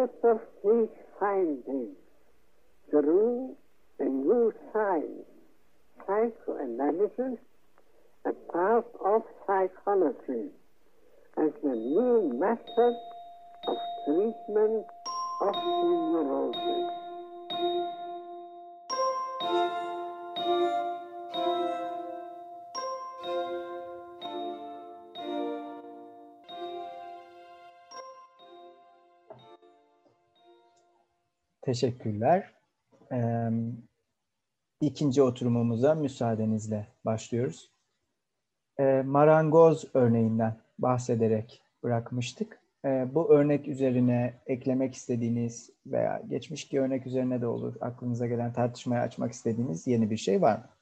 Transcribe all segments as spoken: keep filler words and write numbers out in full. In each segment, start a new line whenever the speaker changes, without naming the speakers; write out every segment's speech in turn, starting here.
result of these findings, through a new science, psychoanalysis, a part of psychology, as the new method of treatment of neurosis.
Teşekkürler. Ee, ikinci oturumumuza müsaadenizle başlıyoruz. Ee, marangoz örneğinden bahsederek bırakmıştık. Ee, bu örnek üzerine eklemek istediğiniz veya geçmişki örnek üzerine de olur, aklınıza gelen tartışmaya açmak istediğiniz yeni bir şey var mı?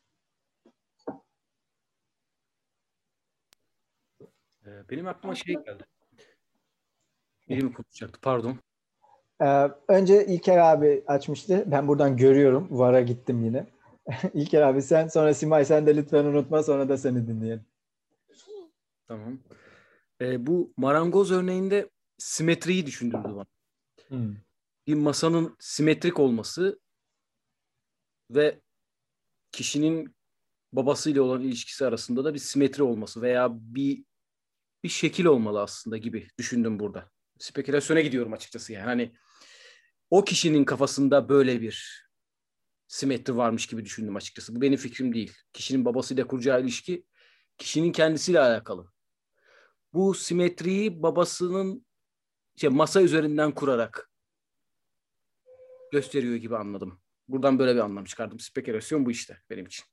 Benim aklıma şey geldi. Biri mi konuşacaktı? Pardon.
Ee, önce İlker abi açmıştı. Ben buradan görüyorum. V A R'a gittim yine. İlker abi sen, sonra Simay sen de lütfen unutma, sonra da seni dinleyelim.
Tamam. Ee, bu marangoz örneğinde simetriyi düşündürdü bana.
Hmm.
Bir masanın simetrik olması ve kişinin babasıyla olan ilişkisi arasında da bir simetri olması veya bir bir şekil olmalı aslında gibi düşündüm burada. Spekülasyona gidiyorum açıkçası yani. Hani o kişinin kafasında böyle bir simetri varmış gibi düşündüm açıkçası. Bu benim fikrim değil. Kişinin babasıyla kuracağı ilişki kişinin kendisiyle alakalı. Bu simetriyi babasının şey, masa üzerinden kurarak gösteriyor gibi anladım. Buradan böyle bir anlam çıkardım. Spekülasyon bu işte benim için.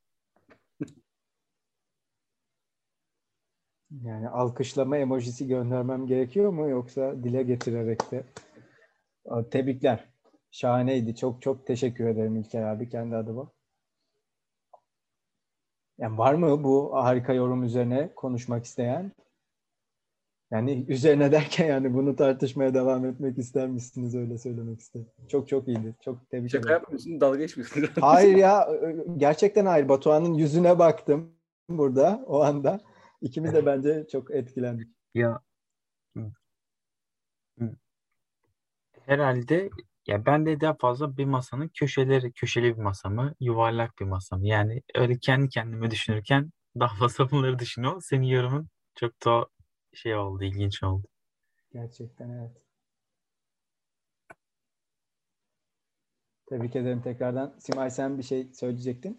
Yani alkışlama emojisi göndermem gerekiyor mu, yoksa dile getirerek de? Tebrikler. Şahaneydi. Çok çok teşekkür ederim İlker abi, kendi adıma. Yani var mı bu harika yorum üzerine konuşmak isteyen? Yani üzerine derken yani bunu tartışmaya devam etmek ister misiniz, öyle söylemek istedim. Çok çok iyiydi. Çok tebrik ederim.
Şaka yapmıyorsun, dalga geçmiyorsun.
Hayır ya, gerçekten hayır. Batuhan'ın yüzüne baktım burada o anda. İkimiz de bence çok etkilendik.
Ya herhalde ya ben de daha fazla bir masanın köşeleri, köşeli bir masa mı, yuvarlak bir masa mı? Yani öyle kendi kendime düşünürken daha fazla bunları düşünüyorum. Senin yorumun çok da şey oldu, ilginç oldu.
Gerçekten evet. Tebrik ederim tekrardan. Simay, sen bir şey söyleyecektin.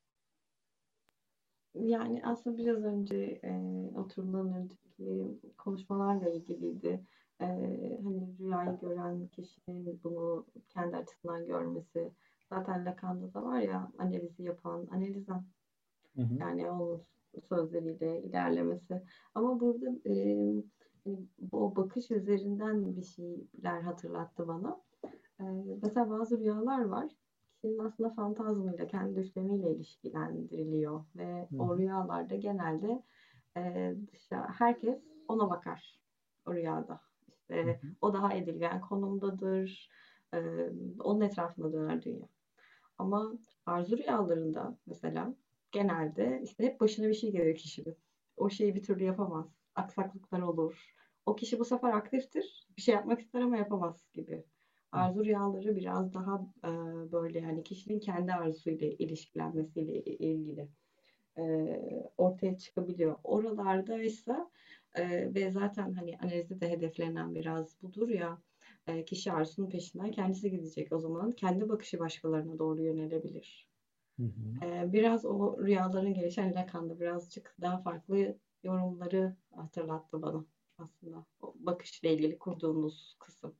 Yani aslında biraz önce e, oturumdan önceki konuşmalarla ilgiliydi. E, hani rüyayı gören kişinin bunu kendi açısından görmesi. Zaten Lacan'da da var ya, analizi yapan, analizan.
Hı hı.
Yani onun sözleriyle ilerlemesi. Ama burada e, o bakış üzerinden bir şeyler hatırlattı bana. E, mesela bazı rüyalar var. Kişinin aslında fantazmıyla, kendi düşlemiyle ilişkilendiriliyor ve
Hı hı.
o rüyalarda genelde e, dışa, herkes ona bakar o rüyada. İşte
Hı hı.
o daha edilgen konumdadır. E, onun etrafında döner dünya. Ama arzu rüyalarında mesela genelde işte hep başına bir şey gelir kişinin. O şeyi bir türlü yapamaz. Aksaklıklar olur. O kişi bu sefer aktiftir. Bir şey yapmak ister ama yapamaz gibi. Arzu rüyaları biraz daha e, böyle yani kişinin kendi arzusuyla ilişkilenmesiyle ilgili e, ortaya çıkabiliyor. Oralarda ise e, ve zaten hani analizde de hedeflenen biraz budur ya, e, kişi arzusunun peşinden kendisi gidecek. O zaman kendi bakışı başkalarına doğru yönelebilir.
Hı hı.
E, biraz o rüyaların gelişen Lacan'da birazcık daha farklı yorumları hatırlattı bana aslında. O bakışla ilgili kurduğumuz kısım.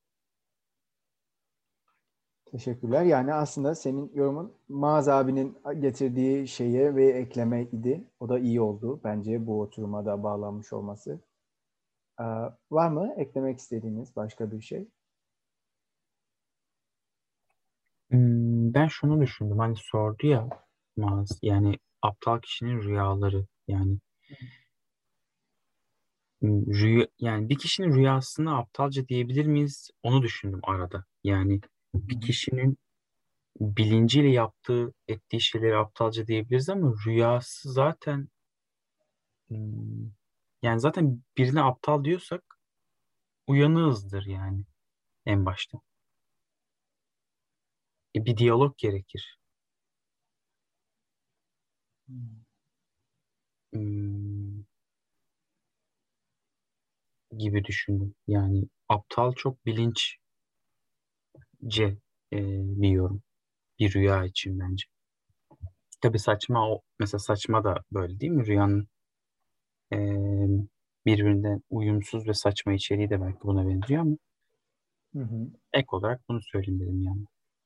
Teşekkürler. Yani aslında senin yorumun Maaz abinin getirdiği şeye ve ekleme idi. O da iyi oldu bence, bu oturuma da bağlanmış olması. Ee, var mı eklemek istediğiniz başka bir şey?
Hmm, ben şunu düşündüm. Hani sordu ya Maz, yani aptal kişinin rüyaları. Yani hmm, rüya, yani bir kişinin rüyasına aptalca diyebilir miyiz? Onu düşündüm arada. Yani
Hı
bir
hı.
kişinin bilinciyle yaptığı, ettiği şeyleri aptalca diyebiliriz ama rüyası zaten hmm, yani zaten birine aptal diyorsak uyanığızdır yani. en başta. E, bir diyalog gerekir. Hmm, gibi düşündüm. Yani aptal çok bilinçce e, bir yorum. Bir rüya için bence. Tabii saçma o mesela saçma da böyle değil mi? Rüyanın e, birbirinden uyumsuz ve saçma içeriği de belki buna benziyor ama
Hı hı.
ek olarak bunu söyleyeyim dedim yani.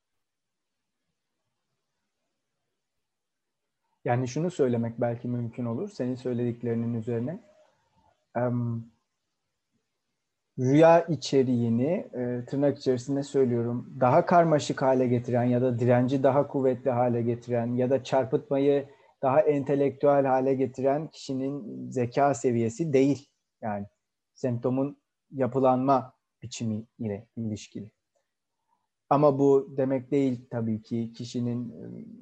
Yani şunu söylemek belki mümkün olur senin söylediklerinin üzerine. Em, rüya içeriğini e, tırnak içerisinde söylüyorum daha karmaşık hale getiren ya da direnci daha kuvvetli hale getiren ya da çarpıtmayı daha entelektüel hale getiren kişinin zeka seviyesi değil. Yani semptomun yapılanma biçimi ile ilişkili. Ama bu demek değil tabii ki kişinin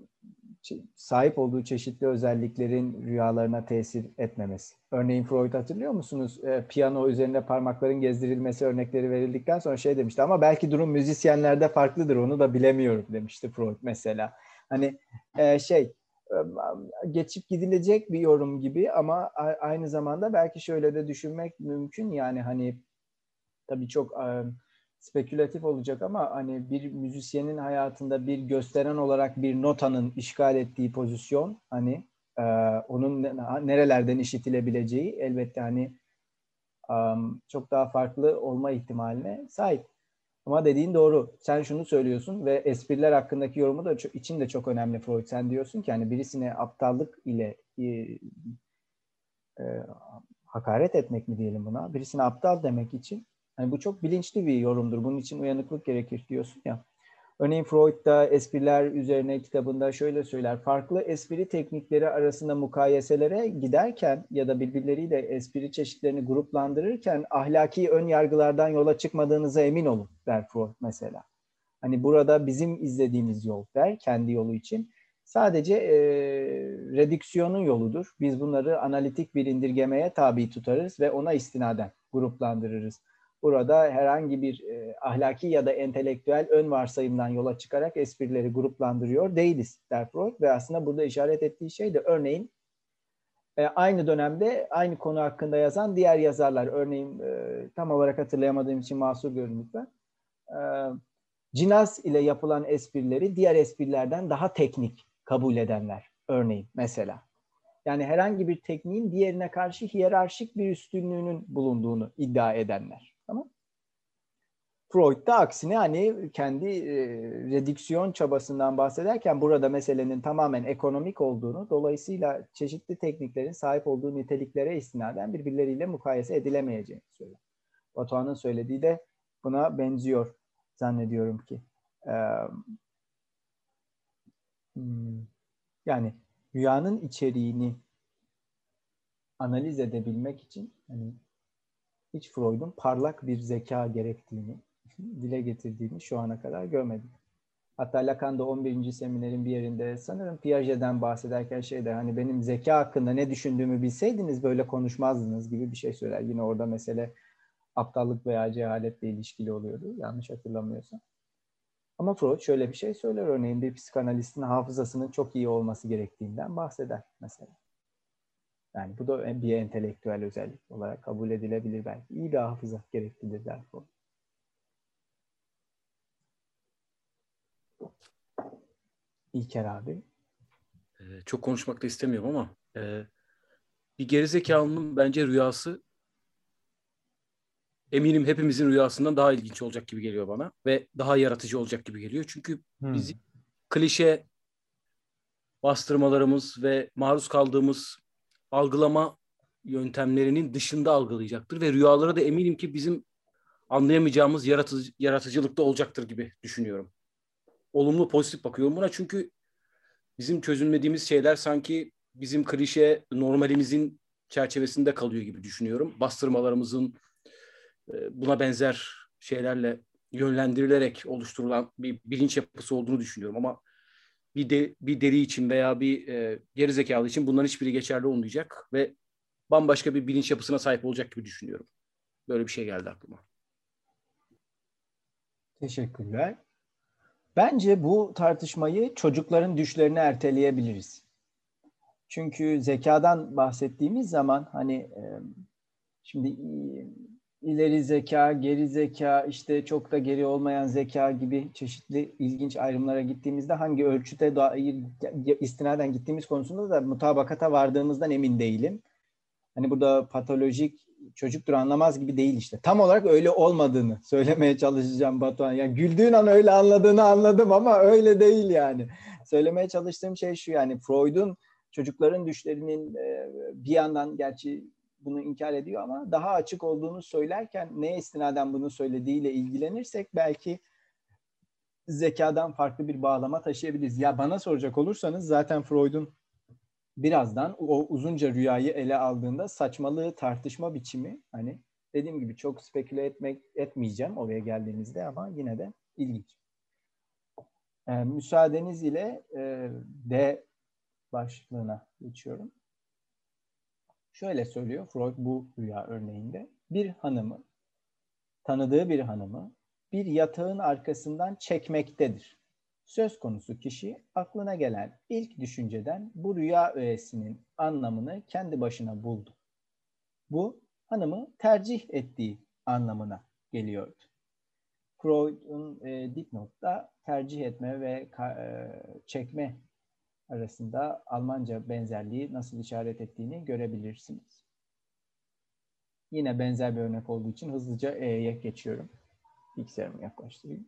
sahip olduğu çeşitli özelliklerin rüyalarına tesir etmemesi. Örneğin Freud hatırlıyor musunuz? E, piyano üzerinde parmakların gezdirilmesi örnekleri verildikten sonra şey demişti ama belki durum müzisyenlerde farklıdır onu da bilemiyorum demişti Freud mesela. Hani e, şey e, geçip gidilecek bir yorum gibi ama a- aynı zamanda belki şöyle de düşünmek mümkün yani hani tabii çok e, spekülatif olacak ama hani bir müzisyenin hayatında bir gösteren olarak bir notanın işgal ettiği pozisyon hani e, onun nerelerden işitilebileceği elbette hani um, çok daha farklı olma ihtimaline sahip. Ama dediğin doğru. Sen şunu söylüyorsun ve espriler hakkındaki yorumu da çok, için de çok önemli Freud. Sen diyorsun ki hani birisine aptallık ile e, e, hakaret etmek mi diyelim buna? Birisine aptal demek için hani bu çok bilinçli bir yorumdur. Bunun için uyanıklık gerekir diyorsun ya. Örneğin Freud da espriler üzerine kitabında şöyle söyler. Farklı espri teknikleri arasında mukayeselere giderken ya da birbirleriyle espri çeşitlerini gruplandırırken ahlaki ön yargılardan yola çıkmadığınıza emin olun der Freud mesela. Hani burada bizim izlediğimiz yol der kendi yolu için. Sadece e, redüksiyonun yoludur. Biz bunları analitik bir indirgemeye tabi tutarız ve ona istinaden gruplandırırız. Burada herhangi bir e, ahlaki ya da entelektüel ön varsayımdan yola çıkarak esprileri gruplandırıyor değiliz der Freud ve aslında burada işaret ettiği şey de örneğin e, aynı dönemde aynı konu hakkında yazan diğer yazarlar örneğin e, tam olarak hatırlayamadığım için mahsur görün lütfen. E, Cinaz ile yapılan esprileri diğer esprilerden daha teknik kabul edenler örneğin mesela. Yani herhangi bir tekniğin diğerine karşı hiyerarşik bir üstünlüğünün bulunduğunu iddia edenler. Tamam. Freud da aksine hani kendi e, redüksiyon çabasından bahsederken burada meselenin tamamen ekonomik olduğunu, dolayısıyla çeşitli tekniklerin sahip olduğu niteliklere istinaden birbirleriyle mukayese edilemeyeceğini söylüyor. Batuhan'ın söylediği de buna benziyor zannediyorum ki. Ee, yani rüyanın içeriğini analiz edebilmek için hani hiç Freud'un parlak bir zeka gerektiğini dile getirdiğini şu ana kadar görmedim. Hatta Lacan'da on birinci seminerin bir yerinde sanırım Piaget'den bahsederken şeyde hani benim zeka hakkında ne düşündüğümü bilseydiniz böyle konuşmazdınız gibi bir şey söyler. Yine orada mesele aptallık veya cehaletle ilişkili oluyordu yanlış hatırlamıyorsam. Ama Freud şöyle bir şey söyler örneğin bir psikanalistin hafızasının çok iyi olması gerektiğinden bahseder mesela. Yani bu da bir entelektüel özellik olarak kabul edilebilir belki. İyi bir hafıza gereklidir der Freud. İlker abi.
Ee, çok konuşmak da istemiyorum ama e, bir gerizekalının bence rüyası eminim hepimizin rüyasından daha ilginç olacak gibi geliyor bana ve daha yaratıcı olacak gibi geliyor. Çünkü
Hmm.
bizim klişe bastırmalarımız ve maruz kaldığımız algılama yöntemlerinin dışında algılayacaktır ve rüyalara da eminim ki bizim anlayamayacağımız yaratıcı, yaratıcılıkta olacaktır gibi düşünüyorum. Olumlu, pozitif bakıyorum buna çünkü bizim çözümlediğimiz şeyler sanki bizim klişe normalimizin çerçevesinde kalıyor gibi düşünüyorum. Bastırmalarımızın e, buna benzer şeylerle yönlendirilerek oluşturulan bir bilinç yapısı olduğunu düşünüyorum ama bir de bir deli için veya bir e, geri zekalı için bunların hiçbiri geçerli olmayacak ve bambaşka bir bilinç yapısına sahip olacak gibi düşünüyorum. Böyle bir şey geldi aklıma.
Teşekkürler. Bence bu tartışmayı çocukların düşlerini erteleyebiliriz. Çünkü zekadan bahsettiğimiz zaman hani e, şimdi e, ileri zeka, geri zeka, işte çok da geri olmayan zeka gibi çeşitli ilginç ayrımlara gittiğimizde hangi ölçüte dair istinaden gittiğimiz konusunda da mutabakata vardığımızdan emin değilim. Hani burada patolojik çocuktur anlamaz gibi değil işte. Tam olarak öyle olmadığını söylemeye çalışacağım Batuhan. Yani güldüğün an öyle anladığını anladım ama öyle değil yani. Söylemeye çalıştığım şey şu, yani Freud'un çocukların düşlerinin bir yandan gerçi bunu inkar ediyor ama daha açık olduğunu söylerken neye istinaden bunu söylediğiyle ilgilenirsek belki zekadan farklı bir bağlama taşıyabiliriz. Ya bana soracak olursanız zaten Freud'un birazdan o uzunca rüyayı ele aldığında saçmalığı tartışma biçimi, hani dediğim gibi çok speküle etmek etmeyeceğim oraya geldiğimizde ama yine de ilginç. Ee, müsaadeniz ile e, D başlığına geçiyorum. Şöyle söylüyor Freud bu rüya örneğinde. Bir hanımı, tanıdığı bir hanımı bir yatağın arkasından çekmektedir. Söz konusu kişi aklına gelen ilk düşünceden bu rüya öğesinin anlamını kendi başına buldu. Bu hanımı tercih ettiği anlamına geliyordu. Freud'un e, dipnotta tercih etme ve e, çekme arasında Almanca benzerliği nasıl işaret ettiğini görebilirsiniz. Yine benzer bir örnek olduğu için hızlıca E'ye geçiyorum. Bilgisayarımı yaklaştırayım.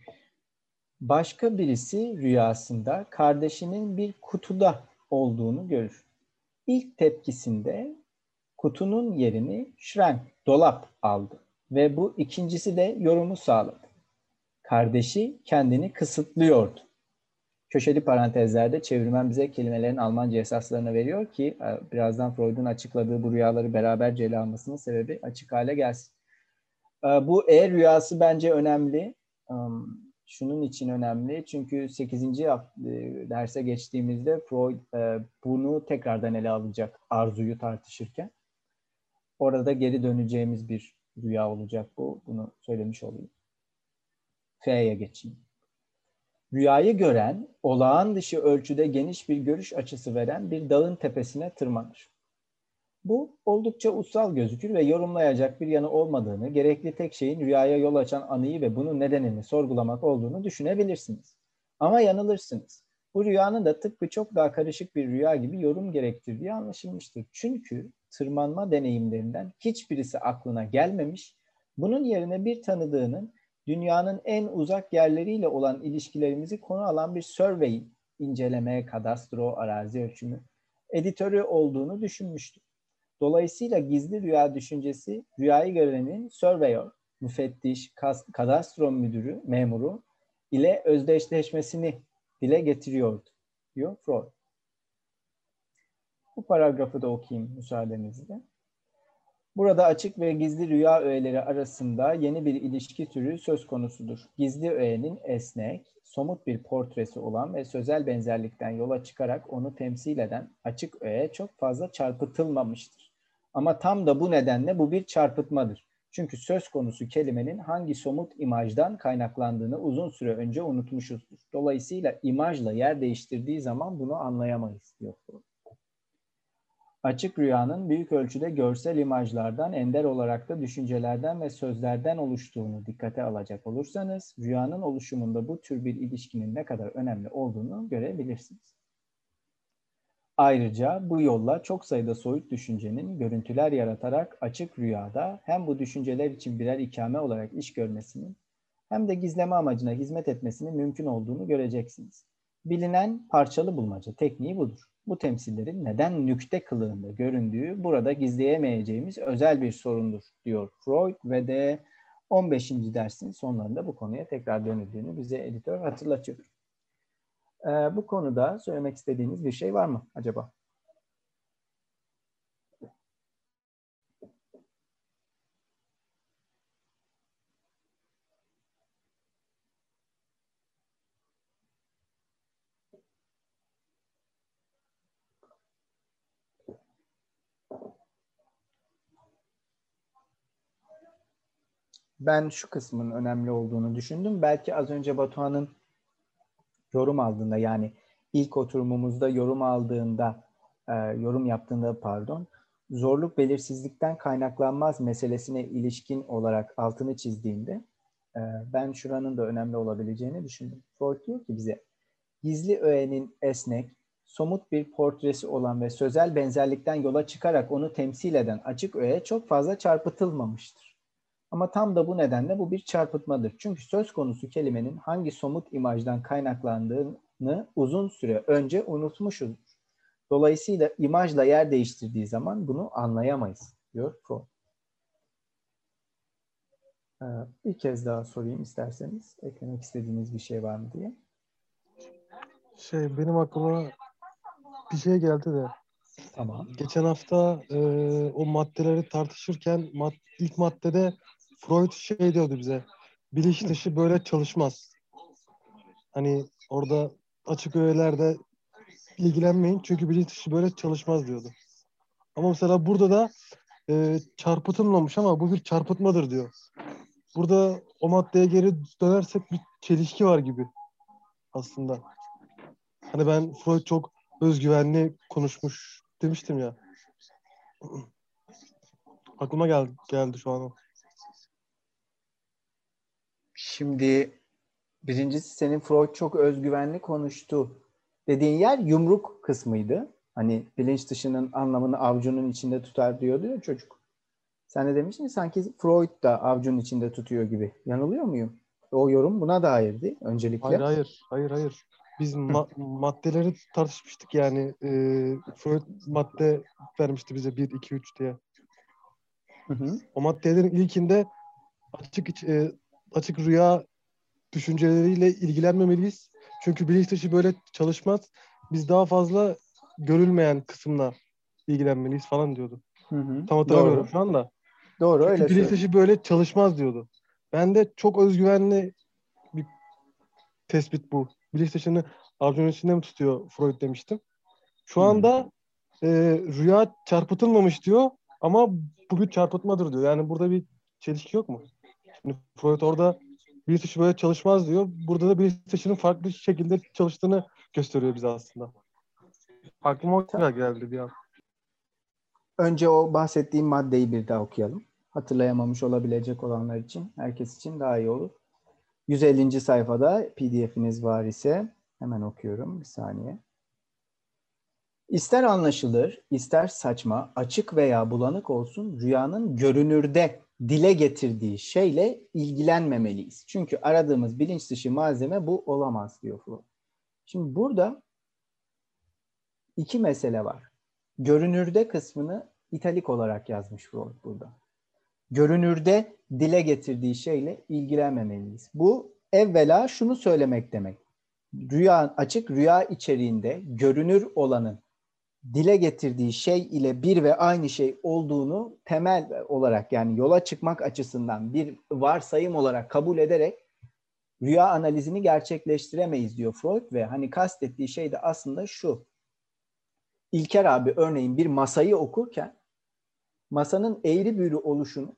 Başka birisi rüyasında kardeşinin bir kutuda olduğunu görür. İlk tepkisinde kutunun yerini Schrank, dolap aldı ve bu ikincisi de yorumu sağladı. Kardeşi kendini kısıtlıyordu. Köşeli parantezlerde çevirmen bize kelimelerin Almanca esaslarını veriyor ki birazdan Freud'un açıkladığı bu rüyaları beraberce ele almasının sebebi açık hale gelsin. Bu E rüyası bence önemli. Şunun için önemli. Çünkü sekizinci derse geçtiğimizde Freud bunu tekrardan ele alacak arzuyu tartışırken. Orada geri döneceğimiz bir rüya olacak bu. Bunu söylemiş olayım. F'ye geçeyim. Rüyayı gören, olağan dışı ölçüde geniş bir görüş açısı veren bir dağın tepesine tırmanır. Bu oldukça ussal gözükür ve yorumlayacak bir yanı olmadığını, gerekli tek şeyin rüyaya yol açan anıyı ve bunun nedenini sorgulamak olduğunu düşünebilirsiniz. Ama yanılırsınız. Bu rüyanın da tıpkı çok daha karışık bir rüya gibi yorum gerektirdiği anlaşılmıştır. Çünkü tırmanma deneyimlerinden hiçbirisi aklına gelmemiş, bunun yerine bir tanıdığının dünyanın en uzak yerleriyle olan ilişkilerimizi konu alan bir survey, incelemeye, kadastro, arazi ölçümü editörü olduğunu düşünmüştü. Dolayısıyla gizli rüya düşüncesi rüyayı görenin surveyor, müfettiş, kadastro müdürü, memuru ile özdeşleşmesini dile getiriyordu, diyor Freud. Bu paragrafı da okuyayım müsaadenizle. Burada açık ve gizli rüya öğeleri arasında yeni bir ilişki türü söz konusudur. Gizli öğenin esnek, somut bir portresi olan ve sözel benzerlikten yola çıkarak onu temsil eden açık öğe çok fazla çarpıtılmamıştır. Ama tam da bu nedenle bu bir çarpıtmadır. Çünkü söz konusu kelimenin hangi somut imajdan kaynaklandığını uzun süre önce unutmuşuzdur. Dolayısıyla imajla yer değiştirdiği zaman bunu anlayamayız, diyor Freud. Açık rüyanın büyük ölçüde görsel imajlardan, ender olarak da düşüncelerden ve sözlerden oluştuğunu dikkate alacak olursanız, rüyanın oluşumunda bu tür bir ilişkinin ne kadar önemli olduğunu görebilirsiniz. Ayrıca bu yolla çok sayıda soyut düşüncenin görüntüler yaratarak açık rüyada hem bu düşünceler için birer ikame olarak iş görmesinin hem de gizleme amacına hizmet etmesinin mümkün olduğunu göreceksiniz. Bilinen parçalı bulmaca tekniği budur. Bu temsillerin neden nükte kılığında göründüğü burada gizleyemeyeceğimiz özel bir sorundur, diyor Freud ve de on beşinci dersin sonlarında bu konuya tekrar dönüldüğünü bize editör hatırlatıyor. Ee, bu konuda söylemek istediğiniz bir şey var mı acaba? Ben şu kısmın önemli olduğunu düşündüm. Belki az önce Batuhan'ın yorum aldığında, yani ilk oturumumuzda yorum aldığında, e, yorum yaptığında pardon, zorluk belirsizlikten kaynaklanmaz meselesine ilişkin olarak altını çizdiğinde e, ben şuranın da önemli olabileceğini düşündüm. Freud diyor ki bize, gizli öğenin esnek, somut bir portresi olan ve sözel benzerlikten yola çıkarak onu temsil eden açık öğe çok fazla çarpıtılmamıştır. Ama tam da bu nedenle bu bir çarpıtmadır. Çünkü söz konusu kelimenin hangi somut imajdan kaynaklandığını uzun süre önce unutmuşuzdur. Dolayısıyla imajla yer değiştirdiği zaman bunu anlayamayız, diyor Freud. Ee, bir kez daha sorayım isterseniz. Eklemek istediğiniz bir şey var mı diye.
Şey, benim aklıma bir şey geldi de.
Tamam.
Geçen hafta e, o maddeleri tartışırken mad ilk maddede Freud şey diyordu bize. Bilinç dışı böyle çalışmaz. Hani orada açık öğelerde ilgilenmeyin çünkü bilinç dışı böyle çalışmaz diyordu. Ama mesela burada da e, çarpıtılmamış ama bu bir çarpıtmadır diyor. Burada o maddeye geri dönersek bir çelişki var gibi aslında. Hani ben Freud çok özgüvenli konuşmuş demiştim ya. Aklıma geldi, geldi şu an o.
Şimdi birincisi, senin Freud çok özgüvenli konuştu dediğin yer yumruk kısmıydı. Hani bilinç dışının anlamını avucunun içinde tutar diyordu ya çocuk. Sen de demiştin sanki Freud da avucunun içinde tutuyor gibi. Yanılıyor muyum? O yorum buna dairdi öncelikle.
Hayır hayır hayır hayır. Biz ma- maddeleri tartışmıştık yani. E, Freud madde vermişti bize bir, iki, üç diye.
Hı hı.
O maddelerin ilkinde açık iç- e, açık rüya düşünceleriyle ilgilenmemeliyiz. Çünkü bilinç dışı böyle çalışmaz. Biz daha fazla görülmeyen kısımla ilgilenmeliyiz falan diyordu.
Hı hı.
Tam hatırlamıyorum
Doğru.
şu anda.
Doğru, öyle
Çünkü bilinç
söylüyor.
dışı böyle çalışmaz diyordu. Ben de çok özgüvenli bir tespit bu. Bilinç dışını avucunun içinde mi tutuyor Freud demiştim. Şu
Hı.
anda e, rüya çarpıtılmamış diyor ama bu bir çarpıtmadır diyor. Yani burada bir çelişki yok mu? Şimdi Freud orada bilinç dışı böyle çalışmaz diyor. Burada da bilinç dışının farklı şekilde çalıştığını gösteriyor bize aslında. Aklıma o
Ta-
geldi bir an.
Önce o bahsettiğim maddeyi bir daha okuyalım. Hatırlayamamış olabilecek olanlar için, herkes için daha iyi olur. yüz ellinci sayfada P D F'iniz var ise hemen okuyorum, bir saniye. İster anlaşılır, ister saçma, açık veya bulanık olsun, rüyanın görünürde dile getirdiği şeyle ilgilenmemeliyiz. Çünkü aradığımız bilinç dışı malzeme bu olamaz diyor Freud. Şimdi burada iki mesele var. Görünürde kısmını italik olarak yazmış Freud burada. Görünürde dile getirdiği şeyle ilgilenmemeliyiz. Bu evvela şunu söylemek demek. Rüya, açık rüya içeriğinde görünür olanın dile getirdiği şey ile bir ve aynı şey olduğunu temel olarak, yani yola çıkmak açısından bir varsayım olarak kabul ederek rüya analizini gerçekleştiremeyiz diyor Freud ve hani kastettiği şey de aslında şu. İlker abi örneğin bir masayı okurken masanın eğri büğrü oluşunu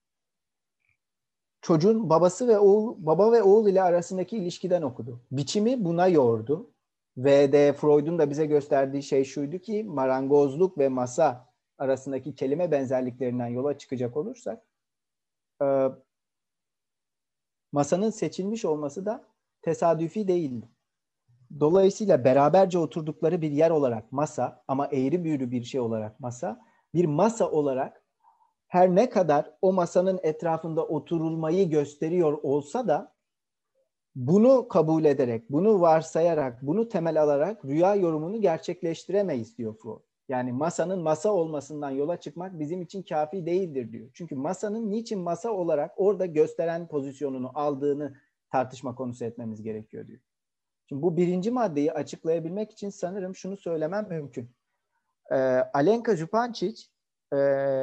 çocuğun babası ve oğul, baba ve oğul ile arasındaki ilişkiden okudu. Biçimi buna yordu. Ve de Freud'un da bize gösterdiği şey şuydu ki marangozluk ve masa arasındaki kelime benzerliklerinden yola çıkacak olursak e, masanın seçilmiş olması da tesadüfi değildi. Dolayısıyla beraberce oturdukları bir yer olarak masa, ama eğri büğrü bir şey olarak masa, bir masa olarak her ne kadar o masanın etrafında oturulmayı gösteriyor olsa da bunu kabul ederek, bunu varsayarak, bunu temel alarak rüya yorumunu gerçekleştiremeyiz diyor Freud. Yani masanın masa olmasından yola çıkmak bizim için kafi değildir diyor. Çünkü masanın niçin masa olarak orada gösteren pozisyonunu aldığını tartışma konusu etmemiz gerekiyor diyor. Şimdi bu birinci maddeyi açıklayabilmek için sanırım şunu söylemem mümkün. Ee, Alenka Zupancic e,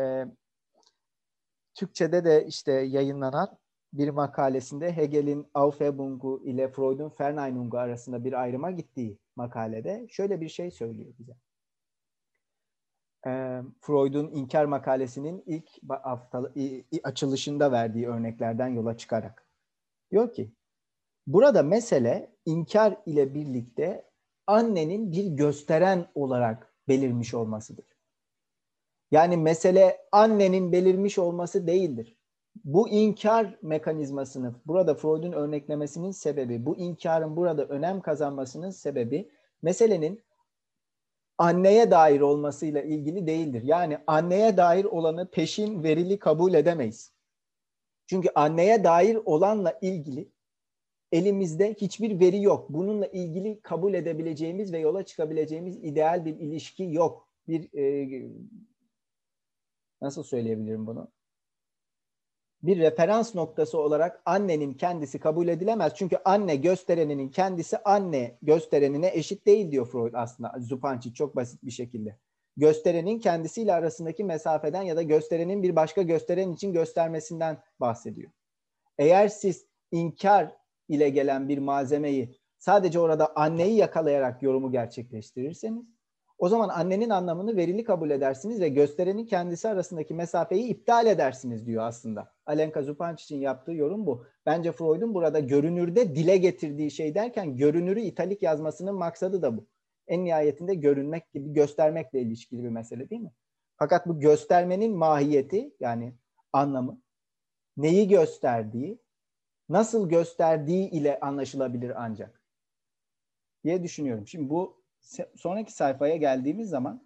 Türkçe'de de işte yayınlanan bir makalesinde Hegel'in Aufhebung'u ile Freud'un Verneinung'u arasında bir ayrıma gittiği makalede şöyle bir şey söylüyor bize. e, Freud'un İnkar makalesinin ilk hafta, açılışında verdiği örneklerden yola çıkarak. Diyor ki, burada mesele inkar ile birlikte annenin bir gösteren olarak belirmiş olmasıdır. Yani mesele annenin belirmiş olması değildir. Bu inkar mekanizmasını, burada Freud'un örneklemesinin sebebi, bu inkarın burada önem kazanmasının sebebi meselenin anneye dair olmasıyla ilgili değildir. Yani anneye dair olanı peşin verili kabul edemeyiz. Çünkü anneye dair olanla ilgili elimizde hiçbir veri yok. Bununla ilgili kabul edebileceğimiz ve yola çıkabileceğimiz ideal bir ilişki yok. Bir e, nasıl söyleyebilirim bunu? Bir referans noktası olarak annenin kendisi kabul edilemez. Çünkü anne göstereninin kendisi anne gösterenine eşit değil diyor Freud aslında. Zupančič çok basit bir şekilde. Gösterenin kendisiyle arasındaki mesafeden ya da gösterenin bir başka gösteren için göstermesinden bahsediyor. Eğer siz inkar ile gelen bir malzemeyi sadece orada anneyi yakalayarak yorumu gerçekleştirirseniz, o zaman annenin anlamını verili kabul edersiniz ve gösterenin kendisi arasındaki mesafeyi iptal edersiniz diyor aslında. Alenka Zupančič'in yaptığı yorum bu. Bence Freud'un burada görünürde dile getirdiği şey derken görünürü italik yazmasının maksadı da bu. En nihayetinde görünmek gibi göstermekle ilişkili bir mesele değil mi? Fakat bu göstermenin mahiyeti yani anlamı, neyi gösterdiği, nasıl gösterdiği ile anlaşılabilir ancak diye düşünüyorum. Şimdi bu sonraki sayfaya geldiğimiz zaman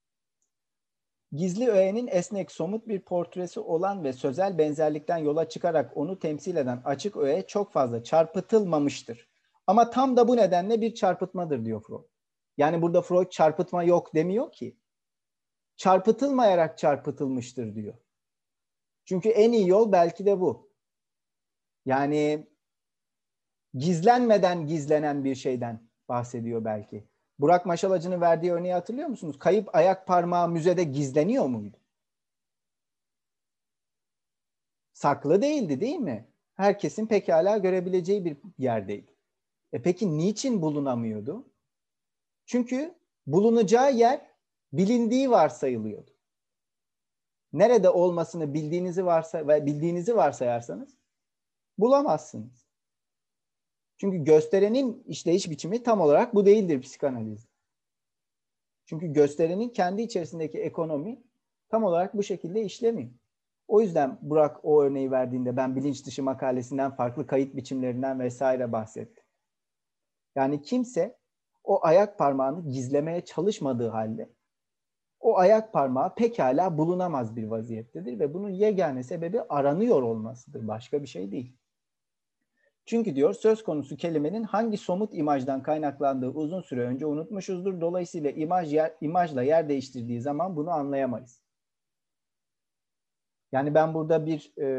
gizli öğenin esnek somut bir portresi olan ve sözel benzerlikten yola çıkarak onu temsil eden açık öğe çok fazla çarpıtılmamıştır. Ama tam da bu nedenle bir çarpıtmadır diyor Freud. Yani burada Freud çarpıtma yok demiyor ki. Çarpıtılmayarak çarpıtılmıştır diyor. Çünkü en iyi yol belki de bu. Yani gizlenmeden gizlenen bir şeyden bahsediyor belki. Burak Maşalacı'nın verdiği örneği hatırlıyor musunuz? Kayıp ayak parmağı müzede gizleniyor muydu? Saklı değildi değil mi? Herkesin pekala görebileceği bir yerdeydi. E peki niçin bulunamıyordu? Çünkü bulunacağı yer bilindiği varsayılıyordu. Nerede olmasını bildiğinizi varsa ve bildiğinizi varsayarsanız bulamazsınız. Çünkü gösterenin işleyiş biçimi tam olarak bu değildir psikanalizde. Çünkü gösterenin kendi içerisindeki ekonomi tam olarak bu şekilde işlemiyor. O yüzden Burak o örneği verdiğinde ben bilinç dışı makalesinden farklı kayıt biçimlerinden vesaire bahsettim. Yani kimse o ayak parmağını gizlemeye çalışmadığı halde o ayak parmağı pekala bulunamaz bir vaziyettedir ve bunun yegane sebebi aranıyor olmasıdır. Başka bir şey değil. Çünkü diyor söz konusu kelimenin hangi somut imajdan kaynaklandığı uzun süre önce unutmuşuzdur. Dolayısıyla imaj yer, imajla yer değiştirdiği zaman bunu anlayamayız. Yani ben burada bir e,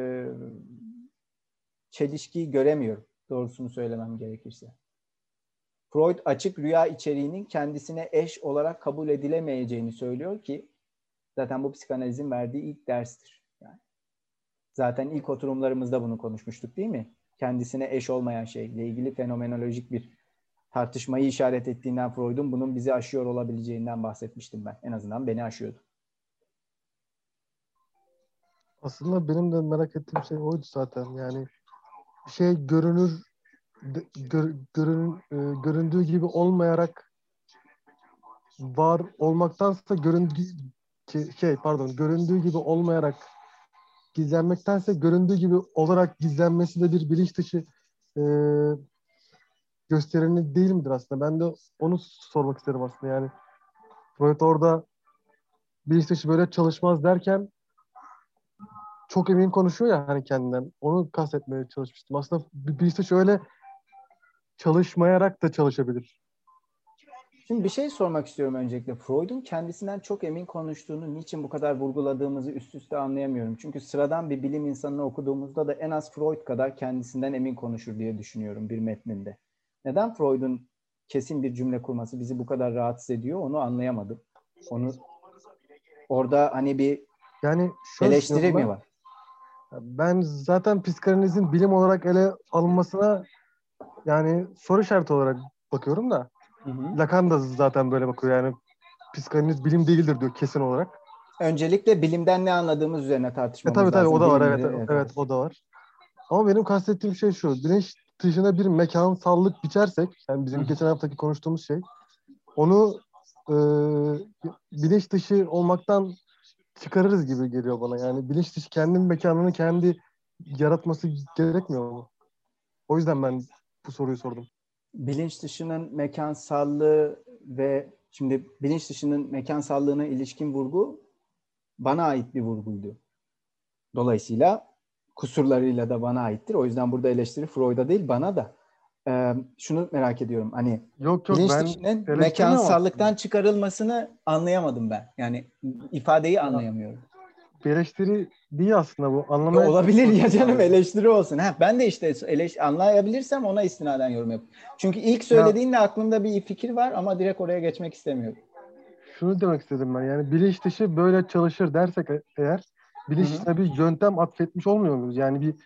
çelişki göremiyorum. Doğrusunu söylemem gerekirse. Freud açık rüya içeriğinin kendisine eş olarak kabul edilemeyeceğini söylüyor ki zaten bu psikanalizin verdiği ilk derstir. Yani zaten ilk oturumlarımızda bunu konuşmuştuk değil mi? Kendisine eş olmayan şeyle ilgili fenomenolojik bir tartışmayı işaret ettiğinden Freud'un bunun bizi aşıyor olabileceğinden bahsetmiştim ben. En azından beni aşıyordu.
Aslında benim de merak ettiğim şey oydu zaten. Yani bir şey görünür gör, görün, e, göründüğü gibi olmayarak var olmaktansa göründüğü şey pardon göründüğü gibi olmayarak gizlenmektense göründüğü gibi olarak gizlenmesi de bir bilinç dışı e, göstereni değil midir aslında? Ben de onu sormak isterim aslında. Yani Freud orada bilinç dışı böyle çalışmaz derken çok emin konuşuyor ya hani kendinden. Onu kastetmeye çalışmıştım. Aslında bilinç dışı öyle çalışmayarak da çalışabilir.
Şimdi bir şey sormak istiyorum öncelikle. Freud'un kendisinden çok emin konuştuğunu niçin bu kadar vurguladığımızı üst üste anlayamıyorum. Çünkü sıradan bir bilim insanını okuduğumuzda da en az Freud kadar kendisinden emin konuşur diye düşünüyorum bir metninde. Neden Freud'un kesin bir cümle kurması bizi bu kadar rahatsız ediyor onu anlayamadım. Onu orada hani bir
yani
eleştiri
ben,
mi var?
Ben zaten psikanalizin bilim olarak ele alınmasına yani soru işareti olarak bakıyorum da. Hı hı. Lacan da zaten böyle bakıyor yani psikanaliz bilim değildir diyor kesin olarak.
Öncelikle bilimden ne anladığımız üzerine
E
tartışmamız
tabii tabii
lazım.
o da var, evet,
Bilimleri,
evet,
evet.
o da var. Ama benim kastettiğim şey şu. Bilinç dışına bir mekansallık biçersek, yani bizim
Hı hı.
geçen haftaki konuştuğumuz şey, onu e, bilinç dışı olmaktan çıkarırız gibi geliyor bana. Yani bilinç dışı kendi mekanını kendi yaratması gerekmiyor mu? O yüzden ben bu soruyu sordum.
Bilinç dışının mekansallığı ve şimdi bilinç dışının mekansallığına ilişkin vurgu bana ait bir vurguydu. Dolayısıyla kusurlarıyla da bana aittir. O yüzden burada eleştiri Freud'a değil, bana da. Ee, şunu merak ediyorum. Hani
Yok yok
bilinç
ben
dışının
eleştirmiyorum
mekansallıktan
aslında.
çıkarılmasını anlayamadım ben. Yani ifadeyi
Ya,
anlayamıyorum.
bir eleştiri değil aslında bu.
Ya
Anlamaya
olabilir ya
çalışıyorum
canım,
sadece.
eleştiri olsun. Ha, ben de işte eleş anlayabilirsem ona istinaden yorum yapıyorum. Çünkü ilk
Ya
söylediğinde aklımda bir fikir var ama direkt oraya geçmek istemiyorum.
şunu demek istedim ben. Yani bilinç dışı böyle çalışır dersek e- eğer
Hı
bilinç
hı.
dışına bir yöntem atfetmiş olmuyor muyuz? Yani bir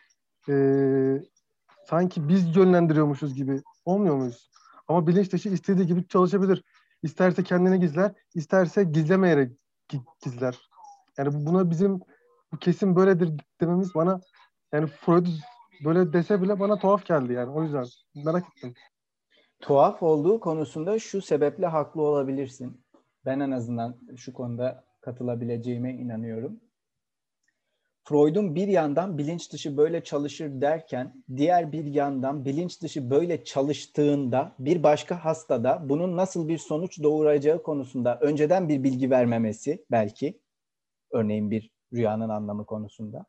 e, sanki biz yönlendiriyormuşuz gibi olmuyor muyuz? Ama bilinç dışı istediği gibi çalışabilir. İsterse kendini gizler, isterse gizlemeyerek gi- gizler. Yani buna bizim bu kesin böyledir dememiz bana, yani Freud böyle dese bile bana tuhaf geldi yani. O yüzden merak ettim.
Tuhaf olduğu konusunda şu sebeple haklı olabilirsin. Ben en azından şu konuda katılabileceğime inanıyorum. Freud'un bir yandan bilinç dışı böyle çalışır derken, diğer bir yandan bilinç dışı böyle çalıştığında bir başka hastada bunun nasıl bir sonuç doğuracağı konusunda önceden bir bilgi vermemesi belki, örneğin bir rüyanın anlamı konusunda,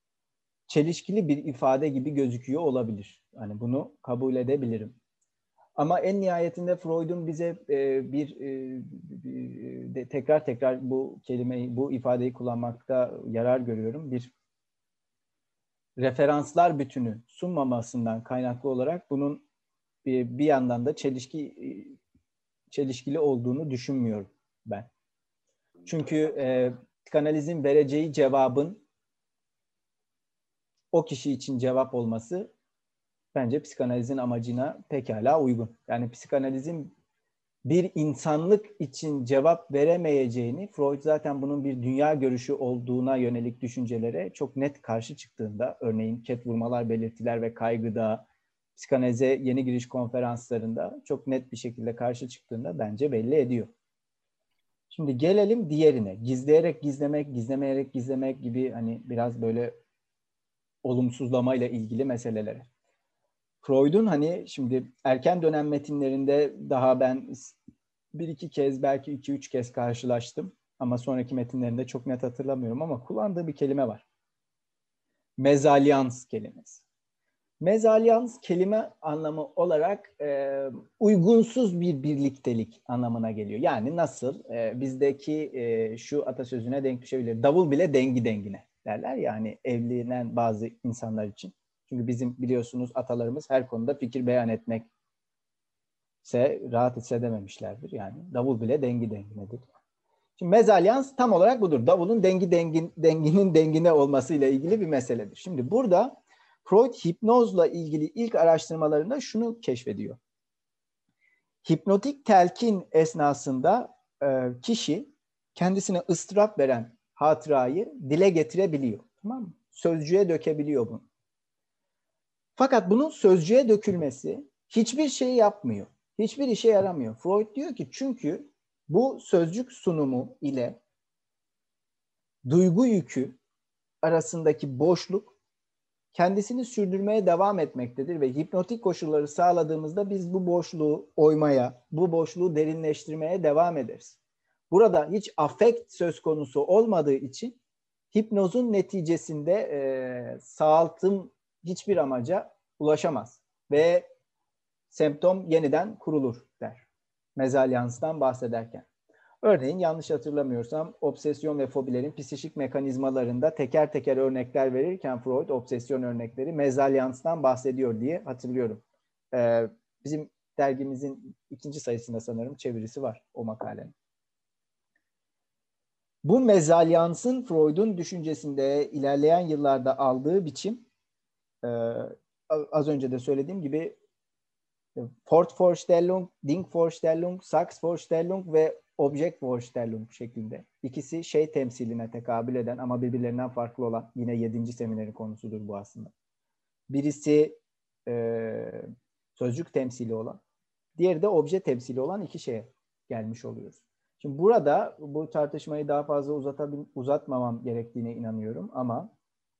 çelişkili bir ifade gibi gözüküyor olabilir. Hani bunu kabul edebilirim. Ama en nihayetinde Freud'un bize e, bir, e, bir de, tekrar tekrar bu kelimeyi, bu ifadeyi kullanmakta yarar görüyorum. Bir referanslar bütünü sunmamasından kaynaklı olarak bunun bir, bir yandan da çelişki çelişkili olduğunu düşünmüyorum ben. Çünkü e, psikanalizin vereceği cevabın o kişi için cevap olması bence psikanalizin amacına pekala uygun. Yani psikanalizin bir insanlık için cevap veremeyeceğini, Freud zaten bunun bir dünya görüşü olduğuna yönelik düşüncelere çok net karşı çıktığında, örneğin ket vurmalar, belirtiler ve kaygıda, psikanalize yeni giriş konferanslarında çok net bir şekilde karşı çıktığında bence belli ediyor. Şimdi gelelim diğerine. Gizleyerek gizlemek, gizlemeyerek gizlemek gibi hani biraz böyle olumsuzlamayla ilgili meselelere. Freud'un hani şimdi erken dönem metinlerinde daha ben bir iki kez, belki iki üç kez karşılaştım. Ama sonraki metinlerinde çok net hatırlamıyorum ama kullandığı bir kelime var. Mezalyans kelimesi. Mezalyans kelime anlamı olarak e, uygunsuz bir birliktelik anlamına geliyor. Yani nasıl? E, bizdeki e, şu atasözüne denk düşebilir. Davul bile dengi dengine derler ya, hani evlenen bazı insanlar için. Çünkü bizim biliyorsunuz atalarımız her konuda fikir beyan etmekse rahat hissedememişlerdir. Yani davul bile dengi denginedir. Şimdi mezalyans tam olarak budur. Davulun dengi dengin, denginin dengine olmasıyla ilgili bir meseledir. Şimdi burada Freud hipnozla ilgili ilk araştırmalarında şunu keşfediyor. Hipnotik telkin esnasında e, kişi kendisine ıstırap veren hatırayı dile getirebiliyor. Tamam mı? Sözcüğe dökebiliyor bunu. Fakat bunun sözcüğe dökülmesi hiçbir şey yapmıyor. Hiçbir işe yaramıyor. Freud diyor ki çünkü bu sözcük sunumu ile duygu yükü arasındaki boşluk kendisini sürdürmeye devam etmektedir ve hipnotik koşulları sağladığımızda biz bu boşluğu oymaya, bu boşluğu derinleştirmeye devam ederiz. Burada hiç afekt söz konusu olmadığı için hipnozun neticesinde e, sağaltım hiçbir amaca ulaşamaz ve semptom yeniden kurulur der. Mezalyanstan bahsederken. Örneğin yanlış hatırlamıyorsam obsesyon ve fobilerin psikik mekanizmalarında teker teker örnekler verirken Freud obsesyon örnekleri mezalyanstan bahsediyor diye hatırlıyorum. Ee, bizim dergimizin ikinci sayısında sanırım çevirisi var o makalenin. Bu mezalyansın Freud'un düşüncesinde ilerleyen yıllarda aldığı biçim e, az önce de söylediğim gibi Fortvorstellung, Denkvorstellung, Sachsvorstellung ve Objekvorstellung şeklinde. İkisi şey temsiline tekabül eden ama birbirlerinden farklı olan, yine yedinci seminerin konusudur bu aslında. Birisi e, sözcük temsili olan, diğeri de obje temsili olan iki şeye gelmiş oluyoruz. Şimdi burada bu tartışmayı daha fazla uzatabil, uzatmamam gerektiğine inanıyorum ama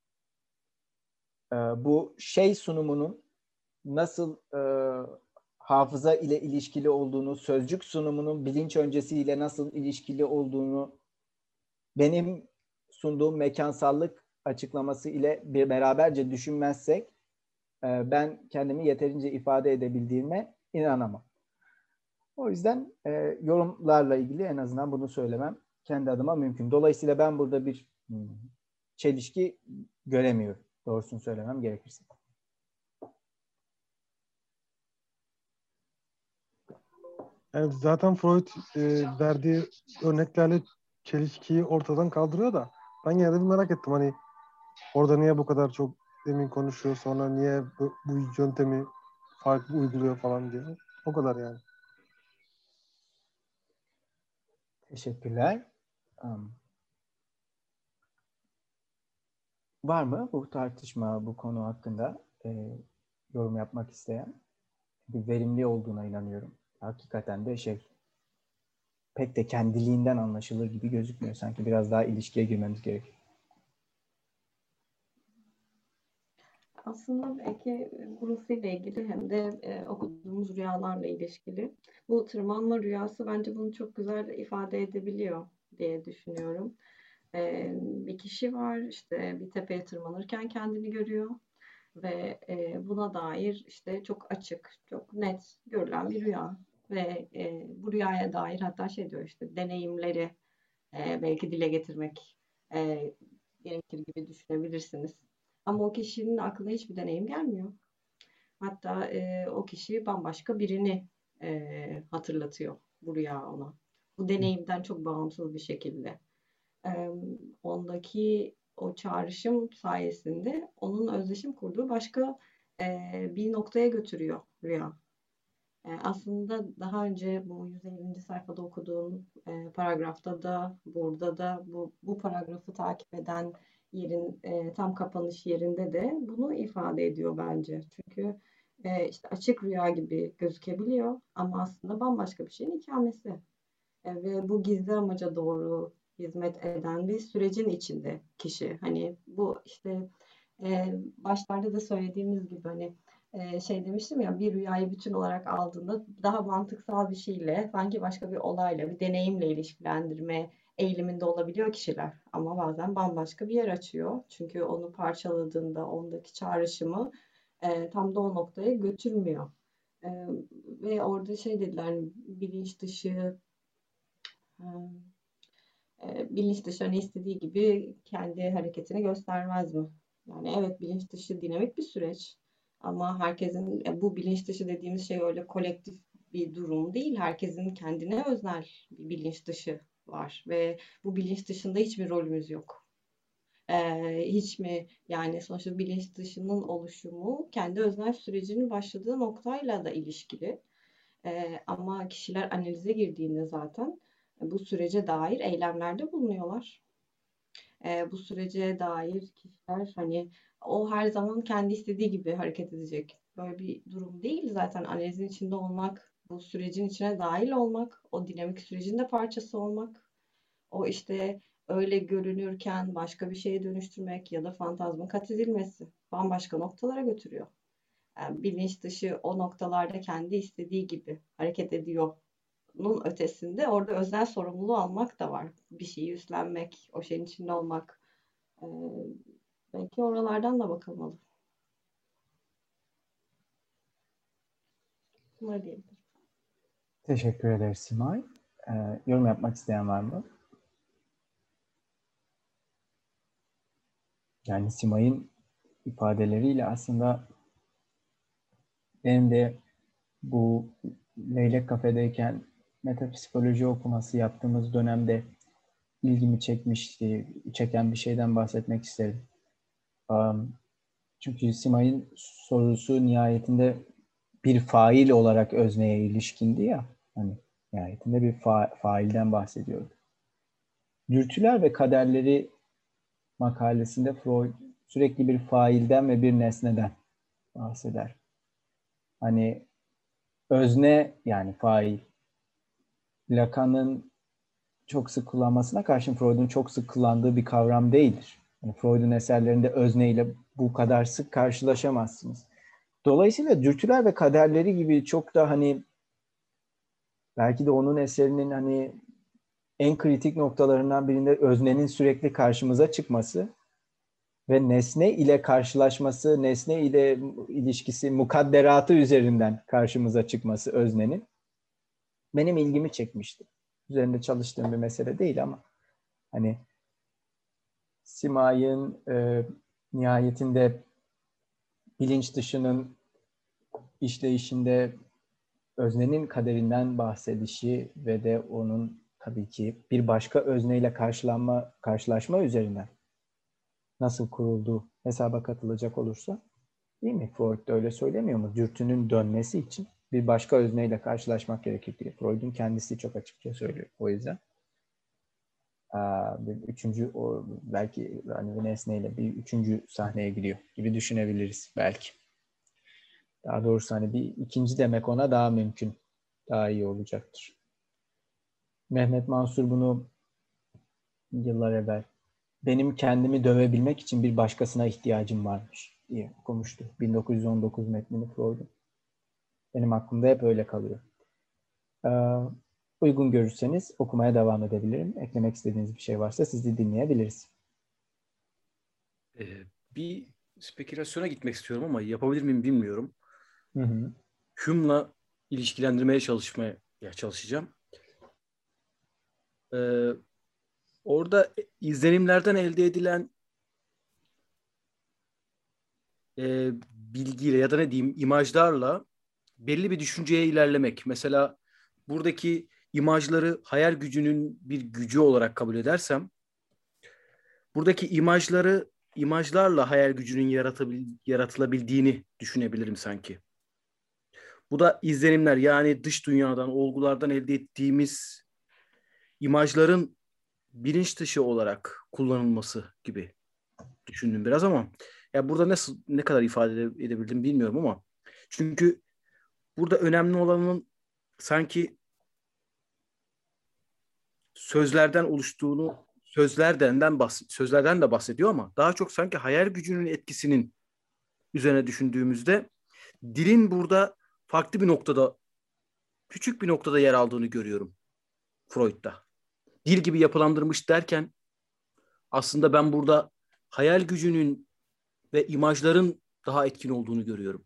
e, bu şey sunumunun nasıl e, hafıza ile ilişkili olduğunu, sözcük sunumunun bilinç öncesiyle nasıl ilişkili olduğunu benim sunduğum mekansallık açıklaması ile bir beraberce düşünmezsek e, ben kendimi yeterince ifade edebildiğime inanamam. O yüzden e, yorumlarla ilgili en azından bunu söylemem kendi adıma mümkün. Dolayısıyla ben burada bir hmm, çelişki göremiyorum. Doğrusunu söylemem gerekirse.
Yani zaten Freud e, verdiği örneklerle çelişkiyi ortadan kaldırıyor da ben yine de bir merak ettim. Hani orada niye bu kadar çok demin konuşuyor, sonra niye bu, bu yöntemi farklı uyguluyor falan diye. O kadar yani.
Teşekkürler. Um, var mı bu tartışma, bu konu hakkında e, yorum yapmak isteyen? Bir verimli olduğuna inanıyorum. Hakikaten de şey pek de kendiliğinden anlaşılır gibi gözükmüyor. Sanki biraz daha ilişkiye girmemiz gerekiyor.
Aslında belki burasıyla ilgili hem de e, okuduğumuz rüyalarla ilişkili. Bu tırmanma rüyası bence bunu çok güzel ifade edebiliyor diye düşünüyorum. E, bir kişi var, işte bir tepeye tırmanırken kendini görüyor ve e, buna dair işte çok açık, çok net görülen bir rüya ve e, bu rüyaya dair hatta şey diyor, işte deneyimleri e, belki dile getirmek e, gerekir gibi düşünebilirsiniz. Ama o kişinin aklına hiçbir deneyim gelmiyor. Hatta e, o kişi bambaşka birini e, hatırlatıyor bu rüya ona. Bu deneyimden çok bağımsız bir şekilde. E, ondaki o çağrışım sayesinde onun özdeşim kurduğu başka e, bir noktaya götürüyor rüya. E, aslında daha önce bu yüz ellinci sayfada okuduğum e, paragrafta da burada da bu, bu paragrafı takip eden yerin e, tam kapanış yerinde de bunu ifade ediyor bence. Çünkü e, işte açık rüya gibi gözükebiliyor ama aslında bambaşka bir şeyin ikamesi. E, ve bu gizli amaca doğru hizmet eden bir sürecin içinde kişi. Hani bu işte e, başlarda da söylediğimiz gibi hani e, şey demiştim ya, bir rüyayı bütün olarak aldığında daha mantıksal bir şeyle, sanki başka bir olayla, bir deneyimle ilişkilendirme eğiliminde olabiliyor kişiler. Ama bazen bambaşka bir yer açıyor. Çünkü onu parçaladığında ondaki çağrışımı e, tam da o noktaya götürmüyor. E, ve orada şey dediler, hani bilinç dışı e, bilinç dışı hani istediği gibi kendi hareketini göstermez mi? Yani evet, bilinç dışı dinamik bir süreç ama herkesin e, bu bilinç dışı dediğimiz şey öyle kolektif bir durum değil. Herkesin kendine öznel bir bilinç dışı var ve bu bilinç dışında hiçbir rolümüz yok. Ee, hiç mi yani sonuçta bilinç dışının oluşumu kendi öznel sürecinin başladığı noktayla da ilişkili. Ee, ama kişiler analize girdiğinde zaten e, bu sürece dair eylemlerde bulunuyorlar. Ee, bu sürece dair kişiler hani o her zaman kendi istediği gibi hareket edecek. Böyle bir durum değil. Zaten analizin içinde olmak, bu sürecin içine dahil olmak, o dinamik sürecin de parçası olmak, o işte öyle görünürken başka bir şeye dönüştürmek ya da fantazma kat edilmesi bambaşka noktalara götürüyor. Yani bilinç dışı o noktalarda kendi istediği gibi hareket ediyor'nun ötesinde orada özel sorumluluğu almak da var. Bir şeyi üstlenmek, o şeyin içinde olmak. Ee, belki oralardan da bakılmalı. Bunları diyebilirim.
Teşekkür ederiz Simay. Ee, yorum yapmak isteyen var mı? Yani Simay'ın ifadeleriyle aslında benim de bu Leylek Kafe'deyken metapsikoloji okuması yaptığımız dönemde ilgimi çekmişti, çeken bir şeyden bahsetmek isterim. Um, çünkü Simay'ın sorusu nihayetinde bir fail olarak özneye ilişkindi ya. Hani nihayetinde bir fa- failden bahsediyordu. Dürtüler ve kaderleri makalesinde Freud sürekli bir failden ve bir nesneden bahseder. Hani özne, yani fail, Lacan'ın çok sık kullanmasına karşın Freud'un çok sık kullandığı bir kavram değildir. Yani Freud'un eserlerinde özneyle bu kadar sık karşılaşamazsınız. Dolayısıyla dürtüler ve kaderleri gibi çok da hani belki de onun eserinin hani en kritik noktalarından birinde öznenin sürekli karşımıza çıkması ve nesne ile karşılaşması, nesne ile ilişkisi, mukadderatı üzerinden karşımıza çıkması öznenin benim ilgimi çekmişti. Üzerinde çalıştığım bir mesele değil ama hani Simay'ın e, nihayetinde bilinç dışının işleyişinde öznenin kaderinden bahsedişi ve de onun tabii ki bir başka özneyle karşılanma, karşılaşma üzerinden nasıl kurulduğu hesaba katılacak olursa, değil mi? Freud da öyle söylemiyor mu? Dürtünün dönmesi için bir başka özneyle karşılaşmak gerekir diye. Freud'un kendisi çok açıkça söylüyor. O yüzden bir üçüncü, o belki hani bir nesneyle bir üçüncü sahneye gidiyor gibi düşünebiliriz belki. Daha doğrusu hani bir ikinci demek ona daha mümkün, daha iyi olacaktır. Mehmet Mansur bunu yıllar evvel benim kendimi dövebilmek için bir başkasına ihtiyacım varmış diye okumuştu. bin dokuz yüz on dokuz metnini Freud'un. Benim aklımda hep öyle kalıyor. Ee, uygun görürseniz okumaya devam edebilirim. Eklemek istediğiniz bir şey varsa sizi dinleyebiliriz.
Ee, bir spekülasyona gitmek istiyorum ama yapabilir miyim bilmiyorum.
Hı hı.
Hume'la ilişkilendirmeye çalışmaya çalışacağım. Ee, orada izlenimlerden elde edilen e, bilgiyle ya da ne diyeyim imajlarla belli bir düşünceye ilerlemek. Mesela buradaki imajları hayal gücünün bir gücü olarak kabul edersem, buradaki imajları imajlarla hayal gücünün yaratabil, yaratılabildiğini düşünebilirim sanki. Bu da izlenimler, yani dış dünyadan, olgulardan elde ettiğimiz imajların bilinç dışı olarak kullanılması gibi düşündüm biraz ama ya burada nasıl ne kadar ifade edebildim bilmiyorum ama çünkü burada önemli olanın sanki sözlerden oluştuğunu sözlerden bahs- sözlerden de bahsediyor ama daha çok sanki hayal gücünün etkisinin üzerine düşündüğümüzde dilin burada farklı bir noktada, küçük bir noktada yer aldığını görüyorum Freud'da. Dil gibi yapılandırmış derken aslında ben burada hayal gücünün ve imajların daha etkin olduğunu görüyorum.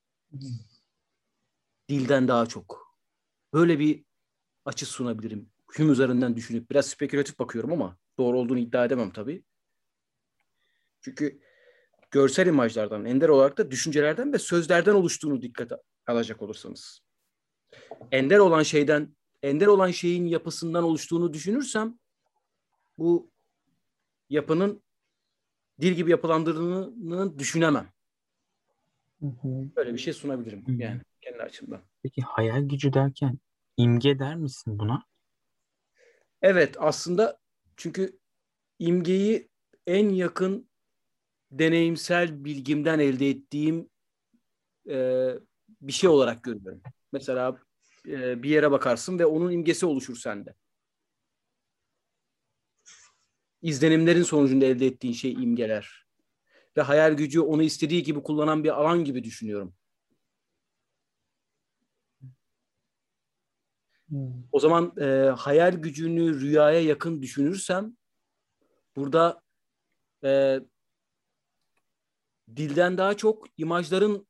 Dilden daha çok. Böyle bir açı sunabilirim. Hume üzerinden düşünüp biraz spekülatif bakıyorum ama doğru olduğunu iddia edemem tabii. Çünkü görsel imajlardan, ender olarak da düşüncelerden ve sözlerden oluştuğunu dikkate alacak olursanız. Ender olan şeyden, ender olan şeyin yapısından oluştuğunu düşünürsem bu yapının dil gibi yapılandırdığını düşünemem.
Hı hı.
Böyle bir şey sunabilirim
Hı.
yani kendi açımdan.
Peki hayal gücü derken imge der misin buna?
Evet, aslında çünkü imgeyi en yakın deneyimsel bilgimden elde ettiğim e, bir şey olarak görüyorum. Mesela e, bir yere bakarsın ve onun imgesi oluşur sende. İzlenimlerin sonucunda elde ettiğin şey imgeler. Ve hayal gücü onu istediği gibi kullanan bir alan gibi düşünüyorum.
Hmm.
O zaman e, hayal gücünü rüyaya yakın düşünürsem burada e, dilden daha çok imajların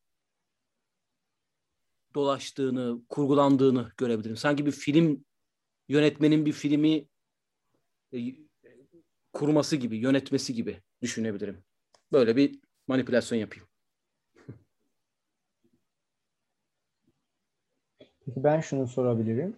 dolaştığını, kurgulandığını görebilirim. Sanki bir film yönetmenin bir filmi e, kurması gibi, yönetmesi gibi düşünebilirim. Böyle bir manipülasyon yapayım.
Peki ben şunu sorabilirim.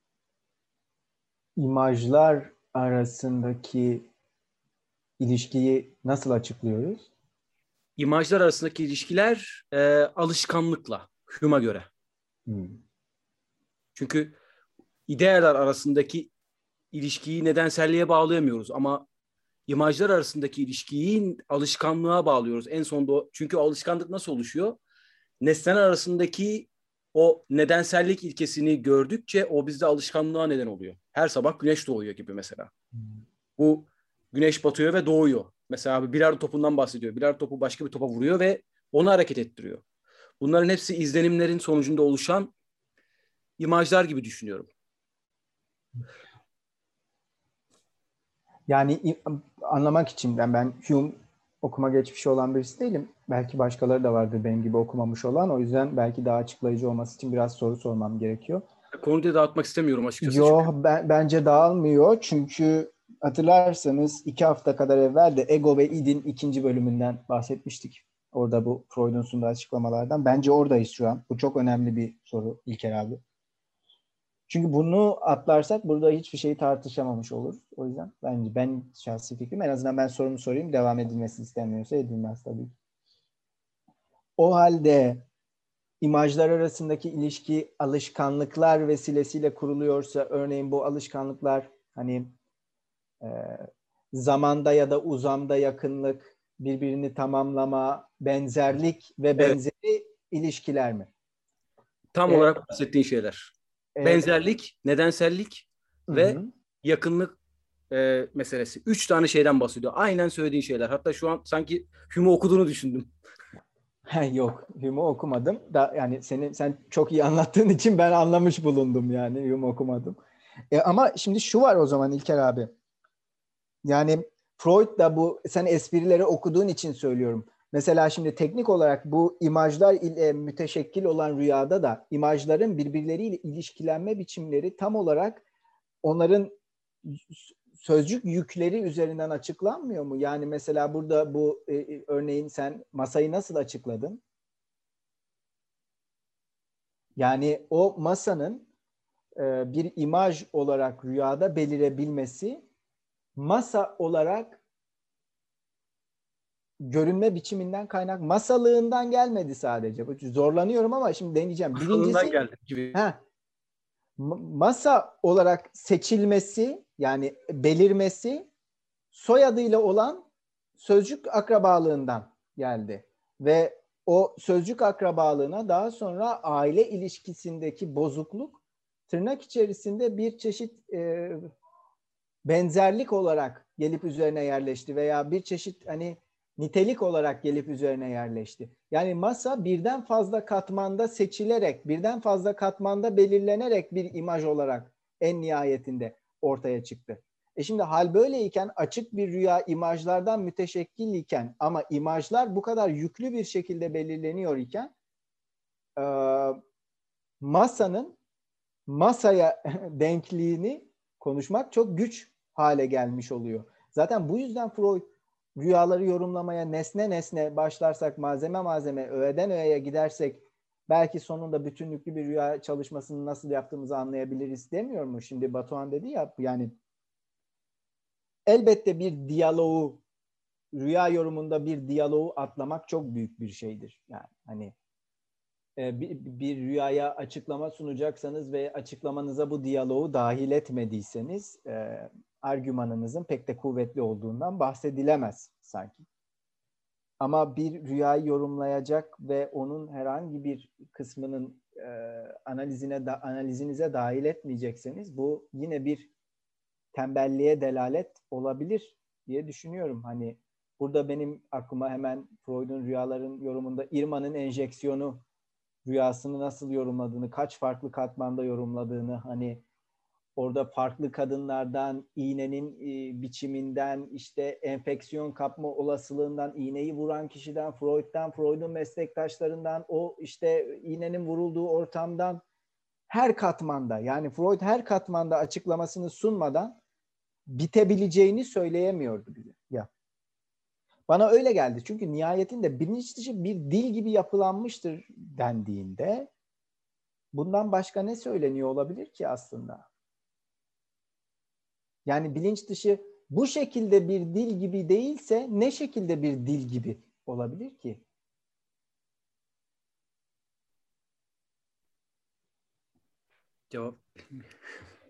İmajlar arasındaki ilişkiyi nasıl açıklıyoruz?
İmajlar arasındaki ilişkiler e, alışkanlıkla, Hume'a göre.
Hmm.
Çünkü idealar arasındaki ilişkiyi nedenselliğe bağlayamıyoruz ama imajlar arasındaki ilişkiyi alışkanlığa bağlıyoruz. En sonunda o, çünkü o alışkanlık nasıl oluşuyor? Nesneler arasındaki o nedensellik ilkesini gördükçe o bizde alışkanlığa neden oluyor. Her sabah güneş doğuyor gibi mesela. Hmm. Bu güneş batıyor ve doğuyor. Mesela bir bilardo topundan bahsediyor. Bilardo topu başka bir topa vuruyor ve onu hareket ettiriyor. Bunların hepsi izlenimlerin sonucunda oluşan imajlar gibi düşünüyorum.
Yani anlamak için ben, ben Hume okuma geçmişi olan birisi değilim. Belki başkaları da vardır benim gibi okumamış olan. O yüzden belki daha açıklayıcı olması için biraz soru sormam gerekiyor.
Konuyu da dağıtmak istemiyorum açıkçası.
Yok,
çünkü...
ben, bence dağılmıyor. Çünkü hatırlarsanız iki hafta kadar evvel de Ego ve İd'in ikinci bölümünden bahsetmiştik. Orada bu Freud'un sunduğu açıklamalardan. Bence oradayız şu an. Bu çok önemli bir soru İlker abi. Çünkü bunu atlarsak burada hiçbir şeyi tartışamamış oluruz. O yüzden bence ben şahsi fikrim, en azından ben sorumu sorayım. Devam edilmesi istemiyorsa edilmez tabii. O halde imajlar arasındaki ilişki alışkanlıklar vesilesiyle kuruluyorsa, örneğin bu alışkanlıklar hani e, zamanda ya da uzamda yakınlık, birbirini tamamlama, benzerlik ve
Evet.
benzeri ilişkiler mi?
Tam
Ee,
olarak bahsettiğin şeyler.
e,
Benzerlik, nedensellik ve
hı.
yakınlık e, meselesi. Üç tane şeyden bahsediyor. Aynen söylediğin şeyler. Hatta şu an sanki Hume'u okuduğunu düşündüm.
Yok, Hume'u okumadım. Da, yani senin sen çok iyi anlattığın için ben anlamış bulundum yani. Hume okumadım. E, ama şimdi şu var o zaman İlker abi. Yani Freud da bu, sen esprileri okuduğun için söylüyorum. Mesela şimdi teknik olarak bu imajlar ile müteşekkil olan rüyada da imajların birbirleriyle ilişkilenme biçimleri tam olarak onların sözcük yükleri üzerinden açıklanmıyor mu? Yani mesela burada bu e, örneğin sen masayı nasıl açıkladın? Yani o masanın e, bir imaj olarak rüyada belirebilmesi masa olarak görünme biçiminden kaynak, masalığından gelmedi sadece. Zorlanıyorum ama şimdi deneyeceğim.
Masalından
Birincisi
geldi gibi.
Heh, masa olarak seçilmesi, yani belirmesi soyadıyla olan sözcük akrabalığından geldi. Ve o sözcük akrabalığına daha sonra aile ilişkisindeki bozukluk tırnak içerisinde bir çeşit e, benzerlik olarak gelip üzerine yerleşti veya bir çeşit hani nitelik olarak gelip üzerine yerleşti. Yani masa birden fazla katmanda seçilerek, birden fazla katmanda belirlenerek bir imaj olarak en nihayetinde ortaya çıktı. E şimdi hal böyleyken, açık bir rüya imajlardan müteşekkil iken ama imajlar bu kadar yüklü bir şekilde belirleniyor iken e, masanın masaya denkliğini konuşmak çok güç hale gelmiş oluyor. Zaten bu yüzden Freud rüyaları yorumlamaya nesne nesne başlarsak, malzeme malzeme, öğeden öğeye gidersek belki sonunda bütünlüklü bir rüya çalışmasını nasıl yaptığımızı anlayabiliriz demiyor mu? Şimdi Batuhan dedi ya, yani elbette bir diyaloğu, rüya yorumunda bir diyaloğu atlamak çok büyük bir şeydir. Yani hani bir, bir rüyaya açıklama sunacaksanız ve açıklamanıza bu diyaloğu dahil etmediyseniz e, argümanınızın pek de kuvvetli olduğundan bahsedilemez sanki. Ama bir rüyayı yorumlayacak ve onun herhangi bir kısmının e, analizine da, analizinize dahil etmeyecekseniz bu yine bir tembelliğe delalet olabilir diye düşünüyorum. Hani burada benim aklıma hemen Freud'un rüyaların yorumunda Irma'nın enjeksiyonu rüyasını nasıl yorumladığını, kaç farklı katmanda yorumladığını, hani orada farklı kadınlardan, iğnenin e, biçiminden, işte enfeksiyon kapma olasılığından, iğneyi vuran kişiden, Freud'dan, Freud'un meslektaşlarından, o işte iğnenin vurulduğu ortamdan, her katmanda, yani Freud her katmanda açıklamasını sunmadan bitebileceğini söyleyemiyordu bize. Ya. Bana öyle geldi. Çünkü nihayetinde bilinç dışı bir dil gibi yapılanmıştır dendiğinde bundan başka ne söyleniyor olabilir ki aslında? Yani bilinç dışı bu şekilde bir dil gibi değilse ne şekilde bir dil gibi olabilir ki?
Cevap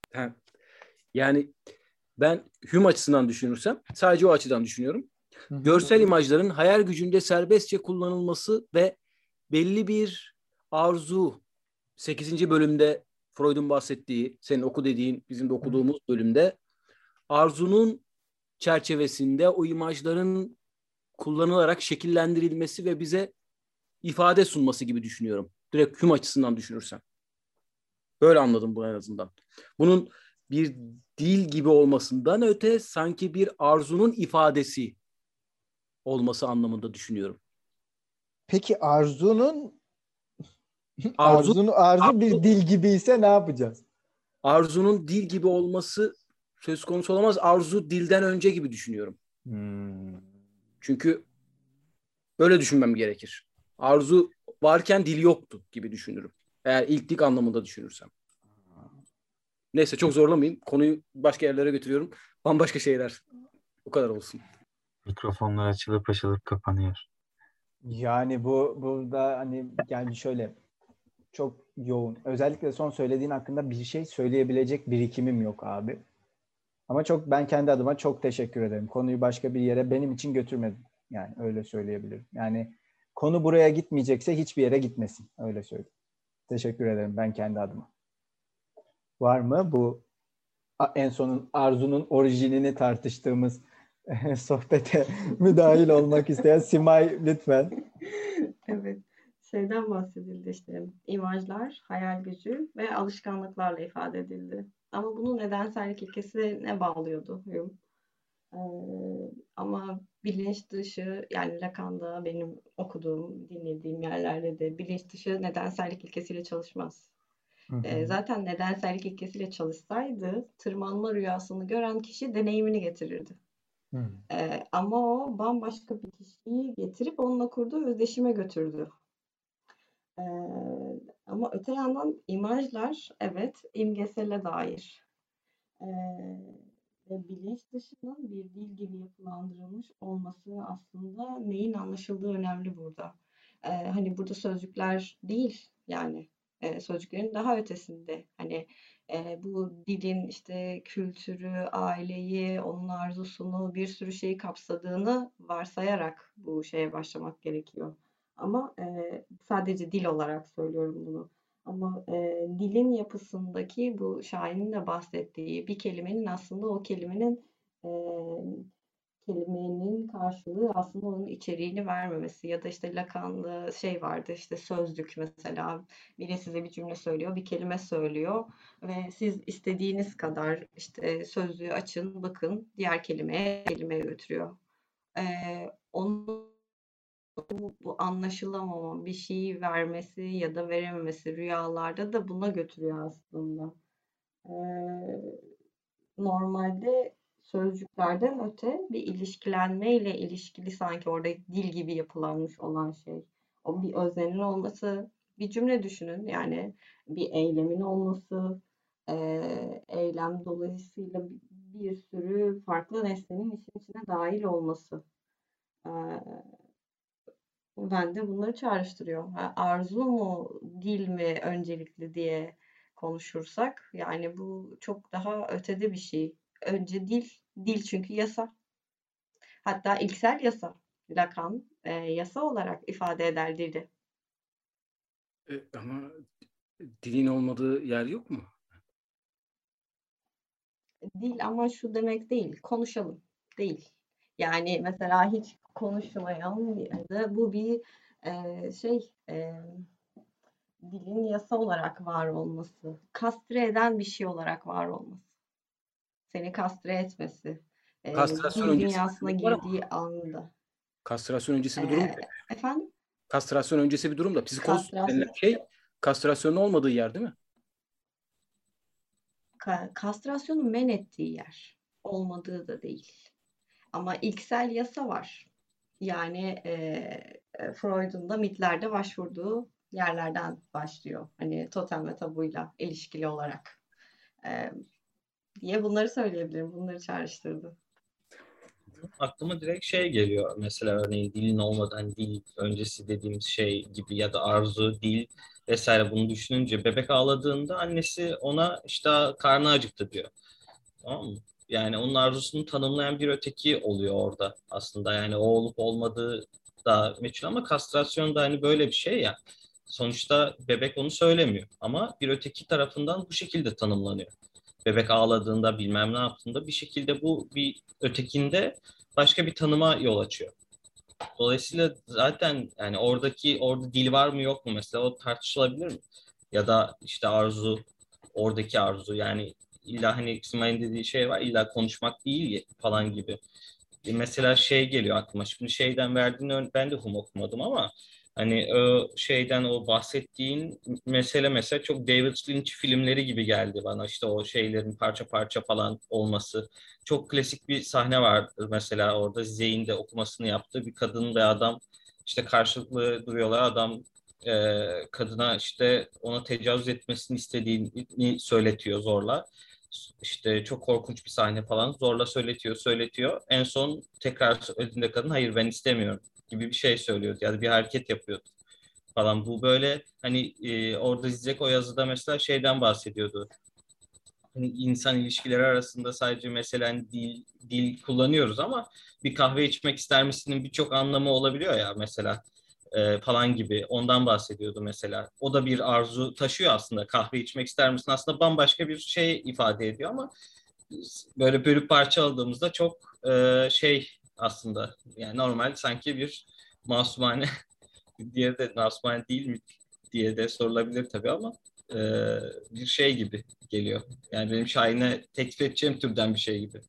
Ha, yani ben Hume açısından düşünürsem sadece o açıdan düşünüyorum.
Hı hı.
Görsel imajların hayal gücünde serbestçe kullanılması ve belli bir arzu, sekizinci bölümde Freud'un bahsettiği, senin oku dediğin, bizim de okuduğumuz bölümde arzunun çerçevesinde o imajların kullanılarak şekillendirilmesi ve bize ifade sunması gibi düşünüyorum. Direkt Hume açısından düşünürsem. Böyle anladım bunu en azından. Bunun bir dil gibi olmasından öte sanki bir arzunun ifadesi olması anlamında düşünüyorum.
Peki Arzu'nun
Arzu,
Arzu'nun Arzu bir
arzu
dil gibi ise ne yapacağız?
arzunun dil gibi olması söz konusu olamaz. Arzu dilden önce gibi düşünüyorum.
Hmm.
Çünkü böyle düşünmem gerekir. Arzu varken dil yoktu gibi düşünürüm. Eğer ilklik anlamında düşünürsem. Neyse çok zorlamayayım. Konuyu başka yerlere götürüyorum. Bambaşka şeyler. O kadar olsun.
Mikrofonlar açılıp açılıp kapanıyor.
Yani bu burada hani yani şöyle çok yoğun. Özellikle son söylediğin hakkında bir şey söyleyebilecek birikimim yok abi. Ama çok ben kendi adıma çok teşekkür ederim. Konuyu başka bir yere benim için götürmedin. Yani öyle söyleyebilirim. Yani konu buraya gitmeyecekse hiçbir yere gitmesin. Öyle söyleyeyim. Teşekkür ederim ben kendi adıma. Var mı bu en sonun Arzu'nun orijinini tartıştığımız sohbete müdahil olmak isteyen Simay lütfen.
Evet. Şeyden bahsedildi işte. İmajlar, hayal gücü ve alışkanlıklarla ifade edildi. Ama bunu nedensellik ilkesine bağlıyordu Hume. Ee, ama bilinç dışı yani Lacan'da benim okuduğum, dinlediğim yerlerde de bilinç dışı nedensellik ilkesiyle çalışmaz.
Hı hı.
Ee, zaten nedensellik ilkesiyle çalışsaydı tırmanma rüyasını gören kişi deneyimini getirirdi.
Hı.
Ee, ama o bambaşka bir kişiyi getirip onunla kurduğu özdeşime götürdü. Ee, ama öte yandan imajlar evet imgesele dair. Ee, ve bilinç dışının bir dil gibi yapılandırılmış olması aslında neyin anlaşıldığı önemli burada. Ee, hani burada sözcükler değil yani e, sözcüklerin daha ötesinde. Hani e, bu dilin işte kültürü, aileyi, onun arzusunu bir sürü şeyi kapsadığını varsayarak bu şeye başlamak gerekiyor. Ama e, sadece dil olarak söylüyorum bunu. Ama e, dilin yapısındaki bu Şahin'in de bahsettiği bir kelimenin aslında o kelimenin e, kelimenin karşılığı aslında onun içeriğini vermemesi ya da işte Lacan'da şey vardı işte sözlük mesela biri size bir cümle söylüyor bir kelime söylüyor ve siz istediğiniz kadar işte sözlüğü açın bakın diğer kelimeye kelimeye götürüyor. E, onun bu, bu anlaşılamama bir şeyi vermesi ya da verememesi rüyalarda da buna götürüyor aslında. Ee, normalde sözcüklerden öte bir ilişkilenmeyle ilişkili sanki orada dil gibi yapılanmış olan şey. O bir öznenin olması, bir cümle düşünün yani bir eylemin olması, e, eylem dolayısıyla bir sürü farklı nesnenin işin içine dahil olması. Ee, Ben de bunları çağrıştırıyor. Ha, arzu mu, dil mi öncelikli diye konuşursak, yani bu çok daha ötede bir şey. Önce dil, dil çünkü yasa. Hatta ilksel yasa. Lacan e, yasa olarak ifade eder dili.
E, ama dilin olmadığı yer yok mu?
Dil ama şu demek değil, konuşalım değil. Yani mesela hiç konuşmayan ya da bu bir e, şey e, dilin yasa olarak var olması, kastre eden bir şey olarak var olması, seni kastre etmesi, e,
Kastrasyon
dil
öncesi
dünyasına
bir durum var
girdiği
ama.
anda.
Kastrasyon öncesi
E,
bir durum da.
efendim,
Kastrasyon öncesi bir durum da. Psikoz denilen
kastrasyon,
şey kastrasyonun olmadığı yer değil mi?
ka- kastrasyonu men ettiği yer, olmadığı da değil. Ama ilksel yasa var. Yani e, e, Freud'un da mitlerde başvurduğu yerlerden başlıyor. Hani totem ve tabuyla ilişkili olarak. E, diye bunları söyleyebilirim. Bunları çağrıştırdı.
Aklıma direkt şey geliyor. Mesela örneğin dilin olmadan dil öncesi dediğimiz şey gibi ya da arzu, dil vesaire bunu düşününce bebek ağladığında annesi ona işte karnı acıktı diyor. Tamam mı? Yani onun arzusunu tanımlayan bir öteki oluyor orada aslında. Yani o olup olmadığı da meçhul ama kastrasyon da hani böyle bir şey ya. Sonuçta bebek onu söylemiyor ama bir öteki tarafından bu şekilde tanımlanıyor. Bebek ağladığında bilmem ne yaptığında bir şekilde bu bir ötekinde başka bir tanıma yol açıyor. Dolayısıyla zaten yani oradaki orada dil var mı yok mu mesela o tartışılabilir mi? Ya da işte arzu, oradaki arzu yani illa hani Simay'ın dediği şey var illa konuşmak değil falan gibi. E mesela şey geliyor aklıma. Şimdi şeyden verdiğin örnek ben de hum okumadım ama hani o şeyden o bahsettiğin mesele mesela çok David Lynch filmleri gibi geldi bana. İşte o şeylerin parça parça falan olması. Çok klasik bir sahne vardır mesela orada Zeyn de okumasını yaptı. Bir kadın ve adam işte karşılıklı duruyorlar. Adam e, kadına işte ona tecavüz etmesini istediğini söyletiyor zorla. İşte çok korkunç bir sahne falan zorla söyletiyor söyletiyor. En son tekrar söylediğinde kadın hayır ben istemiyorum gibi bir şey söylüyordu. Yani bir hareket yapıyordu falan. Bu böyle hani e, orada Zizek o yazıda mesela şeyden bahsediyordu. Hani insan ilişkileri arasında sadece mesela dil, dil kullanıyoruz ama bir kahve içmek ister misinin birçok anlamı olabiliyor ya mesela e, falan gibi. Ondan bahsediyordu mesela. O da bir arzu taşıyor aslında. Kahve içmek ister misin? Aslında bambaşka bir şey ifade ediyor ama böyle bölüp parçaladığımızda çok e, şey aslında yani normal sanki bir masumane diğeri de masumane değil mi diye de sorulabilir tabii ama e, bir şey gibi geliyor. Yani benim Şahin'e teklif edeceğim türden bir şey gibi.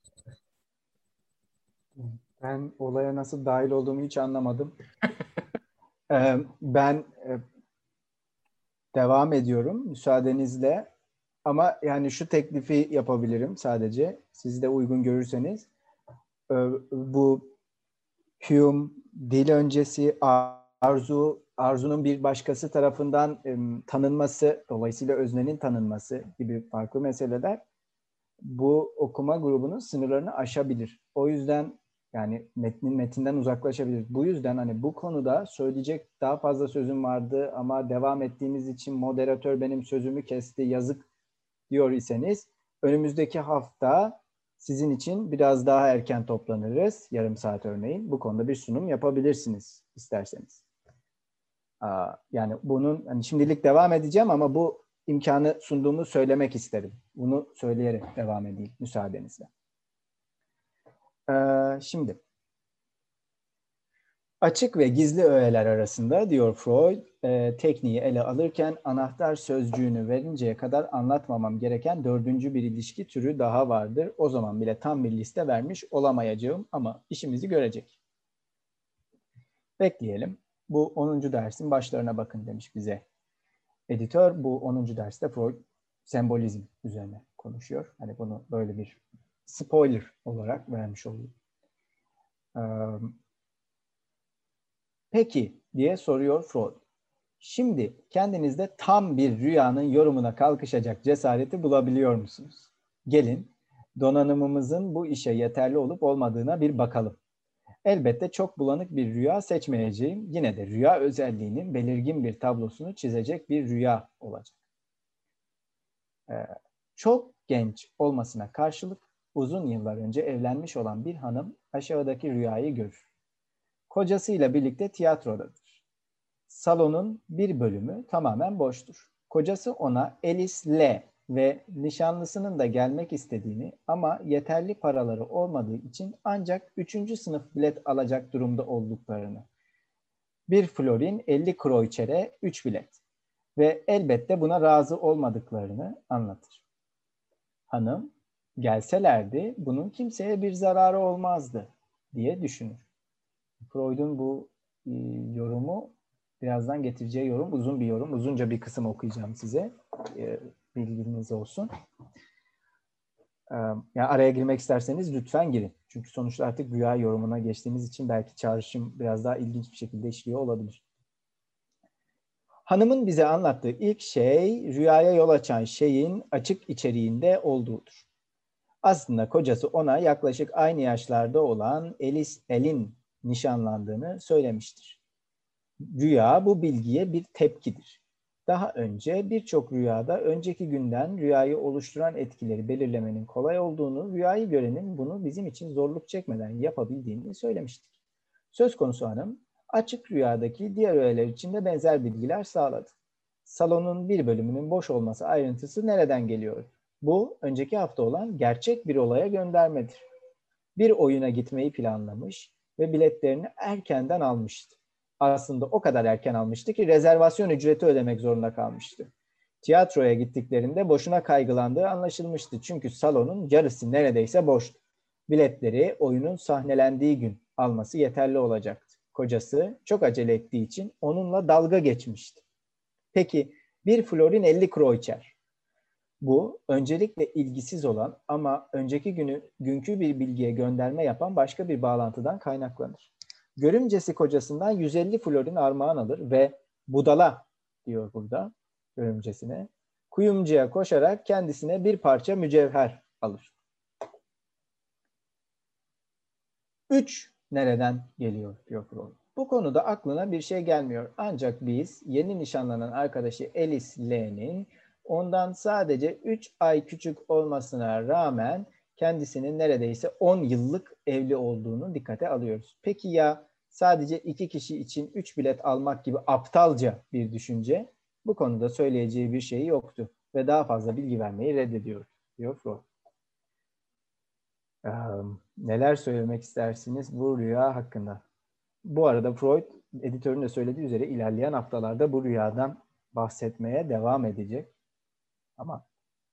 Ben olaya nasıl dahil olduğumu hiç anlamadım. Ee, ben e, devam ediyorum müsaadenizle. Ama yani şu teklifi yapabilirim sadece. Siz de uygun görürseniz. Ee, bu Hume, dil öncesi, arzu, arzunun bir başkası tarafından e, tanınması, dolayısıyla öznenin tanınması gibi farklı meseleler bu okuma grubunun sınırlarını aşabilir. O yüzden yani metnin metinden uzaklaşabilir. Bu yüzden hani bu konuda söyleyecek daha fazla sözüm vardı ama devam ettiğimiz için moderatör benim sözümü kesti, yazık diyor iseniz önümüzdeki hafta sizin için biraz daha erken toplanırız. Yarım saat örneğin. Bu konuda bir sunum yapabilirsiniz isterseniz. Yani bunun hani şimdilik devam edeceğim ama bu imkanı sunduğumu söylemek isterim. Bunu söyleyerek devam edeyim müsaadenizle. Ee, şimdi açık ve gizli öğeler arasında diyor Freud, e, tekniği ele alırken anahtar sözcüğünü verinceye kadar anlatmamam gereken dördüncü bir ilişki türü daha vardır. O zaman bile tam bir liste vermiş olamayacağım ama işimizi görecek. Bekleyelim. Bu onuncu dersin başlarına bakın demiş bize editör. Bu onuncu derste Freud sembolizm üzerine konuşuyor. Hani bunu böyle bir spoiler olarak vermiş oluyor. Um, Peki diye soruyor Freud. Şimdi kendinizde tam bir rüyanın yorumuna kalkışacak cesareti bulabiliyor musunuz? Gelin donanımımızın bu işe yeterli olup olmadığına bir bakalım. Elbette çok bulanık bir rüya seçmeyeceğim. Yine de rüya özelliğinin belirgin bir tablosunu çizecek bir rüya olacak. Ee, çok genç olmasına karşılık uzun yıllar önce evlenmiş olan bir hanım aşağıdaki rüyayı görür. Kocasıyla birlikte tiyatrodadır. Salonun bir bölümü tamamen boştur. Kocası ona Alice L ve nişanlısının da gelmek istediğini ama yeterli paraları olmadığı için ancak üçüncü sınıf bilet alacak durumda olduklarını. Bir florin elli kroiçere üç bilet ve elbette buna razı olmadıklarını anlatır. Hanım, gelselerdi bunun kimseye bir zararı olmazdı diye düşünür. Freud'un bu e, yorumu, birazdan getireceği yorum uzun bir yorum. Uzunca bir kısım okuyacağım size. E, bilginiz olsun. E, yani araya girmek isterseniz lütfen girin. Çünkü sonuçta artık rüya yorumuna geçtiğimiz için belki çağrışım biraz daha ilginç bir şekilde işliyor olabilir. Hanımın bize anlattığı ilk şey rüyaya yol açan şeyin açık içeriğinde olduğudur. Aslında kocası ona yaklaşık aynı yaşlarda olan Alice El'in nişanlandığını söylemiştir. Rüya bu bilgiye bir tepkidir. Daha önce birçok rüyada önceki günden rüyayı oluşturan etkileri belirlemenin kolay olduğunu, rüyayı görenin bunu bizim için zorluk çekmeden yapabildiğini söylemiştik. Söz konusu hanım, açık rüyadaki diğer öğeler için de benzer bilgiler sağladı. Salonun bir bölümünün boş olması ayrıntısı nereden geliyor? Bu, önceki hafta olan gerçek bir olaya göndermedir. Bir oyuna gitmeyi planlamış ve biletlerini erkenden almıştı. Aslında o kadar erken almıştı ki rezervasyon ücreti ödemek zorunda kalmıştı. Tiyatroya gittiklerinde boşuna kaygılandığı anlaşılmıştı. Çünkü salonun yarısı neredeyse boştu. Biletleri oyunun sahnelendiği gün alması yeterli olacaktı. Kocası çok acele ettiği için onunla dalga geçmişti. Peki bir florin elli kroiçer. Bu öncelikle ilgisiz olan ama önceki günü günkü bir bilgiye gönderme yapan başka bir bağlantıdan kaynaklanır. Görümcesi kocasından yüz elli florin armağan alır ve budala diyor burada görümcesine. Kuyumcuya koşarak kendisine bir parça mücevher alır. Üç nereden geliyor diyor Freud. Bu konuda aklına bir şey gelmiyor. Ancak biz yeni nişanlanan arkadaşı Alice L'nin ondan sadece üç ay küçük olmasına rağmen kendisinin neredeyse on yıllık evli olduğunu dikkate alıyoruz. Peki ya sadece iki kişi için üç bilet almak gibi aptalca bir düşünce? Bu konuda söyleyeceği bir şey yoktu ve daha fazla bilgi vermeyi reddediyor diyor Freud. Ee, neler söylemek istersiniz bu rüya hakkında? Bu arada Freud, editörün de söylediği üzere ilerleyen haftalarda bu rüyadan bahsetmeye devam edecek. Ama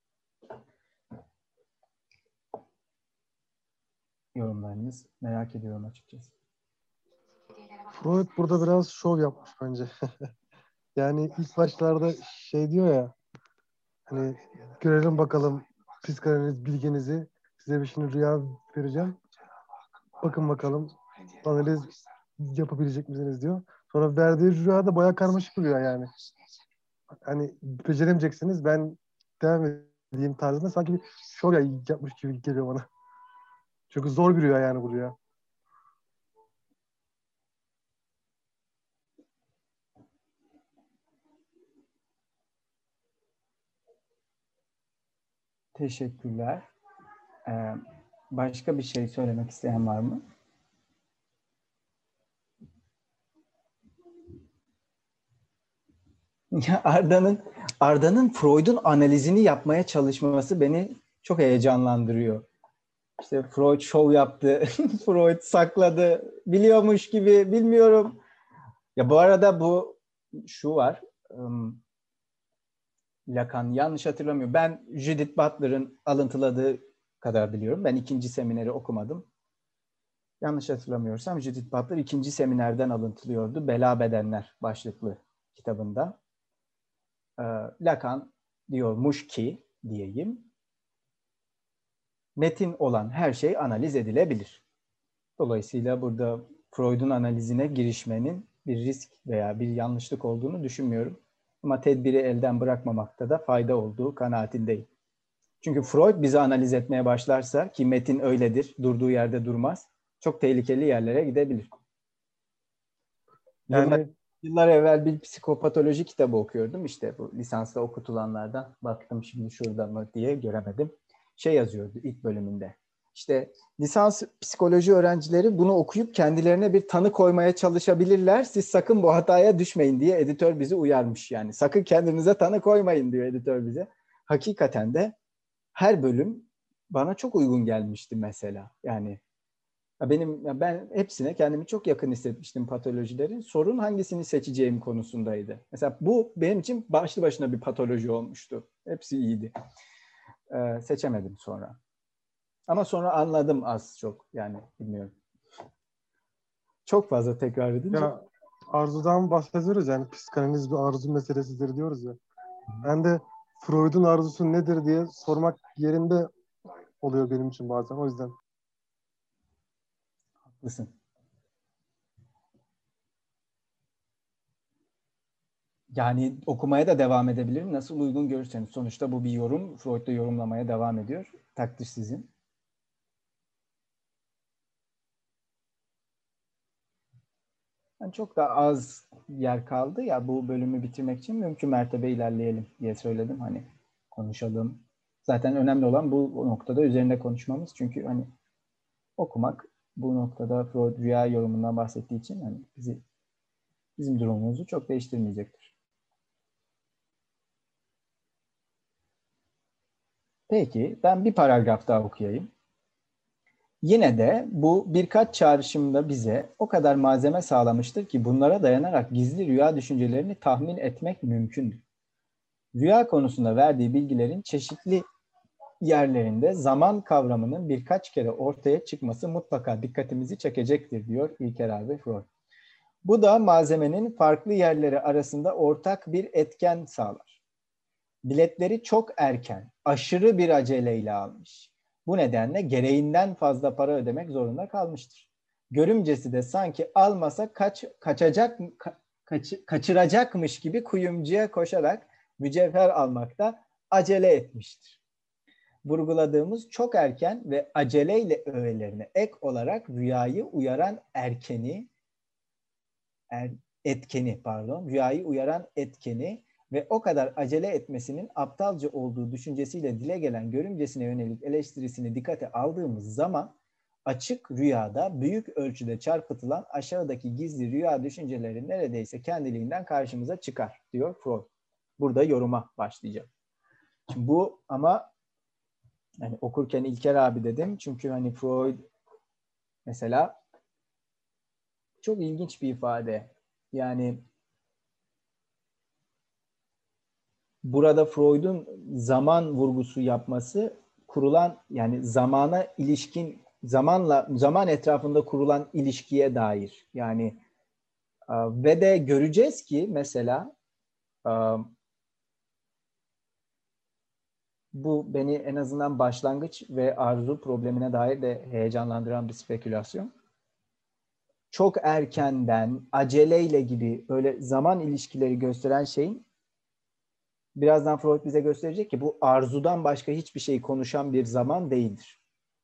yorumlarınız merak ediyorum açıkçası.
Freud burada biraz şov yapmış bence. Yani ilk başlarda şey diyor ya, hani görelim bakalım psikanaliz bilginizi, size bir şimdi rüya vereceğim. Bakın bakalım analiz yapabilecek misiniz diyor. Sonra verdiği rüya da bayağı karmaşık bir rüya yani. Hani beceremeyeceksiniz, ben devam edeyim tarzında sanki bir şov yapmış gibi geliyor bana. Çünkü zor bir rüya yani bu rüya.
Teşekkürler. Ee, başka bir şey söylemek isteyen var mı? Ya Arda'nın Arda'nın Freud'un analizini yapmaya çalışması beni çok heyecanlandırıyor. İşte Freud şov yaptı, Freud sakladı, biliyormuş gibi, bilmiyorum. Ya bu arada bu şu var, um, Lacan yanlış hatırlamıyorum. Ben Judith Butler'ın alıntıladığı kadar biliyorum. Ben ikinci semineri okumadım. Yanlış hatırlamıyorsam Judith Butler ikinci seminerden alıntılıyordu. Bela Bedenler başlıklı kitabında. Ee, Lacan diyormuş ki diyeyim, metin olan her şey analiz edilebilir. Dolayısıyla burada Freud'un analizine girişmenin bir risk veya bir yanlışlık olduğunu düşünmüyorum. Ama tedbiri elden bırakmamakta da fayda olduğu kanaatindeyim. Çünkü Freud bizi analiz etmeye başlarsa, ki metin öyledir, durduğu yerde durmaz, çok tehlikeli yerlere gidebilir.
Yani
Yıllar, yıllar evvel bir psikopatoloji kitabı okuyordum. İşte bu lisansta okutulanlardan. Baktım şimdi şurada mı diye göremedim. Şey yazıyordu ilk bölümünde. İşte lisans psikoloji öğrencileri bunu okuyup kendilerine bir tanı koymaya çalışabilirler. Siz sakın bu hataya düşmeyin diye editör bizi uyarmış. Yani sakın kendinize tanı koymayın diyor editör bize. Hakikaten de her bölüm bana çok uygun gelmişti mesela. Yani benim ben hepsine kendimi çok yakın hissetmiştim patolojilerin. Sorun hangisini seçeceğim konusundaydı. Mesela bu benim için başlı başına bir patoloji olmuştu. Hepsi iyiydi. Ee, seçemedim sonra. Ama sonra anladım az çok. Yani bilmiyorum. Çok fazla tekrar edince.
ya arzudan bahsediyoruz yani, psikanaliz bir arzu meselesidir diyoruz ya. Ben de Freud'un arzusu nedir diye sormak yerinde oluyor benim için bazen, o yüzden.
Haklısın. Yani okumaya da devam edebilirim. Nasıl uygun görürseniz. Sonuçta bu bir yorum. Freud da yorumlamaya devam ediyor. Takdir sizin. zaten çok da az yer kaldı ya bu bölümü bitirmek için mümkün mertebe ilerleyelim diye söyledim. Hani konuşalım. Zaten önemli olan bu noktada üzerinde konuşmamız. Çünkü hani okumak bu noktada Freud rüya yorumundan bahsettiği için hani bizi bizim durumumuzu çok değiştirmeyecektir. Peki ben bir paragraf daha okuyayım. Yine de bu birkaç çağrışımda bize o kadar malzeme sağlamıştır ki bunlara dayanarak gizli rüya düşüncelerini tahmin etmek mümkündür. Rüya konusunda verdiği bilgilerin çeşitli yerlerinde zaman kavramının birkaç kere ortaya çıkması mutlaka dikkatimizi çekecektir diyor İlker abi Freud. Bu da malzemenin farklı yerleri arasında ortak bir etken sağlar. Biletleri çok erken, aşırı bir aceleyle almış. Bu nedenle gereğinden fazla para ödemek zorunda kalmıştır. Görümcesi de sanki almasa kaç, kaçacak, kaç, kaçıracakmış gibi kuyumcuya koşarak mücevher almakta acele etmiştir. Vurguladığımız çok erken ve aceleyle öğelerine ek olarak rüyayı uyaran erkeni, er, etkeni pardon, rüyayı uyaran etkeni ve o kadar acele etmesinin aptalca olduğu düşüncesiyle dile gelen görümcesine yönelik eleştirisini dikkate aldığımız zaman açık rüyada büyük ölçüde çarpıtılan aşağıdaki gizli rüya düşünceleri neredeyse kendiliğinden karşımıza çıkar diyor Freud. Burada yoruma başlayacağım. Şimdi bu ama yani okurken İlker abi dedim çünkü hani Freud mesela çok ilginç bir ifade. Yani burada Freud'un zaman vurgusu yapması kurulan yani zamana ilişkin zamanla zaman etrafında kurulan ilişkiye dair. Yani ve de göreceğiz ki mesela bu beni en azından başlangıç ve arzu problemine dair de heyecanlandıran bir spekülasyon. Çok erkenden, aceleyle gibi böyle zaman ilişkileri gösteren şeyin birazdan Freud bize gösterecek ki bu arzudan başka hiçbir şey konuşan bir zaman değildir.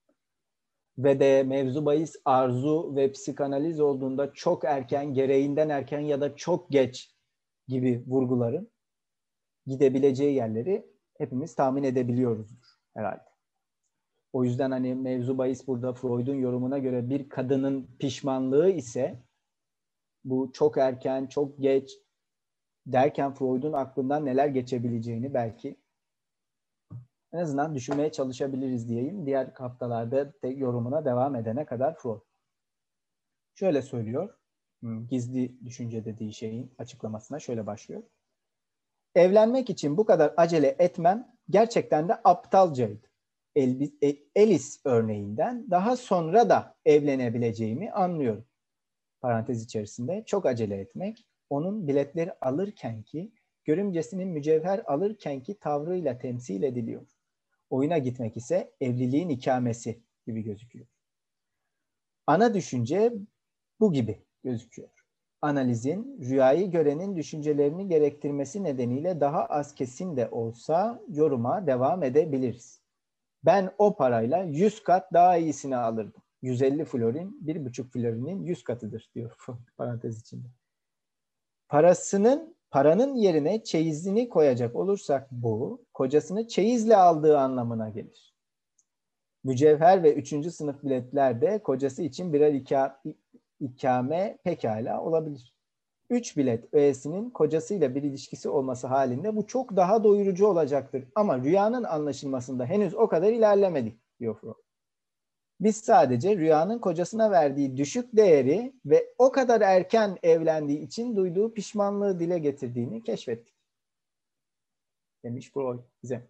Ve de mevzu bahis arzu ve psikanaliz olduğunda çok erken, gereğinden erken ya da çok geç gibi vurguların gidebileceği yerleri hepimiz tahmin edebiliyoruzdur herhalde. O yüzden hani mevzu bahis burada Freud'un yorumuna göre bir kadının pişmanlığı ise bu çok erken, çok geç derken Freud'un aklından neler geçebileceğini belki en azından düşünmeye çalışabiliriz diyeyim. Diğer haftalarda de yorumuna devam edene kadar Freud. Şöyle söylüyor, gizli düşünce dediği şeyin açıklamasına şöyle başlıyor. Evlenmek için bu kadar acele etmem gerçekten de aptalcaydı. Alice örneğinden daha sonra da evlenebileceğimi anlıyorum. Parantez içerisinde çok acele etmek, onun biletleri alırkenki, görümcesinin mücevher alırkenki tavrıyla temsil ediliyor. Oyuna gitmek ise evliliğin ikamesi gibi gözüküyor. Ana düşünce bu gibi gözüküyor. Analizin rüyayı görenin düşüncelerini gerektirmesi nedeniyle daha az kesin de olsa yoruma devam edebiliriz. Ben o parayla yüz kat daha iyisini alırdım. yüz elli florin, bir buçuk florinin yüz katıdır diyor parantez içinde. Parasının, paranın yerine çeyizini koyacak olursak bu, kocasını çeyizle aldığı anlamına gelir. Mücevher ve üçüncü sınıf biletler de kocası için birer ika, ikame pekala olabilir. Üç bilet öğesinin kocasıyla bir ilişkisi olması halinde bu çok daha doyurucu olacaktır. Ama rüyanın anlaşılmasında henüz o kadar ilerlemedik diyor Freud. Biz sadece rüyanın kocasına verdiği düşük değeri ve o kadar erken evlendiği için duyduğu pişmanlığı dile getirdiğini keşfettik. Demiş Freud bize.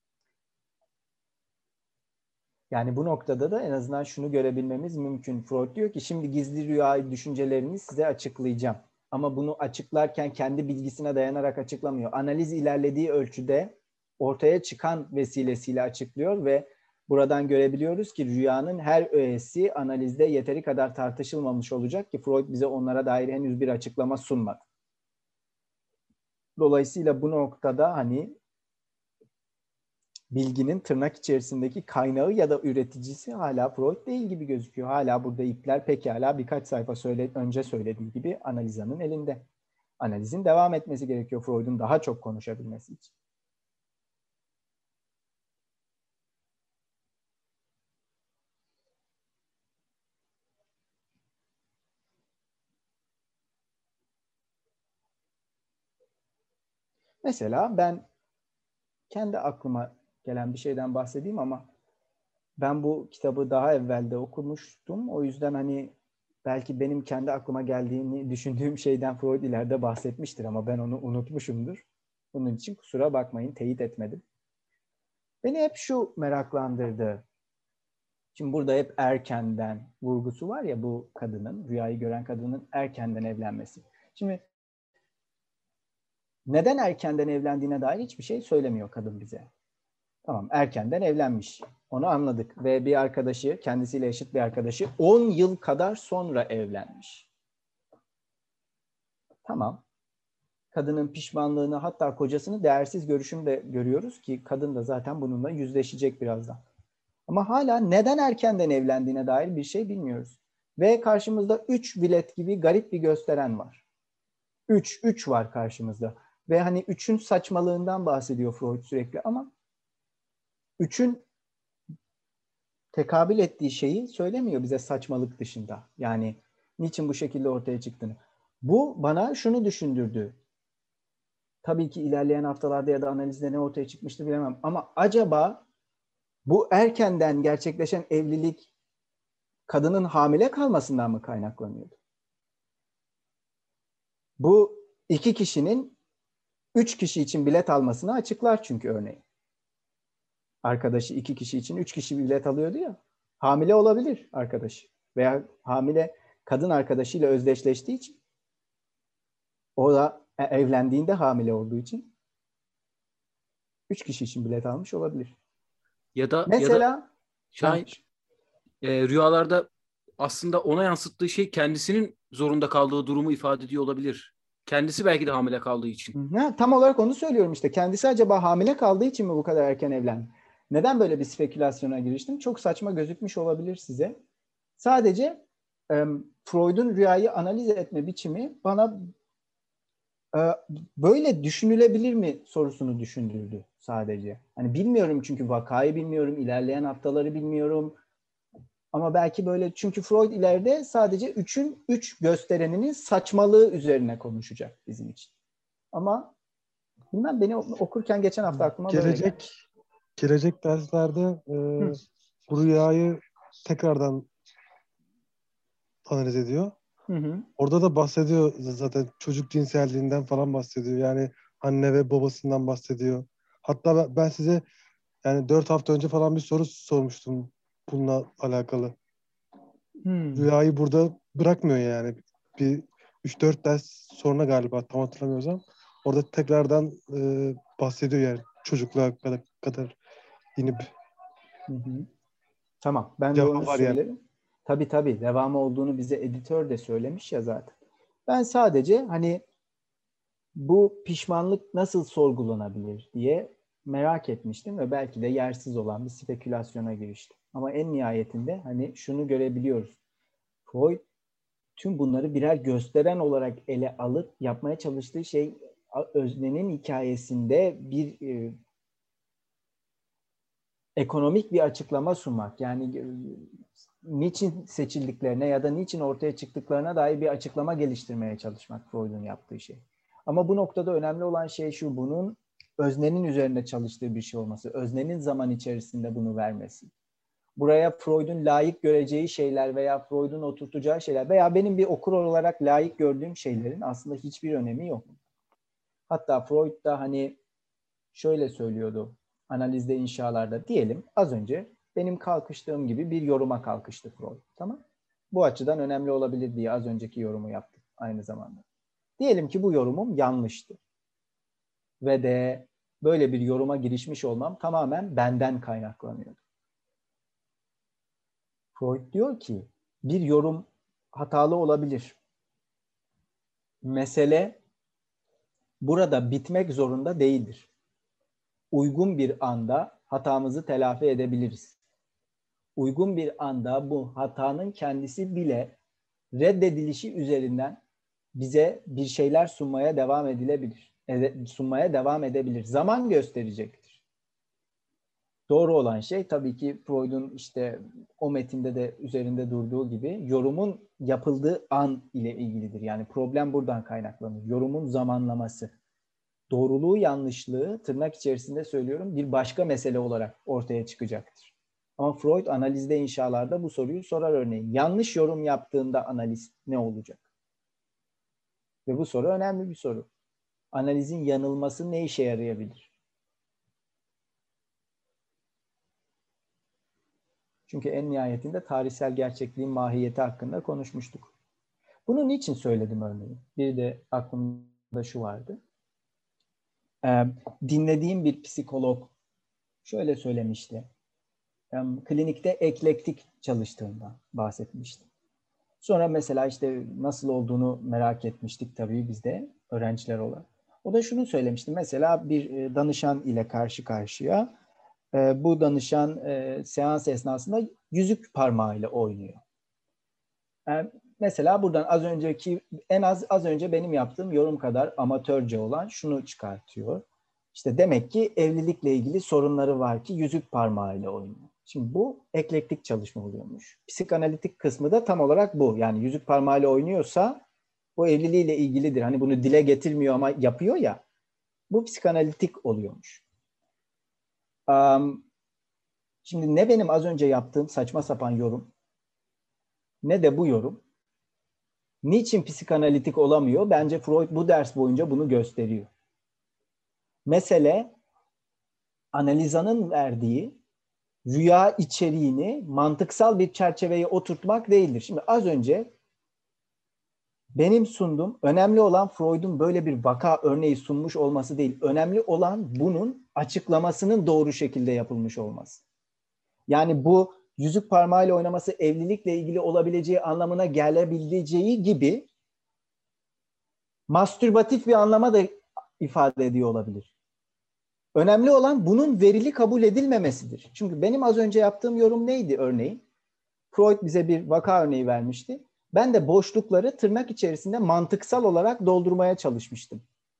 Yani bu noktada da en azından şunu görebilmemiz mümkün. Freud diyor ki şimdi gizli rüya düşüncelerini size açıklayacağım. Ama bunu açıklarken kendi bilgisine dayanarak açıklamıyor. Analiz ilerlediği ölçüde ortaya çıkan vesilesiyle açıklıyor ve buradan görebiliyoruz ki rüyanın her öğesi analizde yeteri kadar tartışılmamış olacak ki Freud bize onlara dair henüz bir açıklama sunmadı. Dolayısıyla bu noktada hani bilginin tırnak içerisindeki kaynağı ya da üreticisi hala Freud değil gibi gözüküyor. Hala burada ipler pekala birkaç sayfa söyle, önce söylediği gibi analizanın elinde. Analizin devam etmesi gerekiyor Freud'un daha çok konuşabilmesi için. Mesela ben kendi aklıma gelen bir şeyden bahsedeyim ama ben bu kitabı daha evvelde okumuştum. O yüzden hani belki benim kendi aklıma geldiğini düşündüğüm şeyden Freud ileride bahsetmiştir ama ben onu unutmuşumdur. Bunun için kusura bakmayın, teyit etmedim. Beni hep şu meraklandırdı. Şimdi burada hep erkenden vurgusu var ya bu kadının, rüyayı gören kadının erkenden evlenmesi. Şimdi neden erkenden evlendiğine dair hiçbir şey söylemiyor kadın bize. Tamam, erkenden evlenmiş. Onu anladık. Ve bir arkadaşı, kendisiyle eşit bir arkadaşı on yıl kadar sonra evlenmiş. Tamam. Kadının pişmanlığını, hatta kocasını değersiz görüşünü de görüyoruz ki kadın da zaten bununla yüzleşecek birazdan. Ama hala neden erkenden evlendiğine dair bir şey bilmiyoruz. Ve karşımızda üç bilet gibi garip bir gösteren var. Üç, üç var karşımızda. Ve hani üçün saçmalığından bahsediyor Freud sürekli ama üçün tekabül ettiği şeyi söylemiyor bize saçmalık dışında. Yani niçin bu şekilde ortaya çıktığını. Bu bana şunu düşündürdü. Tabii ki ilerleyen haftalarda ya da analizde ne ortaya çıkmıştı bilemem. Ama acaba bu erkenden gerçekleşen evlilik kadının hamile kalmasından mı kaynaklanıyordu? Bu iki kişinin üç kişi için bilet almasını açıklar çünkü örneğin. Arkadaşı iki kişi için üç kişi bilet alıyordu ya. Hamile olabilir arkadaşı. Veya hamile kadın arkadaşıyla özdeşleştiği için. O da evlendiğinde hamile olduğu için üç kişi için bilet almış olabilir.
Ya da
Mesela
ya da Şahin, e, rüyalarda aslında ona yansıttığı şey kendisinin zorunda kaldığı durumu ifade ediyor olabilir. Kendisi belki de hamile kaldığı için.
Ha, tam olarak onu söylüyorum işte. Kendisi acaba hamile kaldığı için mi bu kadar erken evlendi? Neden böyle bir spekülasyona giriştim? Çok saçma gözükmüş olabilir size. Sadece e, Freud'un rüyayı analiz etme biçimi bana e, böyle düşünülebilir mi sorusunu düşündürdü sadece. Hani bilmiyorum çünkü vakayı bilmiyorum, ilerleyen haftaları bilmiyorum. Ama belki böyle çünkü Freud ileride sadece üçün üç göstereninin saçmalığı üzerine konuşacak bizim için. Ama bilmem beni okurken geçen hafta aklıma
gelecek,
böyle geldi.
Gelecek derslerde e, bu rüyayı tekrardan analiz ediyor.
Hı hı.
Orada da bahsediyor zaten çocuk cinselliğinden falan bahsediyor. Yani anne ve babasından bahsediyor. Hatta ben size yani dört hafta önce falan bir soru sormuştum bununla alakalı.
Hmm.
Rüyayı burada bırakmıyor yani. Bir üç dört ders sonra galiba tam hatırlamıyorsam. Orada tekrardan e, bahsediyor yani çocukluğa kadar, kadar inip.
Hı hı. Tamam. Ben de
Cevap
onu
var yani.
söylerim. Tabii tabii. Devamı olduğunu bize editör de söylemiş ya zaten. Ben sadece hani bu pişmanlık nasıl sorgulanabilir diye merak etmiştim ve belki de yersiz olan bir spekülasyona giriştim. Ama en nihayetinde hani şunu görebiliyoruz. Freud tüm bunları birer gösteren olarak ele alıp yapmaya çalıştığı şey öznenin hikayesinde bir e, ekonomik bir açıklama sunmak. Yani e, niçin seçildiklerine ya da niçin ortaya çıktıklarına dair bir açıklama geliştirmeye çalışmak Freud'un yaptığı şey. Ama bu noktada önemli olan şey şu, bunun öznenin üzerinde çalıştığı bir şey olması, öznenin zaman içerisinde bunu vermesi. Buraya Freud'un layık göreceği şeyler veya Freud'un oturtacağı şeyler veya benim bir okur olarak layık gördüğüm şeylerin aslında hiçbir önemi yok. Hatta Freud da hani şöyle söylüyordu analizde, inşalarda diyelim az önce benim kalkıştığım gibi bir yoruma kalkıştı Freud. Tamam. Bu açıdan önemli olabilir diye az önceki yorumu yaptım aynı zamanda. Diyelim ki bu yorumum yanlıştı. Ve de böyle bir yoruma girişmiş olmam tamamen benden kaynaklanıyordu. Freud diyor ki bir yorum hatalı olabilir. Mesele burada bitmek zorunda değildir. Uygun bir anda hatamızı telafi edebiliriz. Uygun bir anda bu hatanın kendisi bile reddedilişi üzerinden bize bir şeyler sunmaya devam edilebilir. Ede, sunmaya devam edebilir. Zaman gösterecektir. Doğru olan şey tabii ki Freud'un işte o metinde de üzerinde durduğu gibi yorumun yapıldığı an ile ilgilidir. Yani problem buradan kaynaklanır. Yorumun zamanlaması. Doğruluğu, yanlışlığı tırnak içerisinde söylüyorum bir başka mesele olarak ortaya çıkacaktır. Ama Freud analizde inşalarda bu soruyu sorar örneğin. Yanlış yorum yaptığında analiz ne olacak? Ve bu soru önemli bir soru. Analizin yanılması ne işe yarayabilir? Çünkü en nihayetinde tarihsel gerçekliğin mahiyeti hakkında konuşmuştuk. Bunu niçin söyledim örneğin? Bir de aklımda şu vardı. Ee, dinlediğim bir psikolog şöyle söylemişti. Um, klinikte eklektik çalıştığından bahsetmişti. Sonra mesela işte nasıl olduğunu merak etmiştik tabii biz de öğrenciler olarak. O da şunu söylemişti. Mesela bir danışan ile karşı karşıya. E, bu danışan e, seans esnasında yüzük parmağıyla oynuyor. Yani mesela buradan az önceki en az az önce benim yaptığım yorum kadar amatörce olan şunu çıkartıyor. İşte demek ki evlilikle ilgili sorunları var ki yüzük parmağıyla oynuyor. Şimdi bu eklektik çalışma oluyormuş. Psikanalitik kısmı da tam olarak bu. Yani yüzük parmağıyla oynuyorsa bu evliliğiyle ilgilidir. Hani bunu dile getirmiyor ama yapıyor ya. Bu psikanalitik oluyormuş. Um, şimdi ne benim az önce yaptığım saçma sapan yorum ne de bu yorum niçin psikanalitik olamıyor? Bence Freud bu ders boyunca bunu gösteriyor. Mesele analizanın verdiği rüya içeriğini mantıksal bir çerçeveye oturtmak değildir. Şimdi az önce benim sunduğum önemli olan Freud'un böyle bir vaka örneği sunmuş olması değil. Önemli olan bunun açıklamasının doğru şekilde yapılmış olması. Yani bu yüzük parmağıyla oynaması evlilikle ilgili olabileceği anlamına gelebileceği gibi mastürbatif bir anlama da ifade ediyor olabilir. Önemli olan bunun verili kabul edilmemesidir. Çünkü benim az önce yaptığım yorum neydi örneğin? Freud bize bir vaka örneği vermişti. Ben de boşlukları tırnak içerisinde mantıksal olarak doldurmaya çalışmıştım.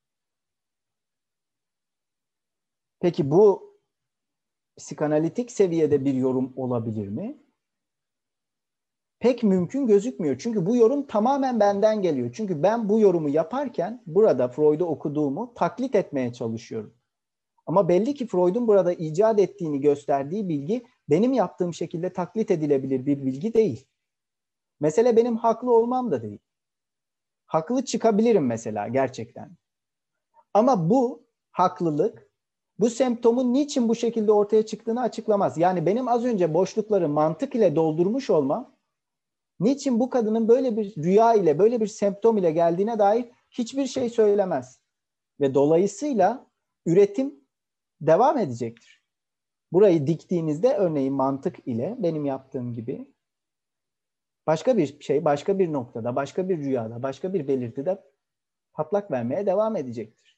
Peki bu psikanalitik seviyede bir yorum olabilir mi? Pek mümkün gözükmüyor. Çünkü bu yorum tamamen benden geliyor. Çünkü ben bu yorumu yaparken burada Freud'u okuduğumu taklit etmeye çalışıyorum. Ama belli ki Freud'un burada icat ettiğini gösterdiği bilgi benim yaptığım şekilde taklit edilebilir bir bilgi değil. Mesele benim haklı olmam da değil. Haklı çıkabilirim mesela gerçekten. Ama bu haklılık bu semptomun niçin bu şekilde ortaya çıktığını açıklamaz. Yani benim az önce boşlukları mantık ile doldurmuş olmam niçin bu kadının böyle bir rüya ile böyle bir semptom ile geldiğine dair hiçbir şey söylemez. Ve dolayısıyla üretim devam edecektir. Burayı diktiğinizde örneğin mantık ile benim yaptığım gibi başka bir şey, başka bir noktada, başka bir rüyada, başka bir belirtide patlak vermeye devam edecektir.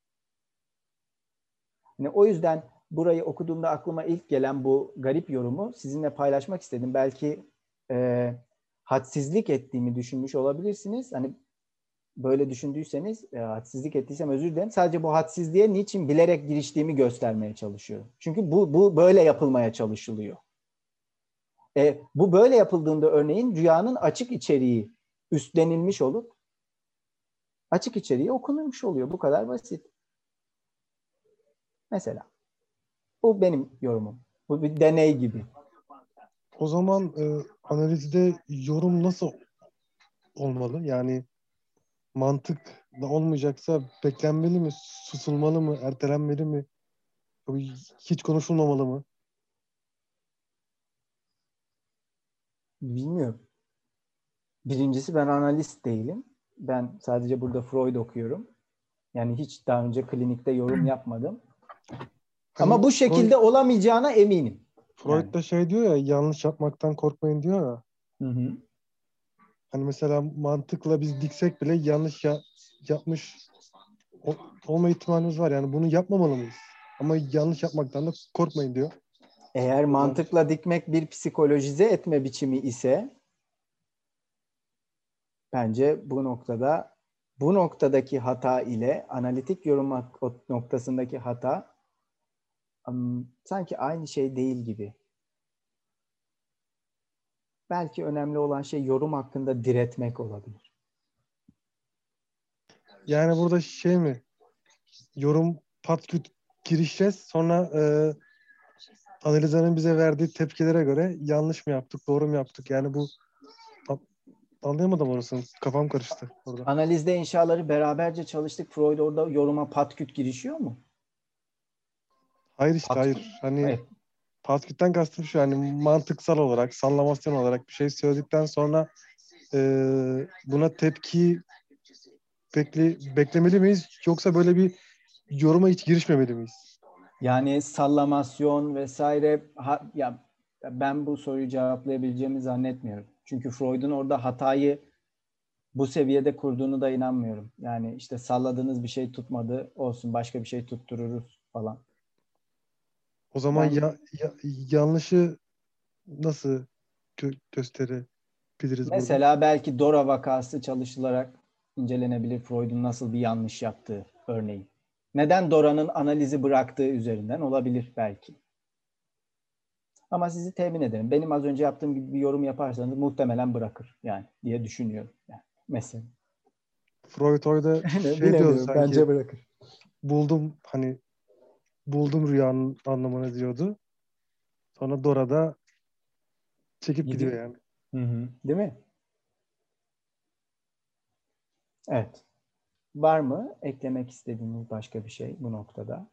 Yani o yüzden burayı okuduğumda aklıma ilk gelen bu garip yorumu sizinle paylaşmak istedim. Belki e, hadsizlik ettiğimi düşünmüş olabilirsiniz. Hani böyle düşündüyseniz, e, hadsizlik ettiysem özür dilerim. Sadece bu hadsizliğe niçin bilerek giriştiğimi göstermeye çalışıyorum. Çünkü bu, bu böyle yapılmaya çalışılıyor. E, bu böyle yapıldığında örneğin rüyanın açık içeriği üstlenilmiş olup açık içeriği okunmuş oluyor. Bu kadar basit. Mesela. Bu benim yorumum. Bu bir deney gibi.
O zaman e, analizde yorum nasıl olmalı? Yani mantıkla olmayacaksa beklenmeli mi, susulmalı mı, ertelenmeli mi? Tabii hiç konuşulmamalı mı?
Bilmiyorum. Birincisi ben analist değilim. Ben sadece burada Freud okuyorum. Yani hiç daha önce klinikte yorum yapmadım.
Hani
Ama bu şekilde
Freud,
olamayacağına eminim.
Freud
Yani.
da şey diyor ya, yanlış yapmaktan korkmayın diyor ya.
Hı hı.
Hani mesela mantıkla biz diksek bile yanlış ya, yapmış ol- olma ihtimalimiz var. Yani bunu yapmamalı mıyız? Ama yanlış yapmaktan da korkmayın diyor.
Eğer mantıkla dikmek bir psikolojize etme biçimi ise bence bu noktada bu noktadaki hata ile analitik yorum noktasındaki hata um, sanki aynı şey değil gibi. Belki önemli olan şey yorum hakkında diretmek olabilir.
Yani burada şey mi? Yorum pat küt girişeceğiz. Sonra e, analizlerin bize verdiği tepkilere göre yanlış mı yaptık, doğru mu yaptık? Yani bu anlayamadım orasını. Kafam karıştı orada.
Analizde inşaları beraberce çalıştık. Freud orada yoruma patküt girişiyor mu?
Hayır işte
Pat,
hayır. Hani
evet.
patkütten kastım şu, yani mantıksal olarak, sallamasyon olarak bir şey söyledikten sonra e, buna tepki bekle, beklemeli miyiz? Yoksa böyle bir yoruma hiç girişmemeli miyiz?
Yani sallamasyon vesaire ha, ya ben bu soruyu cevaplayabileceğimi zannetmiyorum. Çünkü Freud'un orada hatayı bu seviyede kurduğunu da inanmıyorum. Yani işte salladığınız bir şey tutmadı, olsun başka bir şey tuttururuz falan.
O zaman
Ben
ya, ya- yanlışı nasıl gö- gösterebiliriz burada?
mesela belki Dora vakası çalışılarak incelenebilir Freud'un nasıl bir yanlış yaptığı örneği. Neden Dora'nın analizi bıraktığı üzerinden olabilir belki. Ama sizi temin ederim. Benim az önce yaptığım gibi bir yorum yaparsanız muhtemelen bırakır yani diye düşünüyorum. Yani mesela.
Freud orada şey diyordu
Bilemiyorum.
sanki,
Bence bırakır.
buldum hani buldum rüyanın anlamını diyordu. Sonra Dora da çekip gidiyor
Gidiyor.
yani.
Hı hı. Değil mi? Evet. Var mı eklemek istediğiniz başka bir şey bu noktada?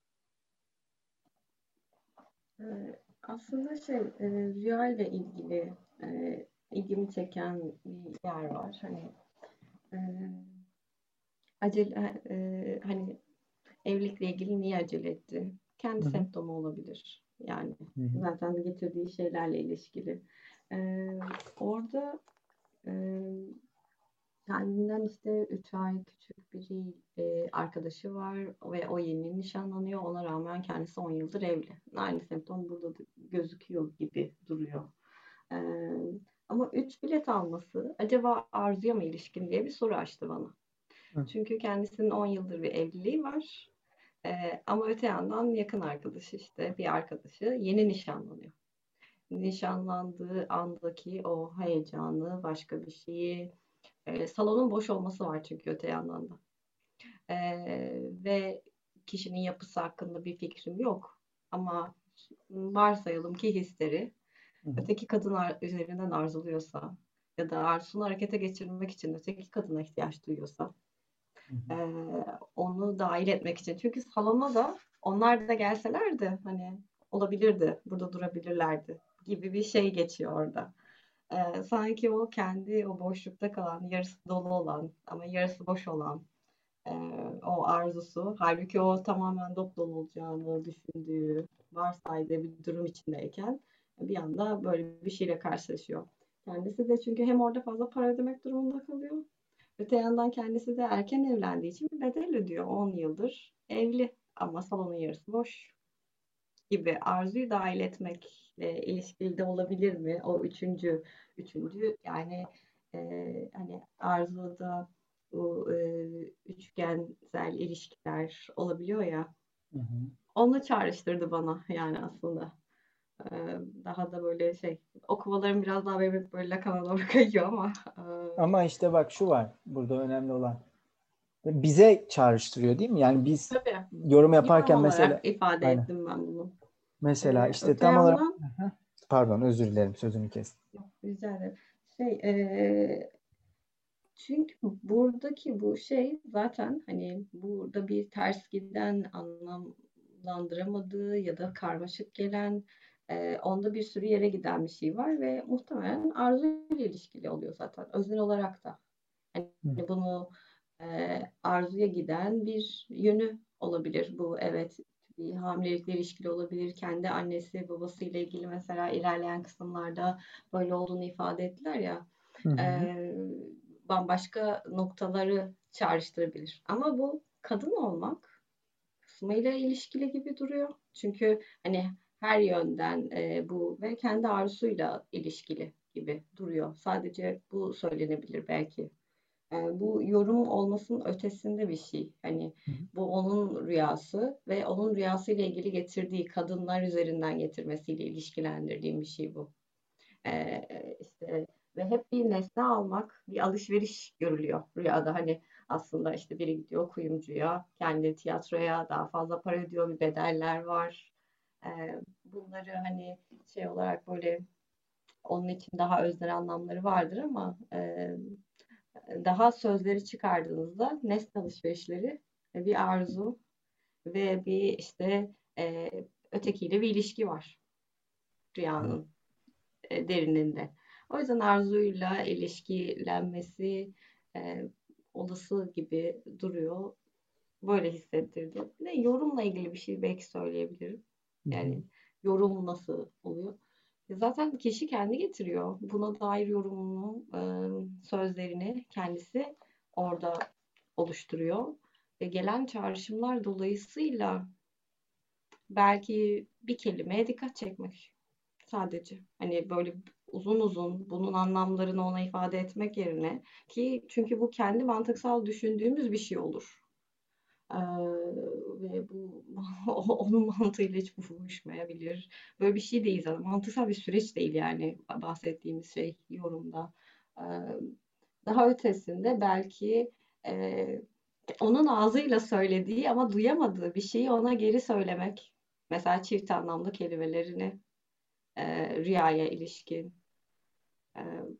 Ee, Aslında şey, e, rüya ile ilgili e, ilgimi çeken bir yer var. Hani e, acele e, hani evlilikle ilgili niye acele etti? Kendi
Hı hı.
semptomu olabilir. Yani
Hı hı.
zaten getirdiği şeylerle ilişkili. Ee, orada e, kendinden işte üç ay küçük bir e, arkadaşı var ve o yeni nişanlanıyor. Ona rağmen kendisi on yıldır evli. Aynı semptom burada da gözüküyor gibi duruyor. Ee, Ama üç bilet alması acaba arzuya mı ilişkin diye bir soru açtı bana.
Hı.
Çünkü kendisinin on yıldır bir evliliği var. Ee, ama öte yandan yakın arkadaşı işte bir arkadaşı yeni nişanlanıyor. Nişanlandığı andaki o heyecanı, başka bir şeyi, e, salonun boş olması var çünkü öte yandan da. E, Ve kişinin yapısı hakkında bir fikrim yok. Ama varsayalım ki hisleri
Hı hı.
öteki kadın üzerinden arzuluyorsa ya da arzusunu harekete geçirmek için öteki kadına ihtiyaç duyuyorsa
Hı hı.
e, onu dahil etmek için. Çünkü salona da onlar da gelselerdi hani olabilirdi, burada durabilirlerdi gibi bir şey geçiyor orada. Ee, sanki o kendi o boşlukta kalan, yarısı dolu olan ama yarısı boş olan e, o arzusu. Halbuki o tamamen dop dolu olacağını düşündüğü, varsaydığı bir durum içindeyken bir anda böyle bir şeyle karşılaşıyor. Kendisi de çünkü hem orada fazla para ödemek durumunda kalıyor. Öte yandan kendisi de erken evlendiği için bir bedel ödüyor. on yıldır evli ama salonun yarısı boş gibi arzuyu dahil etmekle ilişkili de olabilir mi? O üçüncü, üçüncü yani e, hani arzuda bu e, üçgensel ilişkiler olabiliyor ya.
Hı hı.
Onu çağrıştırdı bana yani aslında. E, Daha da böyle şey okumalarım biraz daha benim böyle lakana doğru kayıyor ama e,
Ama işte bak şu var burada önemli olan. Bize çağrıştırıyor değil mi? Yani biz
tabii
yorum
yorum
yaparken mesela
olarak ifade
aynen.
ettim ben bunu.
Mesela
E,
işte
öte
tam olarak
yandan
Hı hı. Pardon özür dilerim sözünü kestim.
rica ederim. Şey, e, çünkü buradaki bu şey zaten hani burada bir ters giden, anlamlandıramadığı ya da karmaşık gelen, e, onda bir sürü yere giden bir şey var ve muhtemelen arzu ile ilişkili oluyor zaten özel olarak da. Hani
Hı
bunu e, arzuya giden bir yönü olabilir bu, evet, bir hamilelikle ilişkili olabilir. Kendi annesi babasıyla ilgili mesela ilerleyen kısımlarda böyle olduğunu ifade ettiler ya.
hı. Hı.
e, Bambaşka noktaları çağrıştırabilir. Ama bu kadın olmak kısmıyla ilişkili gibi duruyor. Çünkü hani her yönden e, bu ve kendi arzusuyla ilişkili gibi duruyor. Sadece bu söylenebilir belki. E, bu yorum olmasının ötesinde bir şey. Hani bu onun rüyası ve onun rüyasıyla ilgili getirdiği kadınlar üzerinden getirmesiyle ilişkilendirdiğim bir şey bu. E, işte ve hep bir nesne almak, bir alışveriş görülüyor rüyada. Hani aslında işte biri gidiyor kuyumcuya, kendi tiyatroya daha fazla para ödüyor, bir bedeller var. E, bunları hani şey olarak böyle onun için daha öznel anlamları vardır ama e, daha sözleri çıkardığınızda nesne alışverişleri bir arzu ve bir işte e, ötekiyle bir ilişki var rüyanın e, derininde. O yüzden arzuyla ilişkilenmesi e, olası gibi duruyor. Böyle hissettirdi. Bir de yorumla ilgili bir şey belki söyleyebilirim. Yani yorum nasıl oluyor? Zaten kişi kendi getiriyor. Buna dair yorumunu, e, sözlerini kendisi orada oluşturuyor. Ve gelen çağrışımlar dolayısıyla belki bir kelimeye dikkat çekmek sadece. Hani böyle uzun uzun bunun anlamlarını ona ifade etmek yerine ki çünkü bu kendi mantıksal düşündüğümüz bir şey olur. Ee, ve bu onun mantığıyla hiç uyuşmayabilir. Böyle bir şey değil zaten. Mantıksal bir süreç değil yani bahsettiğimiz şey yorumda. Ee, daha ötesinde belki e, onun ağzıyla söylediği ama duyamadığı bir şeyi ona geri söylemek. Mesela çift anlamlı kelimelerini e, rüyaya ilişkin e,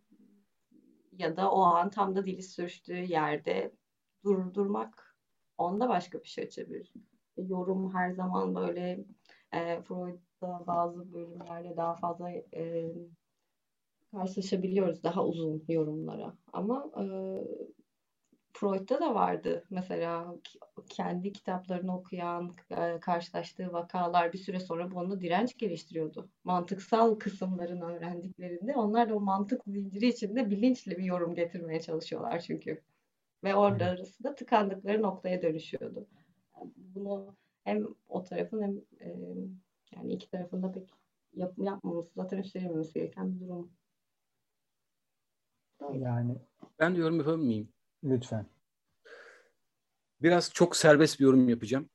ya da o an tam da dili sürçtüğü yerde durdurmak onda başka bir şey açabilir. Yorum her zaman böyle e, Freud'da bazı bölümlerle daha fazla e, karşılaşabiliyoruz daha uzun yorumlara. Ama e, Freud'da da vardı mesela kendi kitaplarını okuyan, e, karşılaştığı vakalar bir süre sonra bununla direnç geliştiriyordu. Mantıksal kısımlarını öğrendiklerinde onlar da o mantık zinciri içinde bilinçli bir yorum getirmeye çalışıyorlar çünkü. Ve orada arasında tıkandıkları noktaya dönüşüyordu. Bunu hem o tarafın hem e, yani iki tarafında pek yap, yapmaması, zaten üstlenilmemesi gereken bir durum. Böyle.
Yani
Ben de yorum yapabilir miyim?
lütfen.
Biraz çok serbest bir yorum yapacağım.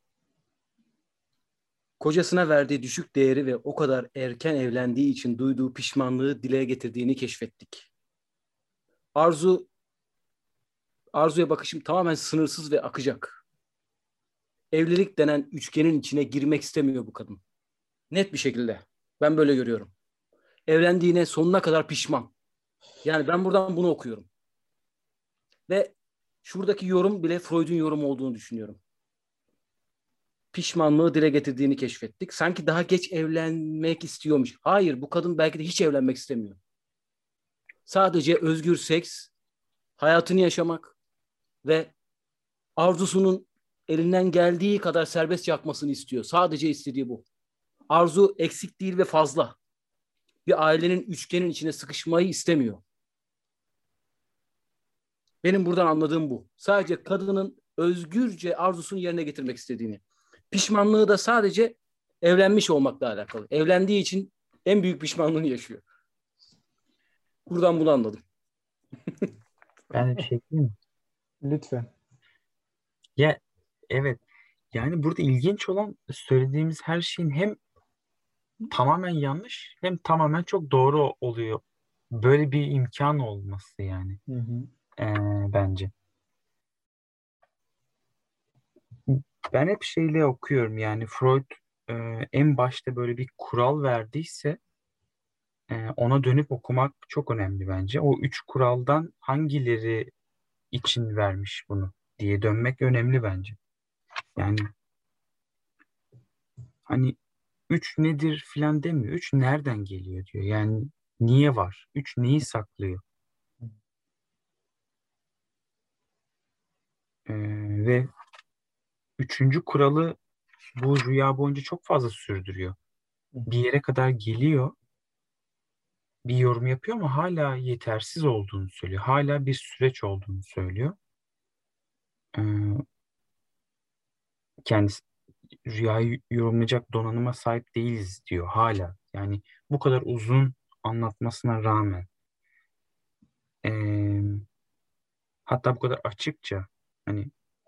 Kocasına verdiği düşük değeri ve o kadar erken evlendiği için duyduğu pişmanlığı dile getirdiğini keşfettik. Arzu, Arzu'ya bakışım tamamen sınırsız ve akacak. Evlilik denen üçgenin içine girmek istemiyor bu kadın. Net bir şekilde. Ben böyle görüyorum. Evlendiğine sonuna kadar pişman. Yani ben buradan bunu okuyorum. Ve şuradaki yorum bile Freud'un yorumu olduğunu düşünüyorum. Pişmanlığı dile getirdiğini keşfettik. Sanki daha geç evlenmek istiyormuş. Hayır, bu kadın belki de hiç evlenmek istemiyor. Sadece özgür seks, hayatını yaşamak ve arzusunun elinden geldiği kadar serbest yapmasını istiyor. Sadece istediği bu. Arzu eksik değil ve fazla. Bir ailenin üçgenin içine sıkışmayı istemiyor. Benim buradan anladığım bu. Sadece kadının özgürce arzusunu yerine getirmek istediğini. Pişmanlığı da sadece evlenmiş olmakla alakalı. Evlendiği için en büyük pişmanlığını yaşıyor. Buradan bunu anladım.
Ben de bir şey diyeyim mi?
Lütfen.
Ya evet. Yani burada ilginç olan söylediğimiz her şeyin hem tamamen yanlış hem tamamen çok doğru oluyor. Böyle bir imkan olması yani
Hı hı.
ee, bence. Ben hep şeyle okuyorum yani Freud e, en başta böyle bir kural verdiyse e, ona dönüp okumak çok önemli bence. O üç kuraldan hangileri için vermiş bunu diye dönmek önemli bence. Yani hani üç nedir filan demiyor. Üç nereden geliyor diyor. Yani niye var? Üç neyi saklıyor? E, ve üçüncü kuralı bu rüya boyunca çok fazla sürdürüyor. Bir yere kadar geliyor, bir yorum yapıyor ama hala yetersiz olduğunu söylüyor. Hala bir süreç olduğunu söylüyor. Ee, kendisi rüyayı yorumlayacak donanıma sahip değiliz diyor hala. Yani bu kadar uzun anlatmasına rağmen eee, hatta bu kadar açıkça hani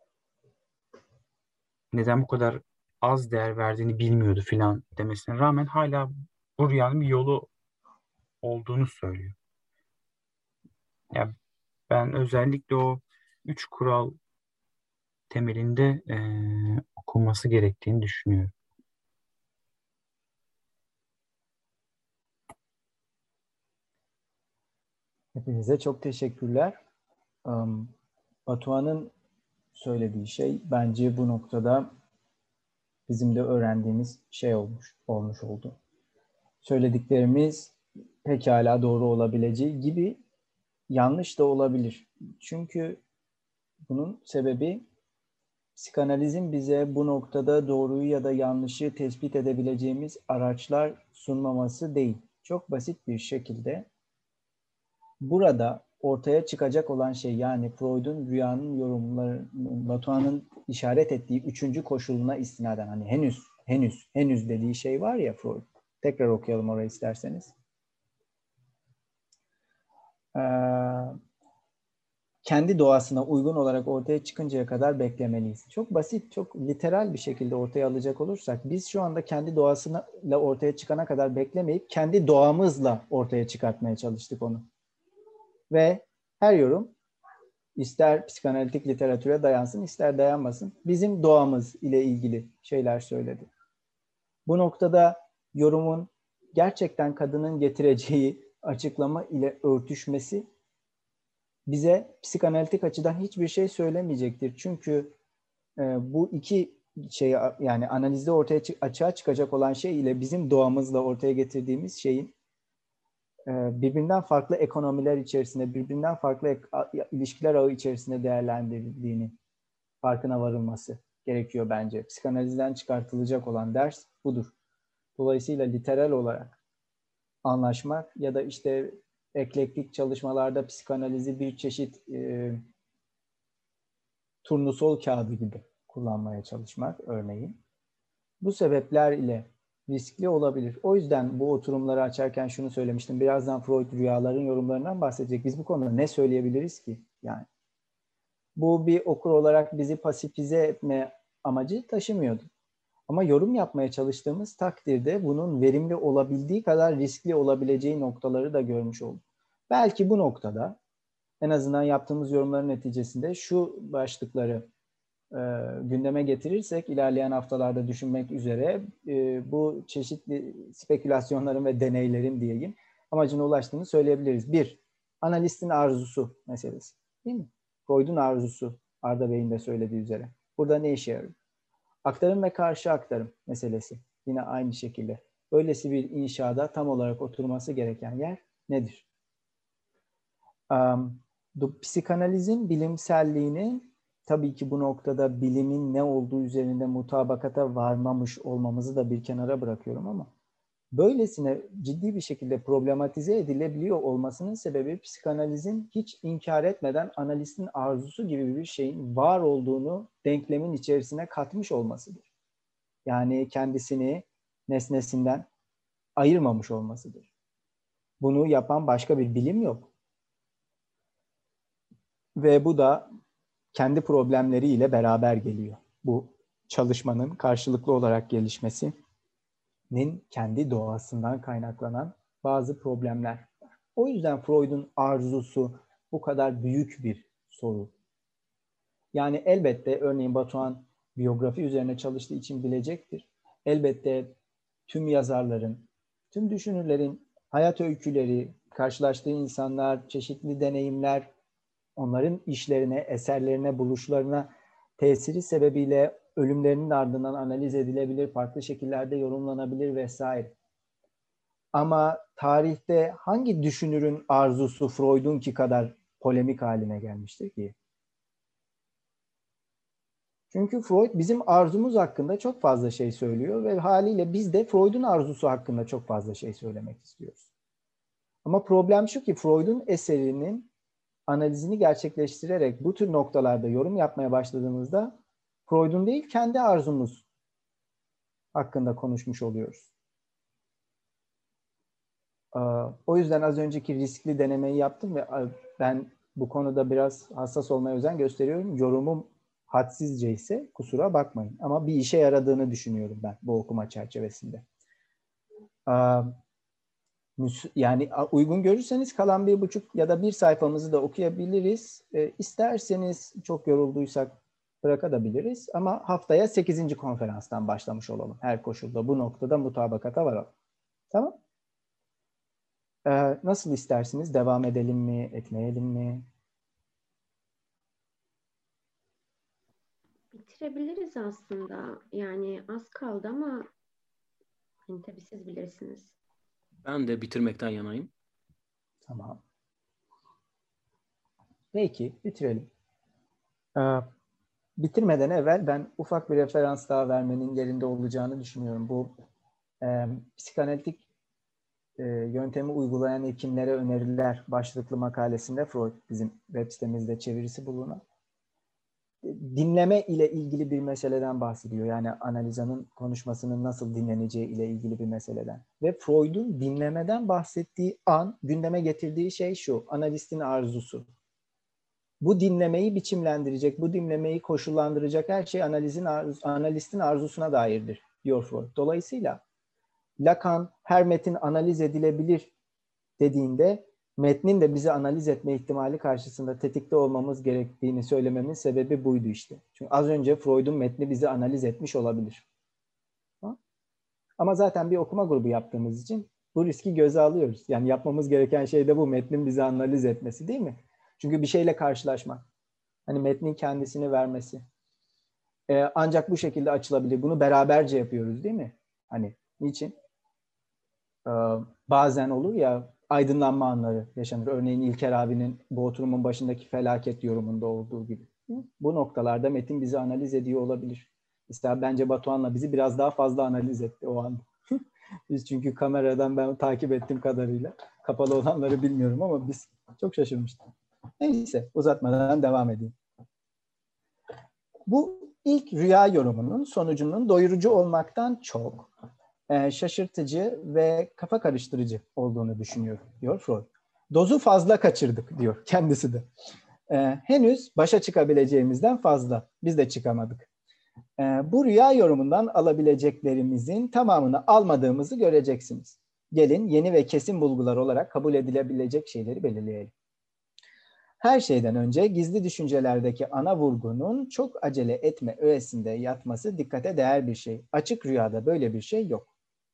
neden bu kadar az değer verdiğini bilmiyordu filan demesine rağmen hala bu rüyanın bir yolu olduğunu söylüyor. Yani ben özellikle o üç kural temelinde eee, okunması gerektiğini düşünüyorum.
Hepinize çok teşekkürler. Um, Batuhan'ın söylediği şey bence bu noktada bizim de öğrendiğimiz şey olmuş, olmuş oldu. Söylediklerimiz pekala doğru olabileceği gibi yanlış da olabilir. Çünkü bunun sebebi psikanalizin bize bu noktada doğruyu ya da yanlışı tespit edebileceğimiz araçlar sunmaması değil. Çok basit bir şekilde burada ortaya çıkacak olan şey, yani Freud'un rüyanın yorumlarının, Batuhan'ın işaret ettiği üçüncü koşuluna istinaden, hani henüz, henüz, henüz dediği şey var ya Freud. Tekrar okuyalım orayı isterseniz. Ee, kendi doğasına uygun olarak ortaya çıkıncaya kadar beklemeliyiz. Çok basit, çok literal bir şekilde ortaya alacak olursak, biz şu anda kendi doğasıyla ortaya çıkana kadar beklemeyip kendi doğamızla ortaya çıkartmaya çalıştık onu. Ve her yorum ister psikanalitik literatüre dayansın, ister dayanmasın, bizim doğamız ile ilgili şeyler söyledi. Bu noktada yorumun gerçekten kadının getireceği açıklama ile örtüşmesi bize psikanalitik açıdan hiçbir şey söylemeyecektir. Çünkü e, bu iki şey, yani analizde ortaya açığa çıkacak olan şey ile bizim doğamızla ortaya getirdiğimiz şeyin birbirinden farklı ekonomiler içerisinde, birbirinden farklı ilişkiler ağı içerisinde değerlendirildiğini farkına varılması gerekiyor bence. Psikanalizden çıkartılacak olan ders budur. Dolayısıyla literal olarak anlaşmak ya da işte eklektik çalışmalarda psikanalizi bir çeşit e, turnusol kağıdı gibi kullanmaya çalışmak örneğin, bu sebepler ile riskli olabilir. O yüzden bu oturumları açarken şunu söylemiştim. Birazdan Freud rüyaların yorumlarından bahsedecek. Biz bu konuda ne söyleyebiliriz ki? Yani bu bir okur olarak bizi pasifize etme amacı taşımıyordu. Ama yorum yapmaya çalıştığımız takdirde bunun verimli olabildiği kadar riskli olabileceği noktaları da görmüş olduk. Belki bu noktada en azından yaptığımız yorumların neticesinde şu başlıkları e, gündeme getirirsek, ilerleyen haftalarda düşünmek üzere e, bu çeşitli spekülasyonların ve deneylerin diyeyim amacına ulaştığını söyleyebiliriz. Bir, analistin arzusu meselesi. Değil mi? Freud'un arzusu, Arda Bey'in de söylediği üzere. Burada ne işe yarıyor? Aktarım ve karşı aktarım meselesi. Yine aynı şekilde. Böylesi bir inşada tam olarak oturması gereken yer nedir? Um, psikanalizin bilimselliğini tabii ki bu noktada bilimin ne olduğu üzerinde mutabakata varmamış olmamızı da bir kenara bırakıyorum ama böylesine ciddi bir şekilde problematize edilebiliyor olmasının sebebi psikanalizin hiç inkar etmeden analistin arzusu gibi bir şeyin var olduğunu denklemin içerisine katmış olmasıdır. Yani kendisini nesnesinden ayırmamış olmasıdır. Bunu yapan başka bir bilim yok. Ve bu da kendi problemleriyle beraber geliyor. Bu çalışmanın karşılıklı olarak gelişmesinin kendi doğasından kaynaklanan bazı problemler var. O yüzden Freud'un arzusu bu kadar büyük bir soru. Yani elbette örneğin Batuhan biyografi üzerine çalıştığı için bilecektir. Elbette tüm yazarların, tüm düşünürlerin hayat öyküleri, karşılaştığı insanlar, çeşitli deneyimler, onların işlerine, eserlerine, buluşlarına tesiri sebebiyle ölümlerinin ardından analiz edilebilir, farklı şekillerde yorumlanabilir vesaire. Ama tarihte hangi düşünürün arzusu Freud'unki kadar polemik haline gelmiştir ki? Çünkü Freud bizim arzumuz hakkında çok fazla şey söylüyor ve haliyle biz de Freud'un arzusu hakkında çok fazla şey söylemek istiyoruz. Ama problem şu ki Freud'un eserinin analizini gerçekleştirerek bu tür noktalarda yorum yapmaya başladığımızda Freud'un değil kendi arzumuz hakkında konuşmuş oluyoruz. O yüzden az önceki riskli denemeyi yaptım ve ben bu konuda biraz hassas olmaya özen gösteriyorum. Yorumum hadsizce ise kusura bakmayın. Ama bir işe yaradığını düşünüyorum ben bu okuma çerçevesinde. Yani uygun görürseniz kalan bir buçuk ya da bir sayfamızı da okuyabiliriz. İsterseniz çok yorulduysak bırakabiliriz. Ama haftaya sekizinci konferanstan başlamış olalım. Her koşulda bu noktada mutabakata varalım. Tamam. Ee, nasıl istersiniz? Devam edelim mi? Etmeyelim mi?
Bitirebiliriz aslında. Yani az kaldı ama hani tabii siz bilirsiniz.
Ben de bitirmekten yanayım.
Tamam. Peki, bitirelim. Ee, bitirmeden evvel ben ufak bir referans daha vermenin yerinde olacağını düşünüyorum. Bu e, psikanalitik e, yöntemi uygulayan hekimlere öneriler başlıklı makalesinde Freud bizim web sitemizde çevirisi bulunan dinleme ile ilgili bir meseleden bahsediyor. Yani analizanın konuşmasının nasıl dinleneceği ile ilgili bir meseleden. Ve Freud'un dinlemeden bahsettiği an gündeme getirdiği şey şu: analistin arzusu. Bu dinlemeyi biçimlendirecek, bu dinlemeyi koşullandıracak her şey analizin arzu, analistin arzusuna dairdir diyor Freud. Dolayısıyla Lacan her metin analiz edilebilir dediğinde metnin de bizi analiz etme ihtimali karşısında tetikte olmamız gerektiğini söylememin sebebi buydu işte. Çünkü az önce Freud'un metni bizi analiz etmiş olabilir. Ama zaten bir okuma grubu yaptığımız için bu riski göze alıyoruz. Yani yapmamız gereken şey de bu, metnin bizi analiz etmesi, değil mi? Çünkü bir şeyle karşılaşmak. Hani metnin kendisini vermesi. Ee, ancak bu şekilde açılabilir. Bunu beraberce yapıyoruz, değil mi? Hani niçin? Ee, bazen olur ya, aydınlanma anları yaşanır. Örneğin İlker abinin bu oturumun başındaki felaket yorumunda olduğu gibi. Bu noktalarda metin bizi analiz ediyor olabilir. Mesela bence Batuhan'la bizi biraz daha fazla analiz etti o an. Biz çünkü kameradan ben takip ettiğim kadarıyla, kapalı olanları bilmiyorum ama biz çok şaşırmıştık. Neyse, uzatmadan devam edeyim. Bu ilk rüya yorumunun sonucunun doyurucu olmaktan çok e, şaşırtıcı ve kafa karıştırıcı olduğunu düşünüyorum, diyor Freud. Dozu fazla kaçırdık, diyor kendisi de. E, henüz başa çıkabileceğimizden fazla. Biz de çıkamadık. E, bu rüya yorumundan alabileceklerimizin tamamını almadığımızı göreceksiniz. Gelin yeni ve kesin bulgular olarak kabul edilebilecek şeyleri belirleyelim. Her şeyden önce gizli düşüncelerdeki ana vurgunun çok acele etme öğesinde yatması dikkate değer bir şey. Açık rüyada böyle bir şey yok.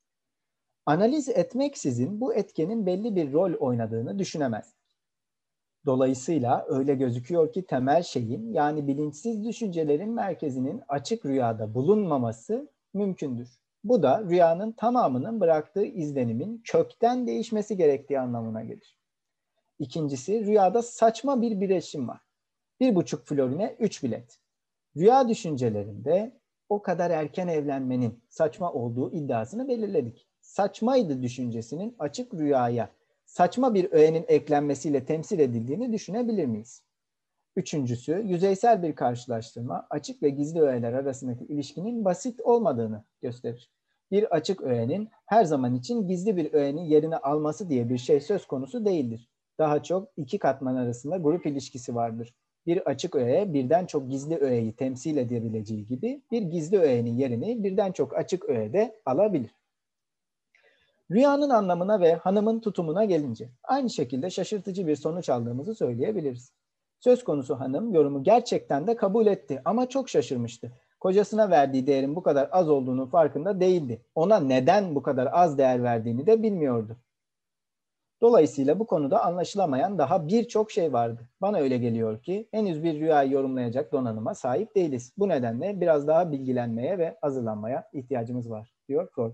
Analiz etmeksizin bu etkenin belli bir rol oynadığını düşünemez. Dolayısıyla öyle gözüküyor ki temel şeyin, yani bilinçsiz düşüncelerin merkezinin açık rüyada bulunmaması mümkündür. Bu da rüyanın tamamının bıraktığı izlenimin kökten değişmesi gerektiği anlamına gelir. İkincisi, rüyada saçma bir birleşim var. Bir buçuk florine üç bilet. Rüya düşüncelerinde o kadar erken evlenmenin saçma olduğu iddiasını belirledik. Saçmaydı düşüncesinin açık rüyaya saçma bir öğenin eklenmesiyle temsil edildiğini düşünebilir miyiz? Üçüncüsü, yüzeysel bir karşılaştırma açık ve gizli öğeler arasındaki ilişkinin basit olmadığını gösterir. Bir açık öğenin her zaman için gizli bir öğenin yerini alması diye bir şey söz konusu değildir. Daha çok iki katman arasında grup ilişkisi vardır. Bir açık öğe birden çok gizli öğeyi temsil edebileceği gibi bir gizli öğenin yerini birden çok açık öğe de alabilir. Rüyanın anlamına ve hanımın tutumuna gelince aynı şekilde şaşırtıcı bir sonuç aldığımızı söyleyebiliriz. Söz konusu hanım yorumu gerçekten de kabul etti ama çok şaşırmıştı. Kocasına verdiği değerin bu kadar az olduğunun farkında değildi. Ona neden bu kadar az değer verdiğini de bilmiyordu. Dolayısıyla bu konuda anlaşılamayan daha birçok şey vardı. Bana öyle geliyor ki henüz bir rüyayı yorumlayacak donanıma sahip değiliz. Bu nedenle biraz daha bilgilenmeye ve hazırlanmaya ihtiyacımız var, diyor Freud.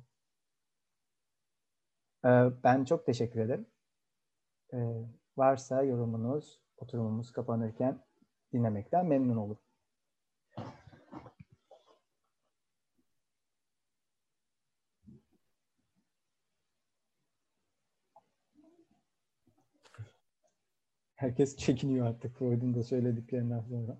Ben çok teşekkür ederim. Varsa yorumunuz, oturumumuz kapanırken dinlemekten memnun olurum. Herkes çekiniyor artık Freud'un da söylediklerinden sonra.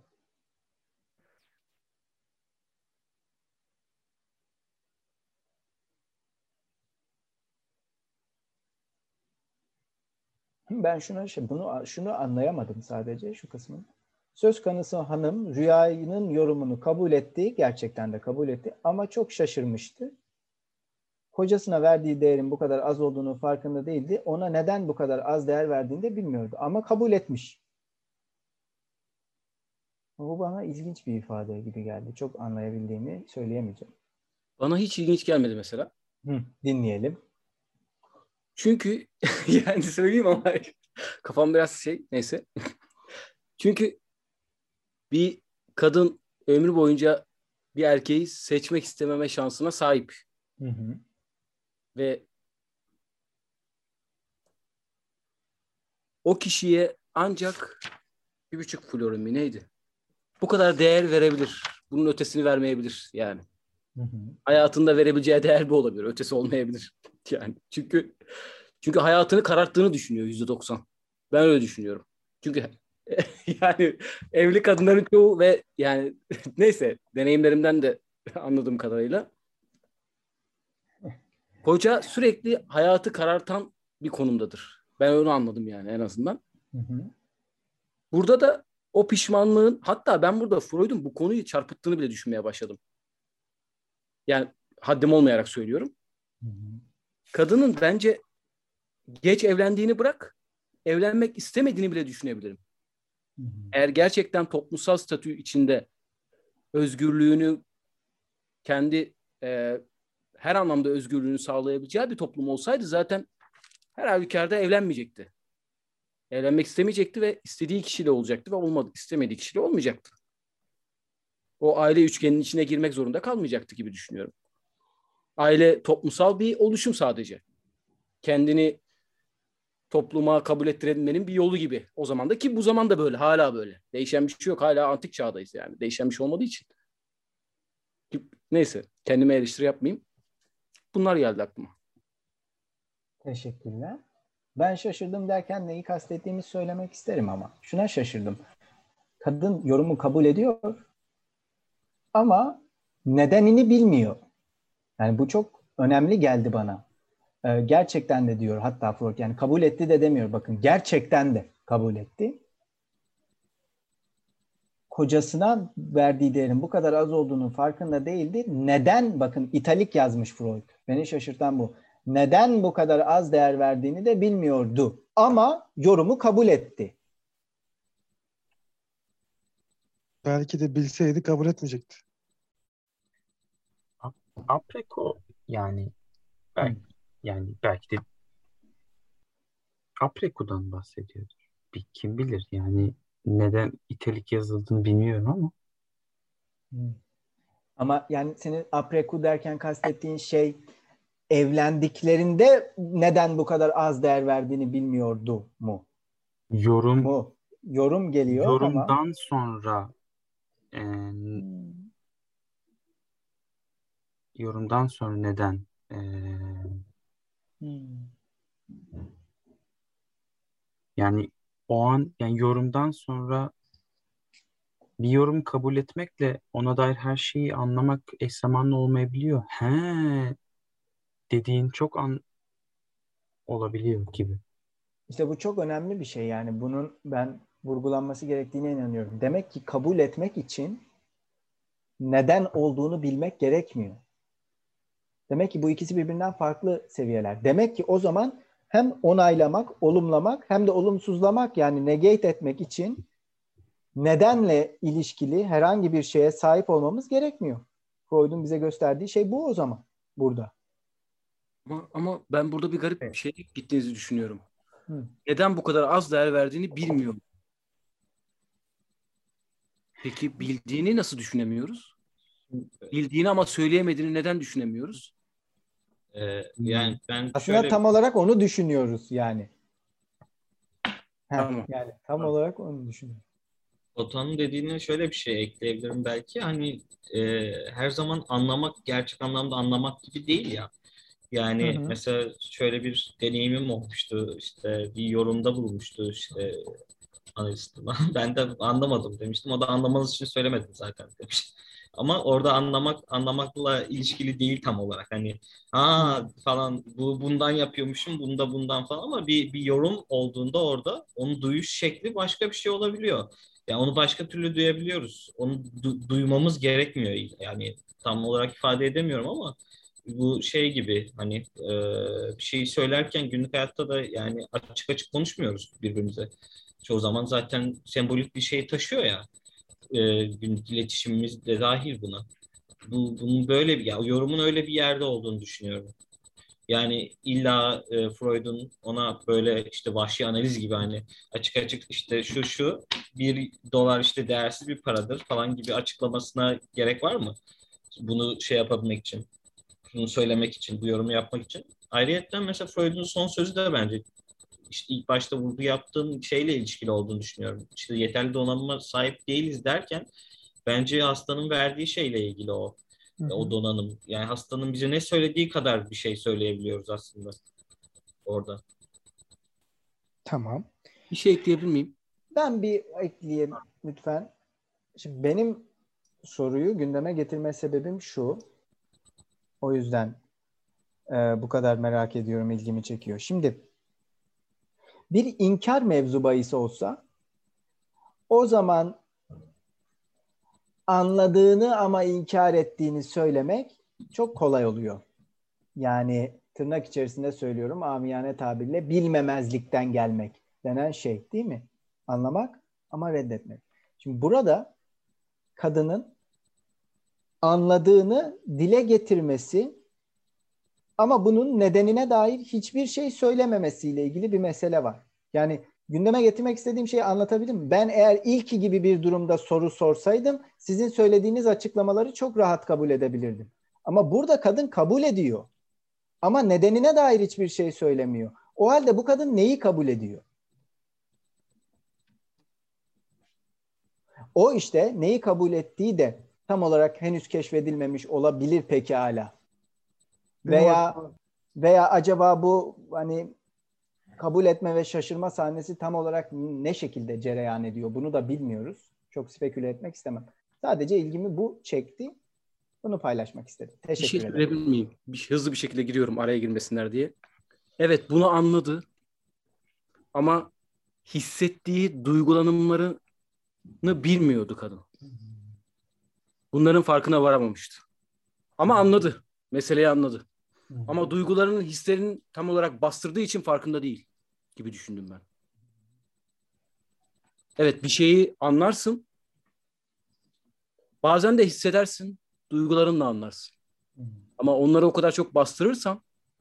Ben şuna şey, bunu şunu anlayamadım sadece şu kısmını. Söz konusu hanım rüyanın yorumunu kabul etti, gerçekten de kabul etti ama çok şaşırmıştı. Kocasına verdiği değerin bu kadar az olduğunu farkında değildi. Ona neden bu kadar az değer verdiğini de bilmiyordu ama kabul etmiş. Bu bana ilginç bir ifade gibi geldi. Çok anlayabildiğimi söyleyemeyeceğim.
Bana hiç ilginç gelmedi mesela.
Hı, dinleyelim.
Çünkü yani söyleyeyim ama kafam biraz şey neyse. Çünkü bir kadın ömrü boyunca bir erkeği seçmek istememe şansına sahip.
Hı hı.
Ve o kişiye ancak bir buçuk florin mi neydi? Bu kadar değer verebilir. Bunun ötesini vermeyebilir yani.
Hı hı.
Hayatında verebileceği değer bu olabilir. Ötesi olmayabilir. Yani çünkü çünkü hayatını kararttığını düşünüyor yüzde doksan. Ben öyle düşünüyorum. Çünkü yani evli kadınların çoğu ve yani neyse deneyimlerimden de anladığım kadarıyla koca sürekli hayatı karartan bir konumdadır. Ben onu anladım yani en azından.
Hı hı.
Burada da o pişmanlığın, hatta ben burada Freud'un bu konuyu çarpıttığını bile düşünmeye başladım. Yani haddim olmayarak söylüyorum.
Hı hı.
Kadının bence geç evlendiğini bırak, evlenmek istemediğini bile düşünebilirim.
Hı hı.
Eğer gerçekten toplumsal statü içinde özgürlüğünü, kendi e, her anlamda özgürlüğünü sağlayabileceği bir toplum olsaydı zaten her halükarda evlenmeyecekti. Evlenmek istemeyecekti ve istediği kişiyle olacaktı ve olmadı, istemediği kişiyle olmayacaktı. O aile üçgeninin içine girmek zorunda kalmayacaktı gibi düşünüyorum. Aile toplumsal bir oluşum sadece. Kendini topluma kabul ettirebilmenin bir yolu gibi. O zaman da, ki bu zaman da böyle, hala böyle. Değişen bir şey yok. Hala antik çağdayız yani. Değişen bir şey olmadığı için. Neyse, kendime eleştiri yapmayayım. Bunlar geldi aklıma.
Teşekkürler. Ben şaşırdım derken neyi kastettiğimi söylemek isterim ama. Şuna şaşırdım. Kadın yorumu kabul ediyor ama nedenini bilmiyor. Yani bu çok önemli geldi bana. Ee, gerçekten de diyor hatta Freud, yani kabul etti de demiyor, bakın gerçekten de kabul etti. Kocasına verdiği değerin bu kadar az olduğunun farkında değildi. Neden? Bakın italik yazmış Freud. Beni şaşırtan bu. Neden bu kadar az değer verdiğini de bilmiyordu. Ama yorumu kabul etti.
Belki de bilseydi kabul etmeyecekti.
Apreko yani belki,
Hı.
yani belki de Apreko'dan bahsediyordur. Bir, kim bilir yani neden italik yazıldığını bilmiyorum ama
Hı. Ama yani senin apreku derken kastettiğin şey evlendiklerinde neden bu kadar az değer verdiğini bilmiyordu mu?
yorum
Mu? Yorum geliyor ama.
yorumdan sonra e,
Hmm.
yorumdan sonra neden e,
Hmm.
yani o an yani yorumdan sonra bir yorum kabul etmekle ona dair her şeyi anlamak eş zamanlı olmayabiliyor. He dediğin çok an olabiliyor gibi.
İşte bu çok önemli bir şey, yani bunun ben vurgulanması gerektiğine inanıyorum. Demek ki kabul etmek için neden olduğunu bilmek gerekmiyor. Demek ki bu ikisi birbirinden farklı seviyeler. Demek ki o zaman hem onaylamak, olumlamak hem de olumsuzlamak, yani negate etmek için nedenle ilişkili herhangi bir şeye sahip olmamız gerekmiyor. Freud'un bize gösterdiği şey bu o zaman burada.
Ama, ama ben burada bir garip
Evet.
şeye gittiğinizi düşünüyorum.
Hı.
Neden bu kadar az değer verdiğini bilmiyorum. Peki bildiğini nasıl düşünemiyoruz? Bildiğini ama söyleyemediğini neden düşünemiyoruz?
Ee, yani ben
Aslında
şöyle
tam olarak onu düşünüyoruz yani. Heh,
Tamam.
yani tam
Tamam.
olarak onu düşünüyoruz.
Otan'ın dediğine şöyle bir şey ekleyebilirim belki. Hani e, her zaman anlamak, gerçek anlamda anlamak gibi değil ya.
Hı
Yani
hı.
mesela şöyle bir deneyimim olmuştu. İşte bir yorumda bulmuştu işte analistim. Ben de anlamadım demiştim. O da anlamanız için söylemedim zaten demiş. Ama orada anlamak anlamakla ilişkili değil tam olarak. Hani ha falan bu bundan yapıyormuşum, bunda bundan falan ama bir bir yorum olduğunda orada onu duyuş şekli başka bir şey olabiliyor. Yani onu başka türlü duyabiliyoruz. Onu du- duymamız gerekmiyor. Yani tam olarak ifade edemiyorum ama bu şey gibi hani e, bir şey söylerken günlük hayatta da yani açık açık konuşmuyoruz birbirimize. Çoğu zaman zaten sembolik bir şey taşıyor ya e, günlük iletişimimiz de dahil buna. Bu, bunun böyle bir ya yorumun öyle bir yerde olduğunu düşünüyorum. Yani illa e, Freud'un ona böyle işte vahşi analiz gibi hani açık açık işte şu şu bir dolar işte değersiz bir paradır falan gibi açıklamasına gerek var mı? Bunu şey yapabilmek için, bunu söylemek için, bu yorumu yapmak için. Ayrıyetten mesela Freud'un son sözü de bence işte ilk başta vurgu yaptığım şeyle ilişkili olduğunu düşünüyorum. İşte yeterli donanıma sahip değiliz derken bence hastanın verdiği şeyle ilgili o
Hı
o
hı.
donanım. Yani hastanın bize ne söylediği kadar bir şey söyleyebiliyoruz aslında orada.
Tamam.
Bir şey ekleyebilir miyim?
Ben bir ekleyeyim lütfen. Şimdi benim soruyu gündeme getirme sebebim şu. O yüzden e, bu kadar merak ediyorum, ilgimi çekiyor. Şimdi bir inkar mevzu bahisi olsa o zaman anladığını ama inkar ettiğini söylemek çok kolay oluyor. Yani tırnak içerisinde söylüyorum, amiyane tabirle bilmemezlikten gelmek denen şey değil mi? Anlamak ama reddetmek. Şimdi burada kadının anladığını dile getirmesi ama bunun nedenine dair hiçbir şey söylememesiyle ilgili bir mesele var. Yani gündeme getirmek istediğim şeyi anlatabildim mi? Ben eğer ilki gibi bir durumda soru sorsaydım sizin söylediğiniz açıklamaları çok rahat kabul edebilirdim. Ama burada kadın kabul ediyor. Ama nedenine dair hiçbir şey söylemiyor. O halde bu kadın neyi kabul ediyor? O işte neyi kabul ettiği de tam olarak henüz keşfedilmemiş olabilir pekala.
Benim
Veya
aklıma
veya acaba bu hani kabul etme ve şaşırma sahnesi tam olarak ne şekilde cereyan ediyor? Bunu da bilmiyoruz. Çok speküle etmek istemem. Sadece ilgimi bu çekti. Bunu paylaşmak istedim.
Bir şey
Teşekkür ederim.
söyleyebilir miyim? Bir şey, hızlı bir şekilde giriyorum araya girmesinler diye. Evet, bunu anladı ama hissettiği duygulanımlarını bilmiyordu kadın. Bunların farkına varamamıştı. Ama anladı. Meseleyi anladı. Ama duygularının, hislerinin tam olarak bastırdığı için farkında değil gibi düşündüm ben. Evet, bir şeyi anlarsın. Bazen de hissedersin. Duygularınla anlarsın. Ama onları o kadar çok bastırırsan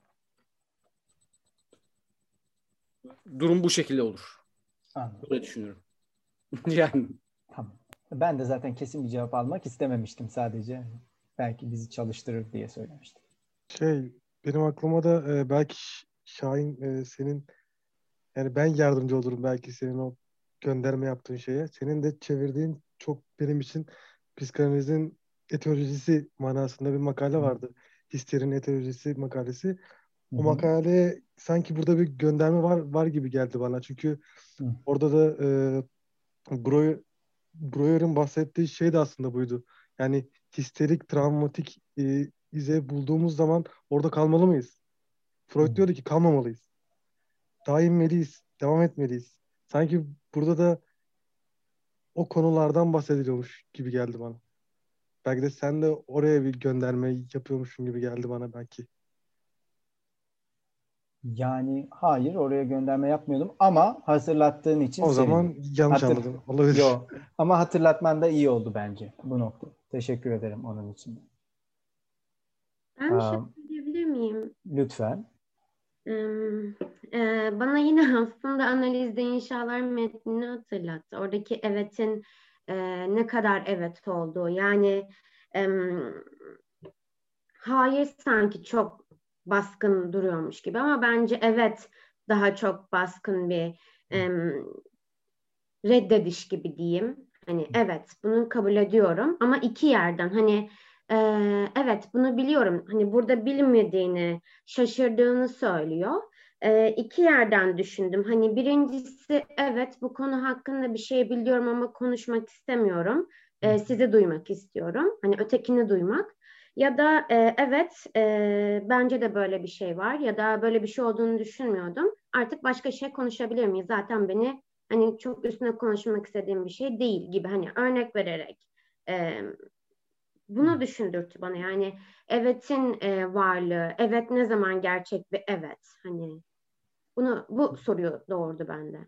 durum bu şekilde olur.
Anladım.
Öyle düşünüyorum. Yani
Tamam. Ben de zaten kesin bir cevap almak istememiştim sadece. Belki bizi çalıştırır diye söylemiştim.
şey benim aklıma da e, belki Ş- Şahin e, senin yani ben yardımcı olurum belki senin o gönderme yaptığın şeye. Senin de çevirdiğin çok benim için psikanalizin etolojisi manasında bir makale vardı. Histerin etolojisi makalesi.
Hı
O
hı.
makaleye sanki burada bir gönderme var var gibi geldi bana. Çünkü
Hı.
orada da e, Breuer, Breuer'in bahsettiği şey de aslında buydu. Yani histerik, travmatik e, ize bulduğumuz zaman orada kalmalı mıyız? Freud
Hı.
diyordu ki kalmamalıyız. Daha inmeliyiz, devam etmeliyiz. Sanki burada da o konulardan bahsediliyormuş gibi geldi bana. Belki de sen de oraya bir gönderme yapıyormuşsun gibi geldi bana belki.
Yani hayır, oraya gönderme yapmıyordum ama hatırlattığın için
O
sevindim.
zaman yanlış
Hatır
anladım. Olabilir.
Yo, ama hatırlatman da iyi oldu bence bu nokta. Teşekkür ederim onun için.
Ben bir şey
Aa,
söyleyebilir miyim?
lütfen.
Hmm, e, bana yine aslında analizde inşalar metnini hatırlattı. Oradaki evetin e, ne kadar evet olduğu. Yani em, hayır sanki çok baskın duruyormuş gibi ama bence evet daha çok baskın bir em, reddediş gibi diyeyim. Hani evet bunu kabul ediyorum ama iki yerden hani e, evet bunu biliyorum. Hani burada bilmediğini, şaşırdığını söylüyor. E, iki yerden düşündüm. Hani birincisi evet bu konu hakkında bir şey biliyorum ama konuşmak istemiyorum. e, sizi duymak istiyorum. Hani ötekini duymak. Ya da e, evet e, bence de böyle bir şey var ya da böyle bir şey olduğunu düşünmüyordum. Artık başka şey konuşabilir miyiz? Zaten beni hani çok üstüne konuşmak istediğim bir şey değil gibi hani örnek vererek e, bunu düşündürtü bana. Yani evetin e, varlığı, evet ne zaman gerçek bir evet hani bunu bu soruyu doğurdu bende.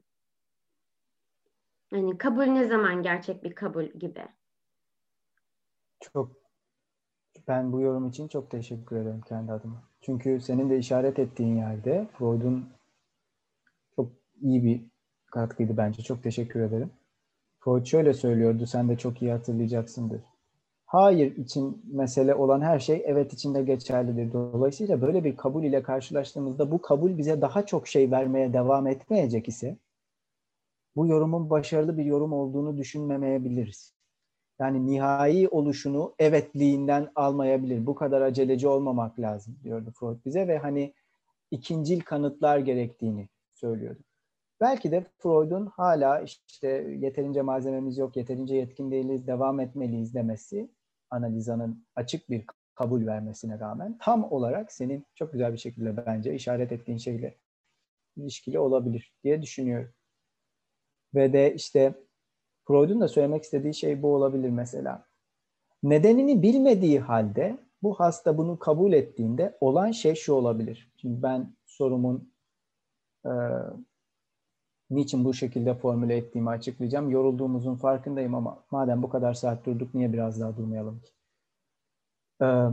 Hani kabul ne zaman gerçek bir kabul gibi.
Çok ben bu yorum için çok teşekkür ederim kendi adıma. Çünkü senin de işaret ettiğin yerde Freud'un çok iyi bir katkıydı bence. Çok teşekkür ederim. Freud şöyle söylüyordu, sen de çok iyi hatırlayacaksındır. Hayır için mesele olan her şey evet içinde geçerlidir. Dolayısıyla böyle bir kabul ile karşılaştığımızda bu kabul bize daha çok şey vermeye devam etmeyecek ise bu yorumun başarılı bir yorum olduğunu düşünmemeyebiliriz. Yani nihai oluşunu evetliğinden almayabilir. Bu kadar aceleci olmamak lazım diyordu Freud bize ve hani ikincil kanıtlar gerektiğini söylüyordu. Belki de Freud'un hala işte yeterince malzememiz yok, yeterince yetkin değiliz, devam etmeliyiz demesi analizanın açık bir kabul vermesine rağmen tam olarak senin çok güzel bir şekilde bence işaret ettiğin şeyle ilişkili olabilir diye düşünüyorum. Ve de işte Freud'un da söylemek istediği şey bu olabilir mesela. Nedenini bilmediği halde bu hasta bunu kabul ettiğinde olan şey şu olabilir. Şimdi ben sorumun e, niçin bu şekilde formüle ettiğimi açıklayacağım. Yorulduğumuzun farkındayım ama madem bu kadar saat durduk niye biraz daha durmayalım ki? Ee,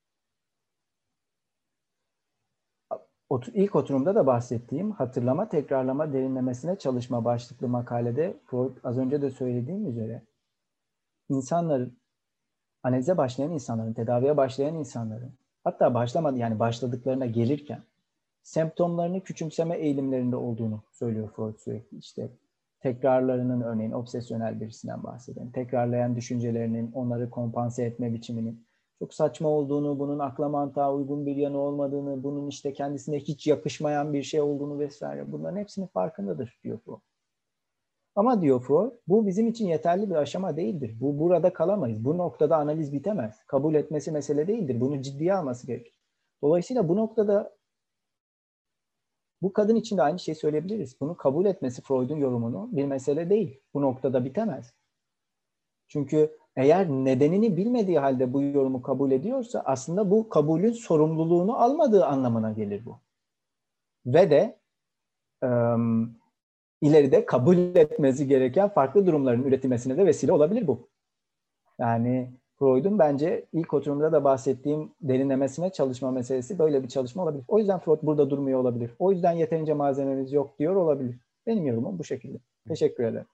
ilk oturumda da bahsettiğim hatırlama, tekrarlama, derinlemesine çalışma başlıklı makalede Freud az önce de söylediğim üzere insanların, analize başlayan insanların, tedaviye başlayan insanların hatta başlamadı yani başladıklarına gelirken semptomlarını küçümseme eğilimlerinde olduğunu söylüyor Freud sürekli. İşte tekrarlarının örneğin obsesyonel birisinden bahsedelim. Tekrarlayan düşüncelerinin, onları kompanse etme biçiminin çok saçma olduğunu, bunun akla mantığa uygun bir yanı olmadığını, bunun işte kendisine hiç yakışmayan bir şey olduğunu vesaire. Bunların hepsinin farkındadır diyor Freud. Ama diyor Freud, bu bizim için yeterli bir aşama değildir. Bu burada kalamayız. Bu noktada analiz bitemez. Kabul etmesi mesele değildir. Bunu ciddiye alması gerekir. Dolayısıyla bu noktada bu kadın için de aynı şeyi söyleyebiliriz. Bunu kabul etmesi Freud'un yorumunu bir mesele değil. Bu noktada bitemez. Çünkü eğer nedenini bilmediği halde bu yorumu kabul ediyorsa aslında bu kabulün sorumluluğunu almadığı anlamına gelir bu. Ve de ıı, ileride kabul etmesi gereken farklı durumların üretilmesine de vesile olabilir bu. Yani Freud'un bence ilk oturumda da bahsettiğim derinlemesine çalışma meselesi böyle bir çalışma olabilir. O yüzden Freud burada durmuyor olabilir. O yüzden yeterince malzememiz yok diyor olabilir. Benim yorumum bu şekilde. Teşekkür ederim.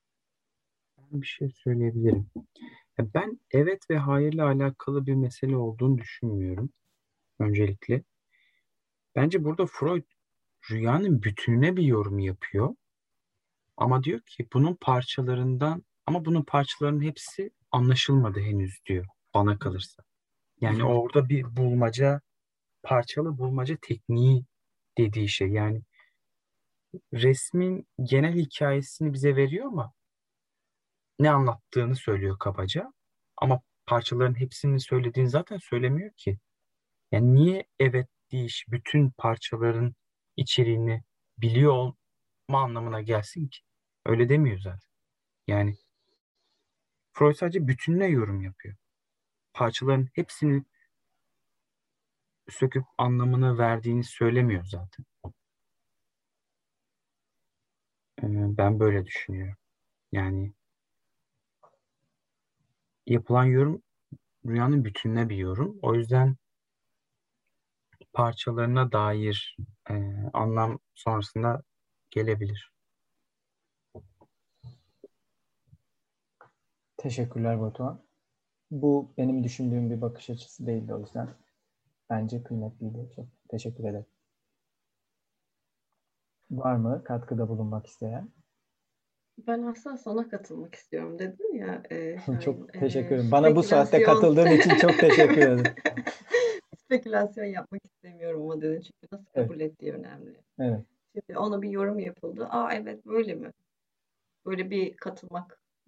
Ben bir şey söyleyebilirim. Ya ben evet ve hayırla alakalı bir mesele olduğunu düşünmüyorum öncelikle. Bence burada Freud rüyanın bütününe bir yorum yapıyor. Ama diyor ki bunun parçalarından ama bunun parçalarının hepsi anlaşılmadı henüz diyor bana kalırsa. Yani orada bir bulmaca, parçalı bulmaca tekniği dediği şey. Yani resmin genel hikayesini bize veriyor ama ne anlattığını söylüyor kabaca. Ama parçaların hepsini söylediğini zaten söylemiyor ki. Yani niye evet deyiş bütün parçaların içeriğini biliyor olma anlamına gelsin ki? Öyle demiyor zaten. Yani Freud sadece bütününe yorum yapıyor. Parçaların hepsini söküp anlamını verdiğini söylemiyor zaten. Ee, Ben böyle düşünüyorum. Yani yapılan yorum rüyanın bütününe bir yorum. O yüzden parçalarına dair e, anlam sonrasında gelebilir.
Teşekkürler Batuhan. Bu benim düşündüğüm bir bakış açısı değildi o yüzden. Bence kıymetliydi. Çok teşekkür ederim. Var mı katkıda bulunmak isteyen?
Ben aslında sana katılmak istiyorum dedim ya e, Şahin.
Çok
E,
teşekkür ederim. Bana bu saatte
spekülasyon-
katıldığın için çok teşekkür ederim.
Spekülasyon yapmak istemiyorum ama dedin çünkü nasıl
Evet.
kabul ettiği önemli.
Evet.
Şimdi ona bir yorum yapıldı. Aa evet böyle mi? Böyle bir katılmak yok.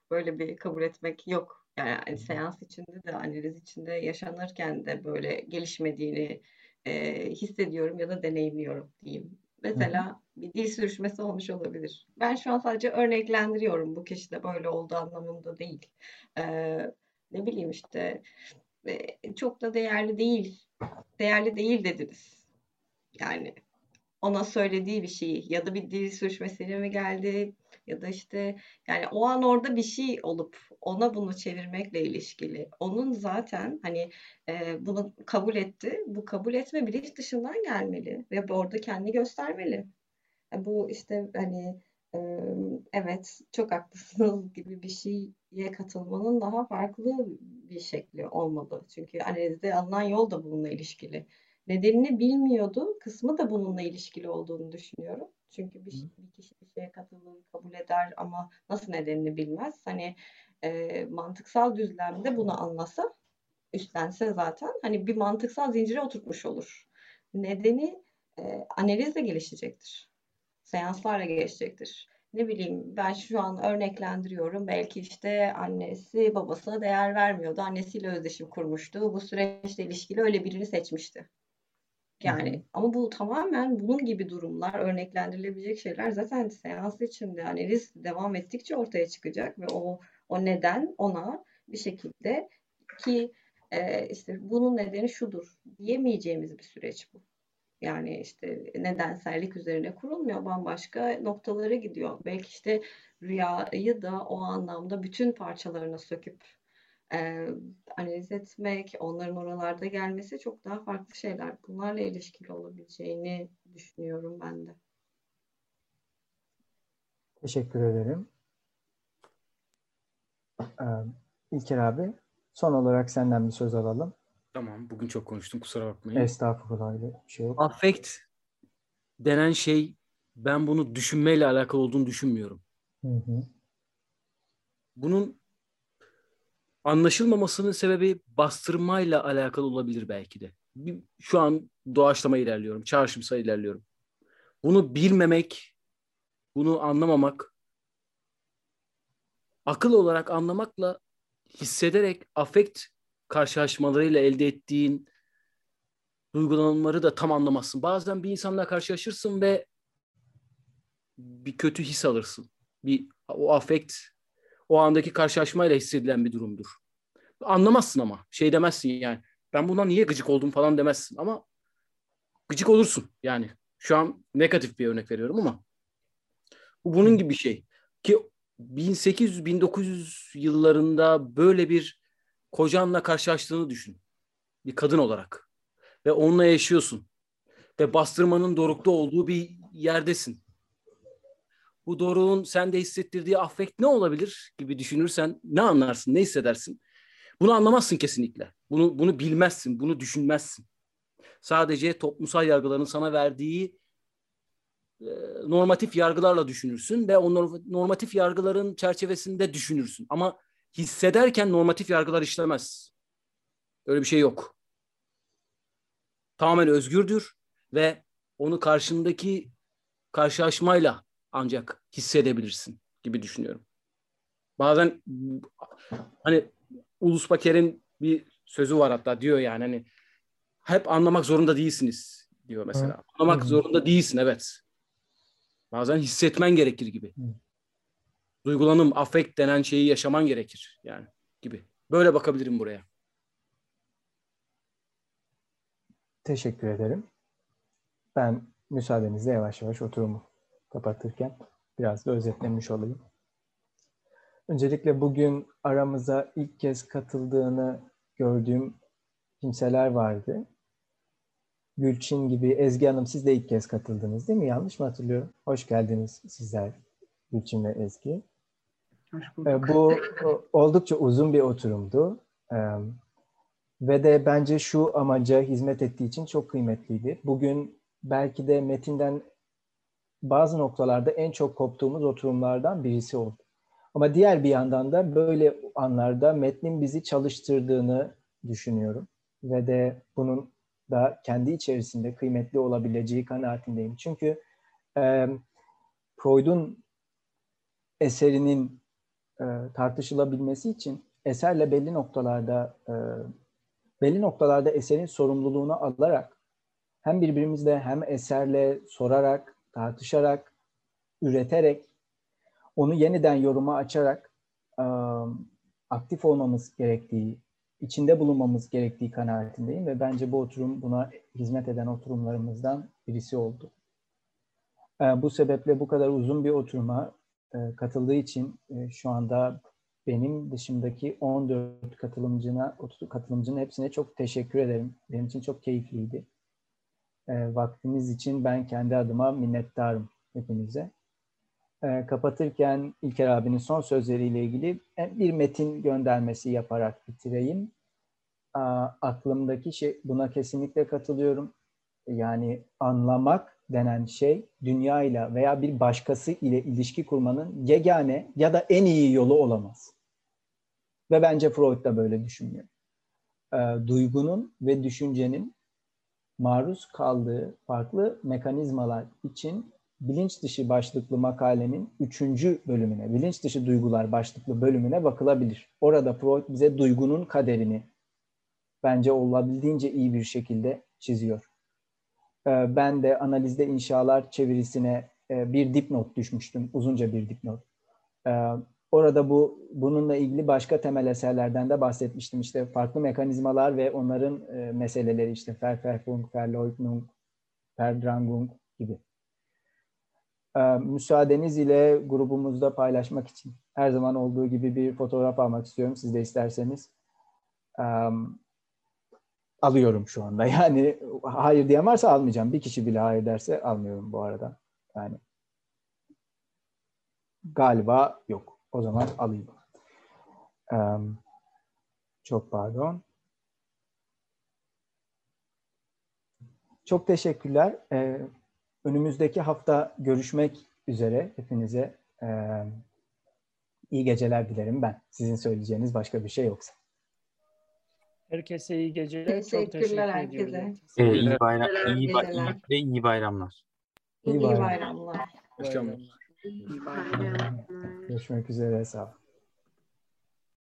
Böyle bir kabul etmek yok. Yani hani seans içinde de analiz içinde yaşanırken de böyle gelişmediğini e, hissediyorum ya da deneyimliyorum diyeyim.
Hı hı.
Mesela bir dil sürüşmesi olmuş olabilir. Ben şu an sadece örneklendiriyorum. Bu kişi de böyle olduğu anlamında değil. Ee, ne bileyim işte e, çok da değerli değil. Değerli değil dediniz. Yani ona söylediği bir şeyi ya da bir dil sürçmesiyle mi geldi ya da işte yani o an orada bir şey olup ona bunu çevirmekle ilişkili. Onun zaten hani e, bunu kabul etti. Bu kabul etme bilinç dışından gelmeli ve orada kendini göstermeli. E, Bu işte hani e, evet çok haklısınız gibi bir şeye katılmanın daha farklı bir şekli olmalı. Çünkü analizde alınan yol da bununla ilişkili. Nedenini bilmiyordu kısmı da bununla ilişkili olduğunu düşünüyorum. Çünkü bir, bir kişi bir şeye katılır, kabul eder ama nasıl nedenini bilmez. Hani e, mantıksal düzlemde bunu anlasa, üstlense zaten hani bir mantıksal zincire oturtmuş olur. Nedeni e, analizle gelişecektir. Seanslarla gelişecektir. Ne bileyim ben şu an örneklendiriyorum. Belki işte annesi babasına değer vermiyordu. Annesiyle özdeşim kurmuştu. Bu süreçle ilişkili öyle birini seçmişti.
Hı hı.
Yani ama bu tamamen bunun gibi durumlar, örneklendirilebilecek şeyler zaten seans içinde analiz devam ettikçe ortaya çıkacak ve o o neden ona bir şekilde ki e, işte bunun nedeni şudur diyemeyeceğimiz bir süreç bu. Yani işte nedensellik üzerine kurulmuyor. Bambaşka noktalara gidiyor. Belki işte rüyayı da o anlamda bütün parçalarına söküp e, analiz etmek, onların oralarda gelmesi çok daha farklı şeyler. Bunlarla ilişkili olabileceğini düşünüyorum ben de.
Teşekkür ederim. Ee, İlker abi, son olarak senden bir söz alalım.
Tamam, bugün çok konuştum, kusura bakmayın.
Estağfurullah, öyle bir şey yok.
Affekt denen şey, ben bunu düşünmeyle alakalı olduğunu düşünmüyorum.
Hı hı.
Bunun anlaşılmamasının sebebi bastırmayla alakalı olabilir belki de. Bir- Şu an doğaçlama ilerliyorum, çağrışımsal ilerliyorum. Bunu bilmemek, bunu anlamamak, akıl olarak anlamakla hissederek afekt karşılaşmalarıyla elde ettiğin duygulanımları da tam anlamazsın. Bazen bir insanla karşılaşırsın ve bir kötü his alırsın. Bir o afekt o andaki karşılaşmayla hissedilen bir durumdur. Anlamazsın ama şey demezsin yani. Ben bundan niye gıcık oldum falan demezsin ama gıcık olursun yani. Şu an negatif bir örnek veriyorum ama bu bunun gibi bir şey. Ki bin sekiz yüz bin dokuz yüz yıllarında böyle bir kocanla karşılaştığını düşün. Bir kadın olarak. Ve onunla yaşıyorsun. Ve bastırmanın dorukta olduğu bir yerdesin. Bu doruğun sende hissettirdiği affekt ne olabilir gibi düşünürsen ne anlarsın, ne hissedersin? Bunu anlamazsın kesinlikle. Bunu bunu bilmezsin, bunu düşünmezsin. Sadece toplumsal yargıların sana verdiği e, normatif yargılarla düşünürsün ve o normatif yargıların çerçevesinde düşünürsün. Ama hissederken normatif yargılar işlemez. Öyle bir şey yok. Tamamen özgürdür ve onu karşındaki karşılaşmayla ancak hissedebilirsin gibi düşünüyorum. Bazen hani Ulus Baker'in bir sözü var, hatta diyor yani hani hep anlamak zorunda değilsiniz diyor mesela.
Hı.
Anlamak
Hı.
zorunda değilsin, evet. Bazen hissetmen gerekir gibi.
Hı.
Duygulanım, afekt denen şeyi yaşaman gerekir yani gibi. Böyle bakabilirim buraya.
Teşekkür ederim. Ben müsaadenizle yavaş yavaş oturumu kapatırken biraz da özetlemiş olayım. Öncelikle bugün aramıza ilk kez katıldığını gördüğüm kimseler vardı. Gülçin gibi. Ezgi Hanım, siz de ilk kez katıldınız değil mi? Yanlış mı hatırlıyorum? Hoş geldiniz sizler, Gülçin ve Ezgi.
Hoş
Ee,
bulduk.
Bu oldukça uzun bir oturumdu. Ee, Ve de bence şu amaca hizmet ettiği için çok kıymetliydi. Bugün belki de metinden bazı noktalarda en çok koptuğumuz oturumlardan birisi oldu. Ama diğer bir yandan da böyle anlarda metnin bizi çalıştırdığını düşünüyorum. Ve de bunun da kendi içerisinde kıymetli olabileceği kanaatindeyim. Çünkü e, Freud'un eserinin e, tartışılabilmesi için eserle belli noktalarda e, belli noktalarda eserin sorumluluğunu alarak hem birbirimizle hem eserle sorarak, tartışarak, üreterek, onu yeniden yoruma açarak e, aktif olmamız gerektiği, içinde bulunmamız gerektiği kanaatindeyim ve bence bu oturum buna hizmet eden oturumlarımızdan birisi oldu. E, bu sebeple bu kadar uzun bir oturuma e, katıldığı için e, şu anda benim dışımdaki on dört katılımcına, katılımcının hepsine çok teşekkür ederim. Benim için çok keyifliydi. E, vaktiniz için ben kendi adıma minnettarım hepinize. E, kapatırken İlker abinin son sözleriyle ilgili bir metin göndermesi yaparak bitireyim. E, aklımdaki şey, buna kesinlikle katılıyorum. Yani anlamak denen şey dünyayla veya bir başkası ile ilişki kurmanın yegane ya da en iyi yolu olamaz. Ve bence Freud da böyle düşünüyor. E, duygunun ve düşüncenin maruz kaldığı farklı mekanizmalar için bilinç dışı başlıklı makalenin üçüncü bölümüne, bilinç dışı duygular başlıklı bölümüne bakılabilir. Orada Freud bize duygunun kaderini bence olabildiğince iyi bir şekilde çiziyor. E, ben de analizde inşalar çevirisine e, bir dipnot düşmüştüm, uzunca bir dipnot. E, Orada bu bununla ilgili başka temel eserlerden de bahsetmiştim. İşte farklı mekanizmalar ve onların e, meseleleri işte Verknüpfung, Verleugnung, Verdrängung gibi. E, müsaadeniz ile grubumuzda paylaşmak için her zaman olduğu gibi bir fotoğraf almak istiyorum. Siz de isterseniz. E, alıyorum şu anda. Yani hayır diyen varsa almayacağım. Bir kişi bile hayır derse almıyorum bu arada. Yani galiba yok. O zaman alayım. Um, çok pardon. Çok teşekkürler. Ee, önümüzdeki hafta görüşmek üzere hepinize. Ee, iyi geceler dilerim ben. Sizin söyleyeceğiniz başka bir şey yoksa.
Herkese iyi geceler. Çok
Teşekkürler
teşekkür ediyoruz.
herkese.
Ee, iyi bayram,
Teşekkürler,
iyi, ba-
geceler.
iyi, ve iyi bayramlar.
İyi
İyi
bayramlar.
bayramlar.
Akşamlar.
Bayramlar.
Görüşmek üzere. Sağ olun.